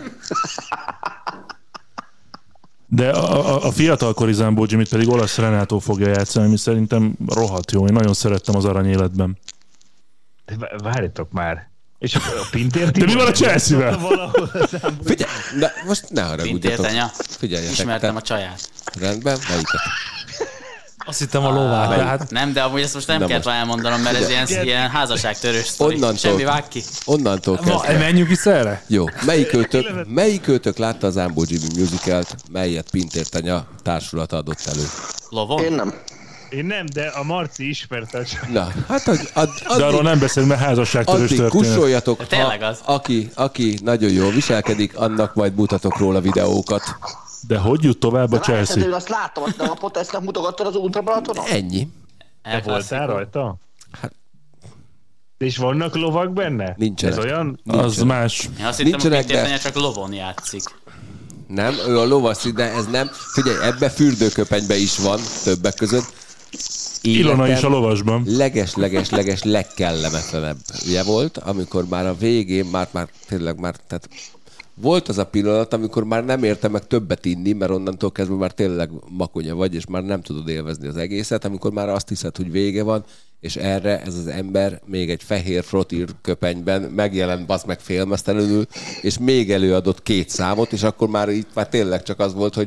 De a, a, a fiatalkori Zambó Jimmy pedig Olasz Renátó fogja játszani, ami szerintem rohadt jó. Én nagyon szerettem az Arany életben. Vá- Várjatok már. És a a Pintér De mi van a Chelsea-vel? Valahol az ámból. Figyelj, ne, most ne haragudjatok. Pintértanya. Figyeljetek. Ismertem te- a csaját. Rendben, melyiket? Azt hittem a lovát, de hát Nem, de amúgy ezt most nem Na kellett most. már elmondanom, mert ez ilyen, ilyen házasságtörős sztori. Onnantól- Semmi, vág ki. Onnantól Ma, kezdve. menjünk vissza erre? Jó, melyikőtök, melyikőtök látta az Zambó Jimmy musicalt, melyet Pintértanya társulata adott elő? Lovon? Én nem. Én nem, de a Marci ismerte a csaj. Na, hát ad, ad, De arról addig, nem beszélünk, mert házasságtörős addig történet. kussoljatok, De tényleg ha, az. aki, aki nagyon jól viselkedik, annak majd mutatok róla videókat. De hogy jut tovább a De várj, Chelsea? én azt láttam, azt nem a Potesznek mutogattad az Ultra Balatonon? Ennyi. Te voltál rajta? Hát- És vannak lovak benne? Nincsenek. Ez olyan? Az más. Én azt hittem, hogy Nincsenek, de- Pintértanya csak lovon játszik. Nem, ő a lovaszi, de ez nem. Figyelj, ebbe fürdőköpenybe is van többek között. Ilona Életem is a lovasban. leges-leges-leges legkellemetlenebb ugye volt, amikor már a végén, már, már tényleg már, tehát volt az a pillanat, amikor már nem érte meg többet inni, mert onnantól kezdve már tényleg makonya vagy, és már nem tudod élvezni az egészet, amikor már azt hiszed, hogy vége van, és erre ez az ember még egy fehér frotír köpenyben megjelent basz meg félmeztelenül, és még előadott két számot, és akkor már itt már tényleg csak az volt, hogy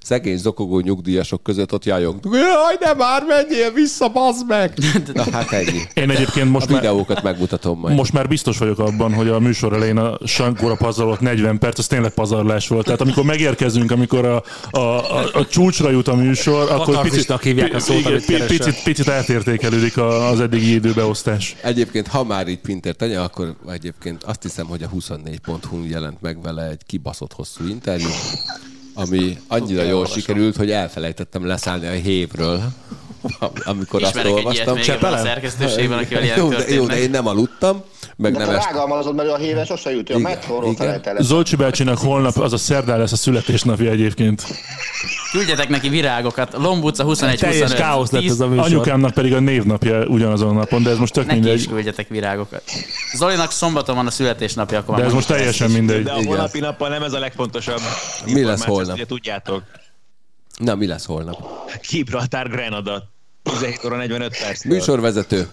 szegény zokogó nyugdíjasok között ott jajongtunk. Jaj, de már menjél vissza, bazd meg! Na hát ennyi. Én egyébként most a videókat már, megmutatom majd. Most már biztos vagyok abban, hogy a műsor elején a Sankóra pazarlott negyven perc, az tényleg pazarlás volt. Tehát amikor megérkezünk, amikor a, a, a, a csúcsra jut a műsor, akkor picit, hívják a szót, igen, picit, picit, picit átértékelődik az eddigi időbeosztás. Egyébként, ha már így Pinter tanya, akkor egyébként azt hiszem, hogy a huszonnégy pont hu jelent meg vele egy kibaszott hosszú interjú, ami annyira jól sikerült, hogy elfelejtettem leszállni a hévről, amikor Ismerek azt olvastam. Ismerek egy ilyet még a szerkesztőségben, akivel ilyen jó, de, jó, de én nem aludtam, meg de nem te est... rágalmazod, mert a héve sose jut, a metróról felejtele. Zolcsi bácsinak holnap, az a szerdán lesz a születésnapja egyébként. Küldjetek neki virágokat. Lomb utca huszonegy huszonöt. Teljes káosz lett ez a műsor. Anyukámnak pedig a névnapja ugyanazon a napon, de ez most tök neki mindegy. is küldjetek virágokat. Zolinak szombaton van a születésnapja, akkor de ez most teljesen mindegy. De a holnapi nappal nem ez a legfontosabb. Mi lesz holnap? Ugye tudjátok. Na, mi lesz holnap? Gibraltar Grenada. tizenhét óra negyvenöt perc. Műsorvezető.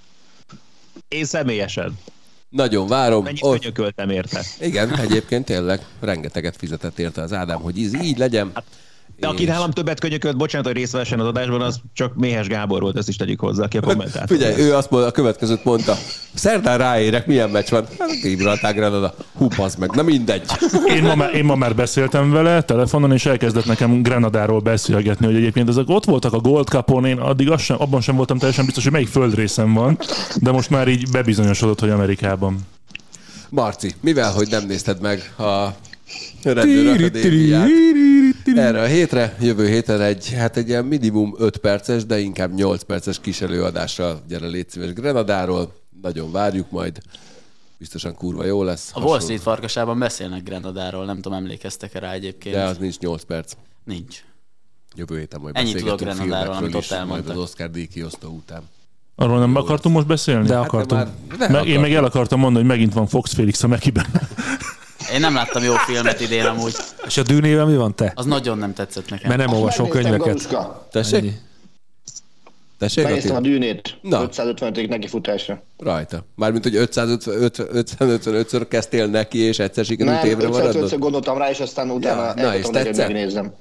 Én személyesen. Nagyon várom. Mennyit Ott... könyököltem érte. Igen, egyébként tényleg rengeteget fizetett érte az Ádám, hogy így, így legyen. Hát, de aki és... nálam többet könyökölt, bocsánat, hogy részt vessen az adásban, az csak Méhes Gábor volt, ezt is tegyük hozzá, aki a kommentátor. Figyelj, ő azt mondta, a következőt mondta, szerdán ráérek, milyen meccs van? Hát Gibraltar Grenada. Hú, az meg, na mindegy. Én ma, már, én ma már beszéltem vele telefonon, és elkezdett nekem Grenadáról beszélgetni, hogy egyébként ezek ott voltak a Gold Cupon, én addig sem, abban sem voltam teljesen biztos, hogy melyik földrészen van, de most már így bebizonyosodott, hogy Amerikában. Marci, mivel, hogy nem nézted meg a Rendőr Akadémiát erre a hétre, jövő héten egy, hát egy ilyen minimum öt perces, de inkább nyolc perces kis előadással gyere, légy szíves Grenadáról. Nagyon várjuk majd. Biztosan kurva jó lesz. A Wall Street farkasában beszélnek Grenadáról, nem tudom, emlékeztek-e rá egyébként. De az nincs nyolc perc. Nincs. Jövő héten majd ennyit tudok Grenadáról, amit ott elmondtak. Majd az Oscar díj kiosztó után. Arról nem akartunk most beszélni? De hát akartunk. De már, de én meg el akartam mondani, hogy megint van Fox Félix a Mekiben. Én nem láttam jó filmet idén amúgy. És a Dűnével mi van te? Az nagyon nem tetszett nekem. Mert nem olvasol könyveket. Tessék? Tessék? Megnéztem a Dűnét. ötszázötvenedik nekifutásra. Rajta. Mármint, hogy ötszázötvenötször kezdtél neki, és egyszer sikerült évre maradnod? Nem, ötszázötvenötször gondoltam rá, és aztán utána ja, elgondoltam, hogy megnézzem.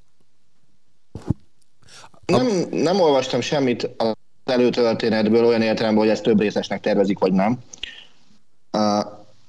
Nem, nem olvastam semmit az előtörténetből olyan értelemben, hogy ezt több részesnek tervezik, vagy nem. Uh,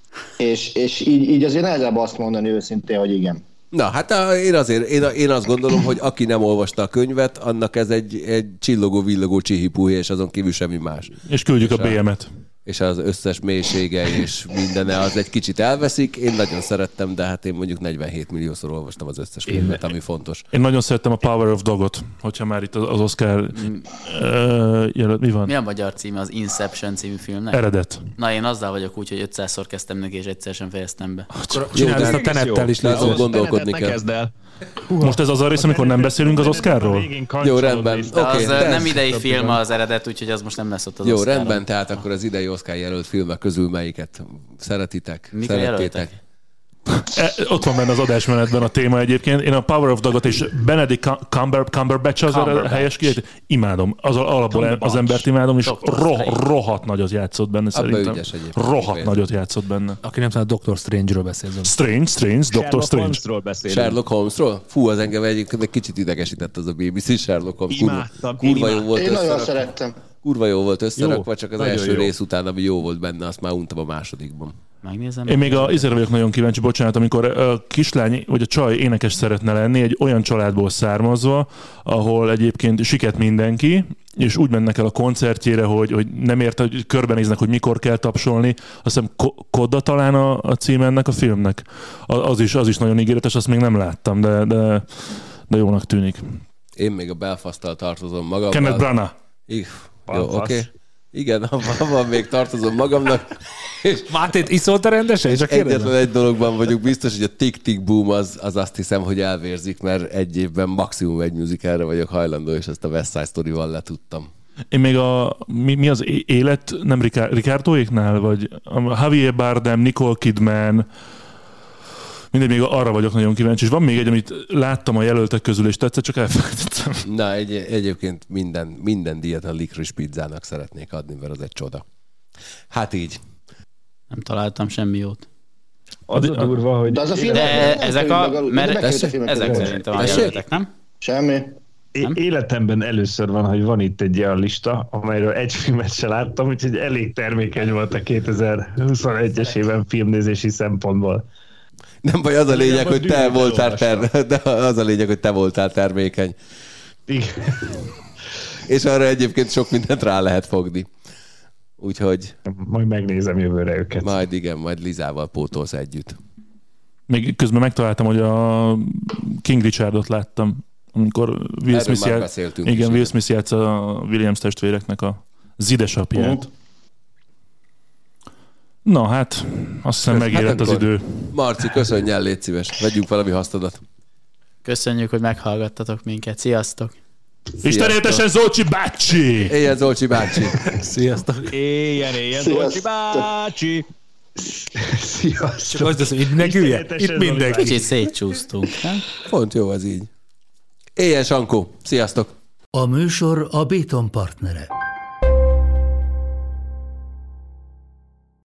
és és így, így azért nehezebb azt mondani őszintén, hogy igen. Na, hát én azért, én, én azt gondolom, hogy aki nem olvasta a könyvet, annak ez egy, egy csillogó, villogó csihipuhi, és azon kívül semmi más. És küldjük és a bé em-et. És az összes mélysége és mindene az egy kicsit elveszik. Én nagyon szerettem, de hát én mondjuk negyvenhét milliószor olvastam az összes könyvet, ami fontos. Én nagyon szerettem a Power of Dogot, hogyha már itt az Oscar mm. uh, jelölt. Mi van? Mi a magyar címe az Inception című filmnek? Eredet. Na, én azzal vagyok úgy, hogy ötszázszor kezdtem neki, és egyszer sem fejeztem be. Csináld ezt a Tenettel is, azon gondolkodni kell. Most ez az a rész, amikor nem beszélünk az Oscarról? Jó, rendben. De okay, az de nem idei film az eredet, úgyhogy az most nem lesz ott az Jó, Oscaron. rendben, tehát akkor az idei Oscar jelölt filmek közül melyiket szeretitek? Mikor jelöltek? E, ott van benne az adásmenetben a téma egyébként. Én a Power of Dogot és Benedict Cumber, Cumberbatch az a helyes kiejtés. Imádom. Az alapból az embert imádom, és roh, rohadt nagyot játszott benne szerintem. Rohadt nagyot játszott benne. Aki nem tudja, doktor Strange-ről beszélünk. Strange, Strange, doktor Strange. Sherlock Holmesról? Fú, az engem egy kicsit idegesített az a bé bé cé Sherlock Holmes. Kurva, kurva jó volt. Én nagyon szerettem. Kurva jó volt összerakva, csak az első jó. rész után, ami jó volt benne, azt már untam a másodikban. Megnézem. Én még a izére vagyok nagyon kíváncsi, bocsánat, amikor a kislány vagy a csaj énekes szeretne lenni, egy olyan családból származva, ahol egyébként siket mindenki, és úgy mennek el a koncertjére, hogy, hogy nem érte, hogy körbenéznek, hogy mikor kell tapsolni. Azt hiszem Kodda talán a, a cím ennek a filmnek. Az is, az is nagyon ígéretes, azt még nem láttam, de, de, de jónak tűnik. Én még a Belfast-tal tartozom magammal. Kenneth Branagh. Jó, oké. Okay. Igen, abban még tartozom magamnak. Mátét iszol te rendesen? És egyetlen egy dologban vagyok biztos, hogy a Tick Tick Boom az, az azt hiszem, hogy elvérzik, mert egy évben maximum egy musicalre vagyok hajlandó, és ezt a West Side Story-val letudtam. Én még a, mi, mi az élet, nem Ricardoéknál, vagy a Javier Bardem, Nicole Kidman, mindegy, még arra vagyok nagyon kíváncsi. És van még egy, amit láttam a jelöltek közül, és tetszett, csak elfelejtettem. Na, egy, egyébként minden, minden díjat a Licorice Pizzának szeretnék adni, mert az egy csoda. Hát így. Nem találtam semmi jót. Az a durva, hogy... De az a film De nem- nem ezek került a... meg alul- Mert nem bekerült a ezek filmek közé. szerintem a Tessék? jelöltek, nem? Semmi. É- életemben először van, hogy van itt egy olyan lista, amelyről egy filmet se láttam, úgyhogy elég termékeny volt a kétezer-huszonegyes éven filmnézési szempontból. Nem baj, az a lényeg, Legalább hogy te dűlőt voltál elolvastam. ter... de az a lényeg, hogy te voltál termékeny. Igen. És arra egyébként sok mindent rá lehet fogni. Úgyhogy Majd megnézem jövőre őket. majd igen, majd Lizával pótolsz együtt. Még közben megtaláltam, hogy a King Richardot láttam, amikor Will Erről Smith, már ját... beszéltünk igen, is, Will igen. Smith játsza a Williams testvéreknek a az édesapját. Uh-huh. Na hát, azt hiszem Hát megérett az akkor- idő. Marci, köszönj el, légy szíves. Vegyünk valami hasznodat. Köszönjük, hogy meghallgattatok minket. Sziasztok! És természetesen Zolcsi bácsi! Éjjel Zolcsi bácsi. Sziasztok! Éljen, éljen, Sziasztok. Zolcsi bácsi! Sziasztok! Csak azt hiszem, itt mindenki hülye? Itt mindenki. Kicsit szétcsúsztunk, nem? Pont jó az így. Éjjel Sankó. Sziasztok. A műsor a Béton partnere.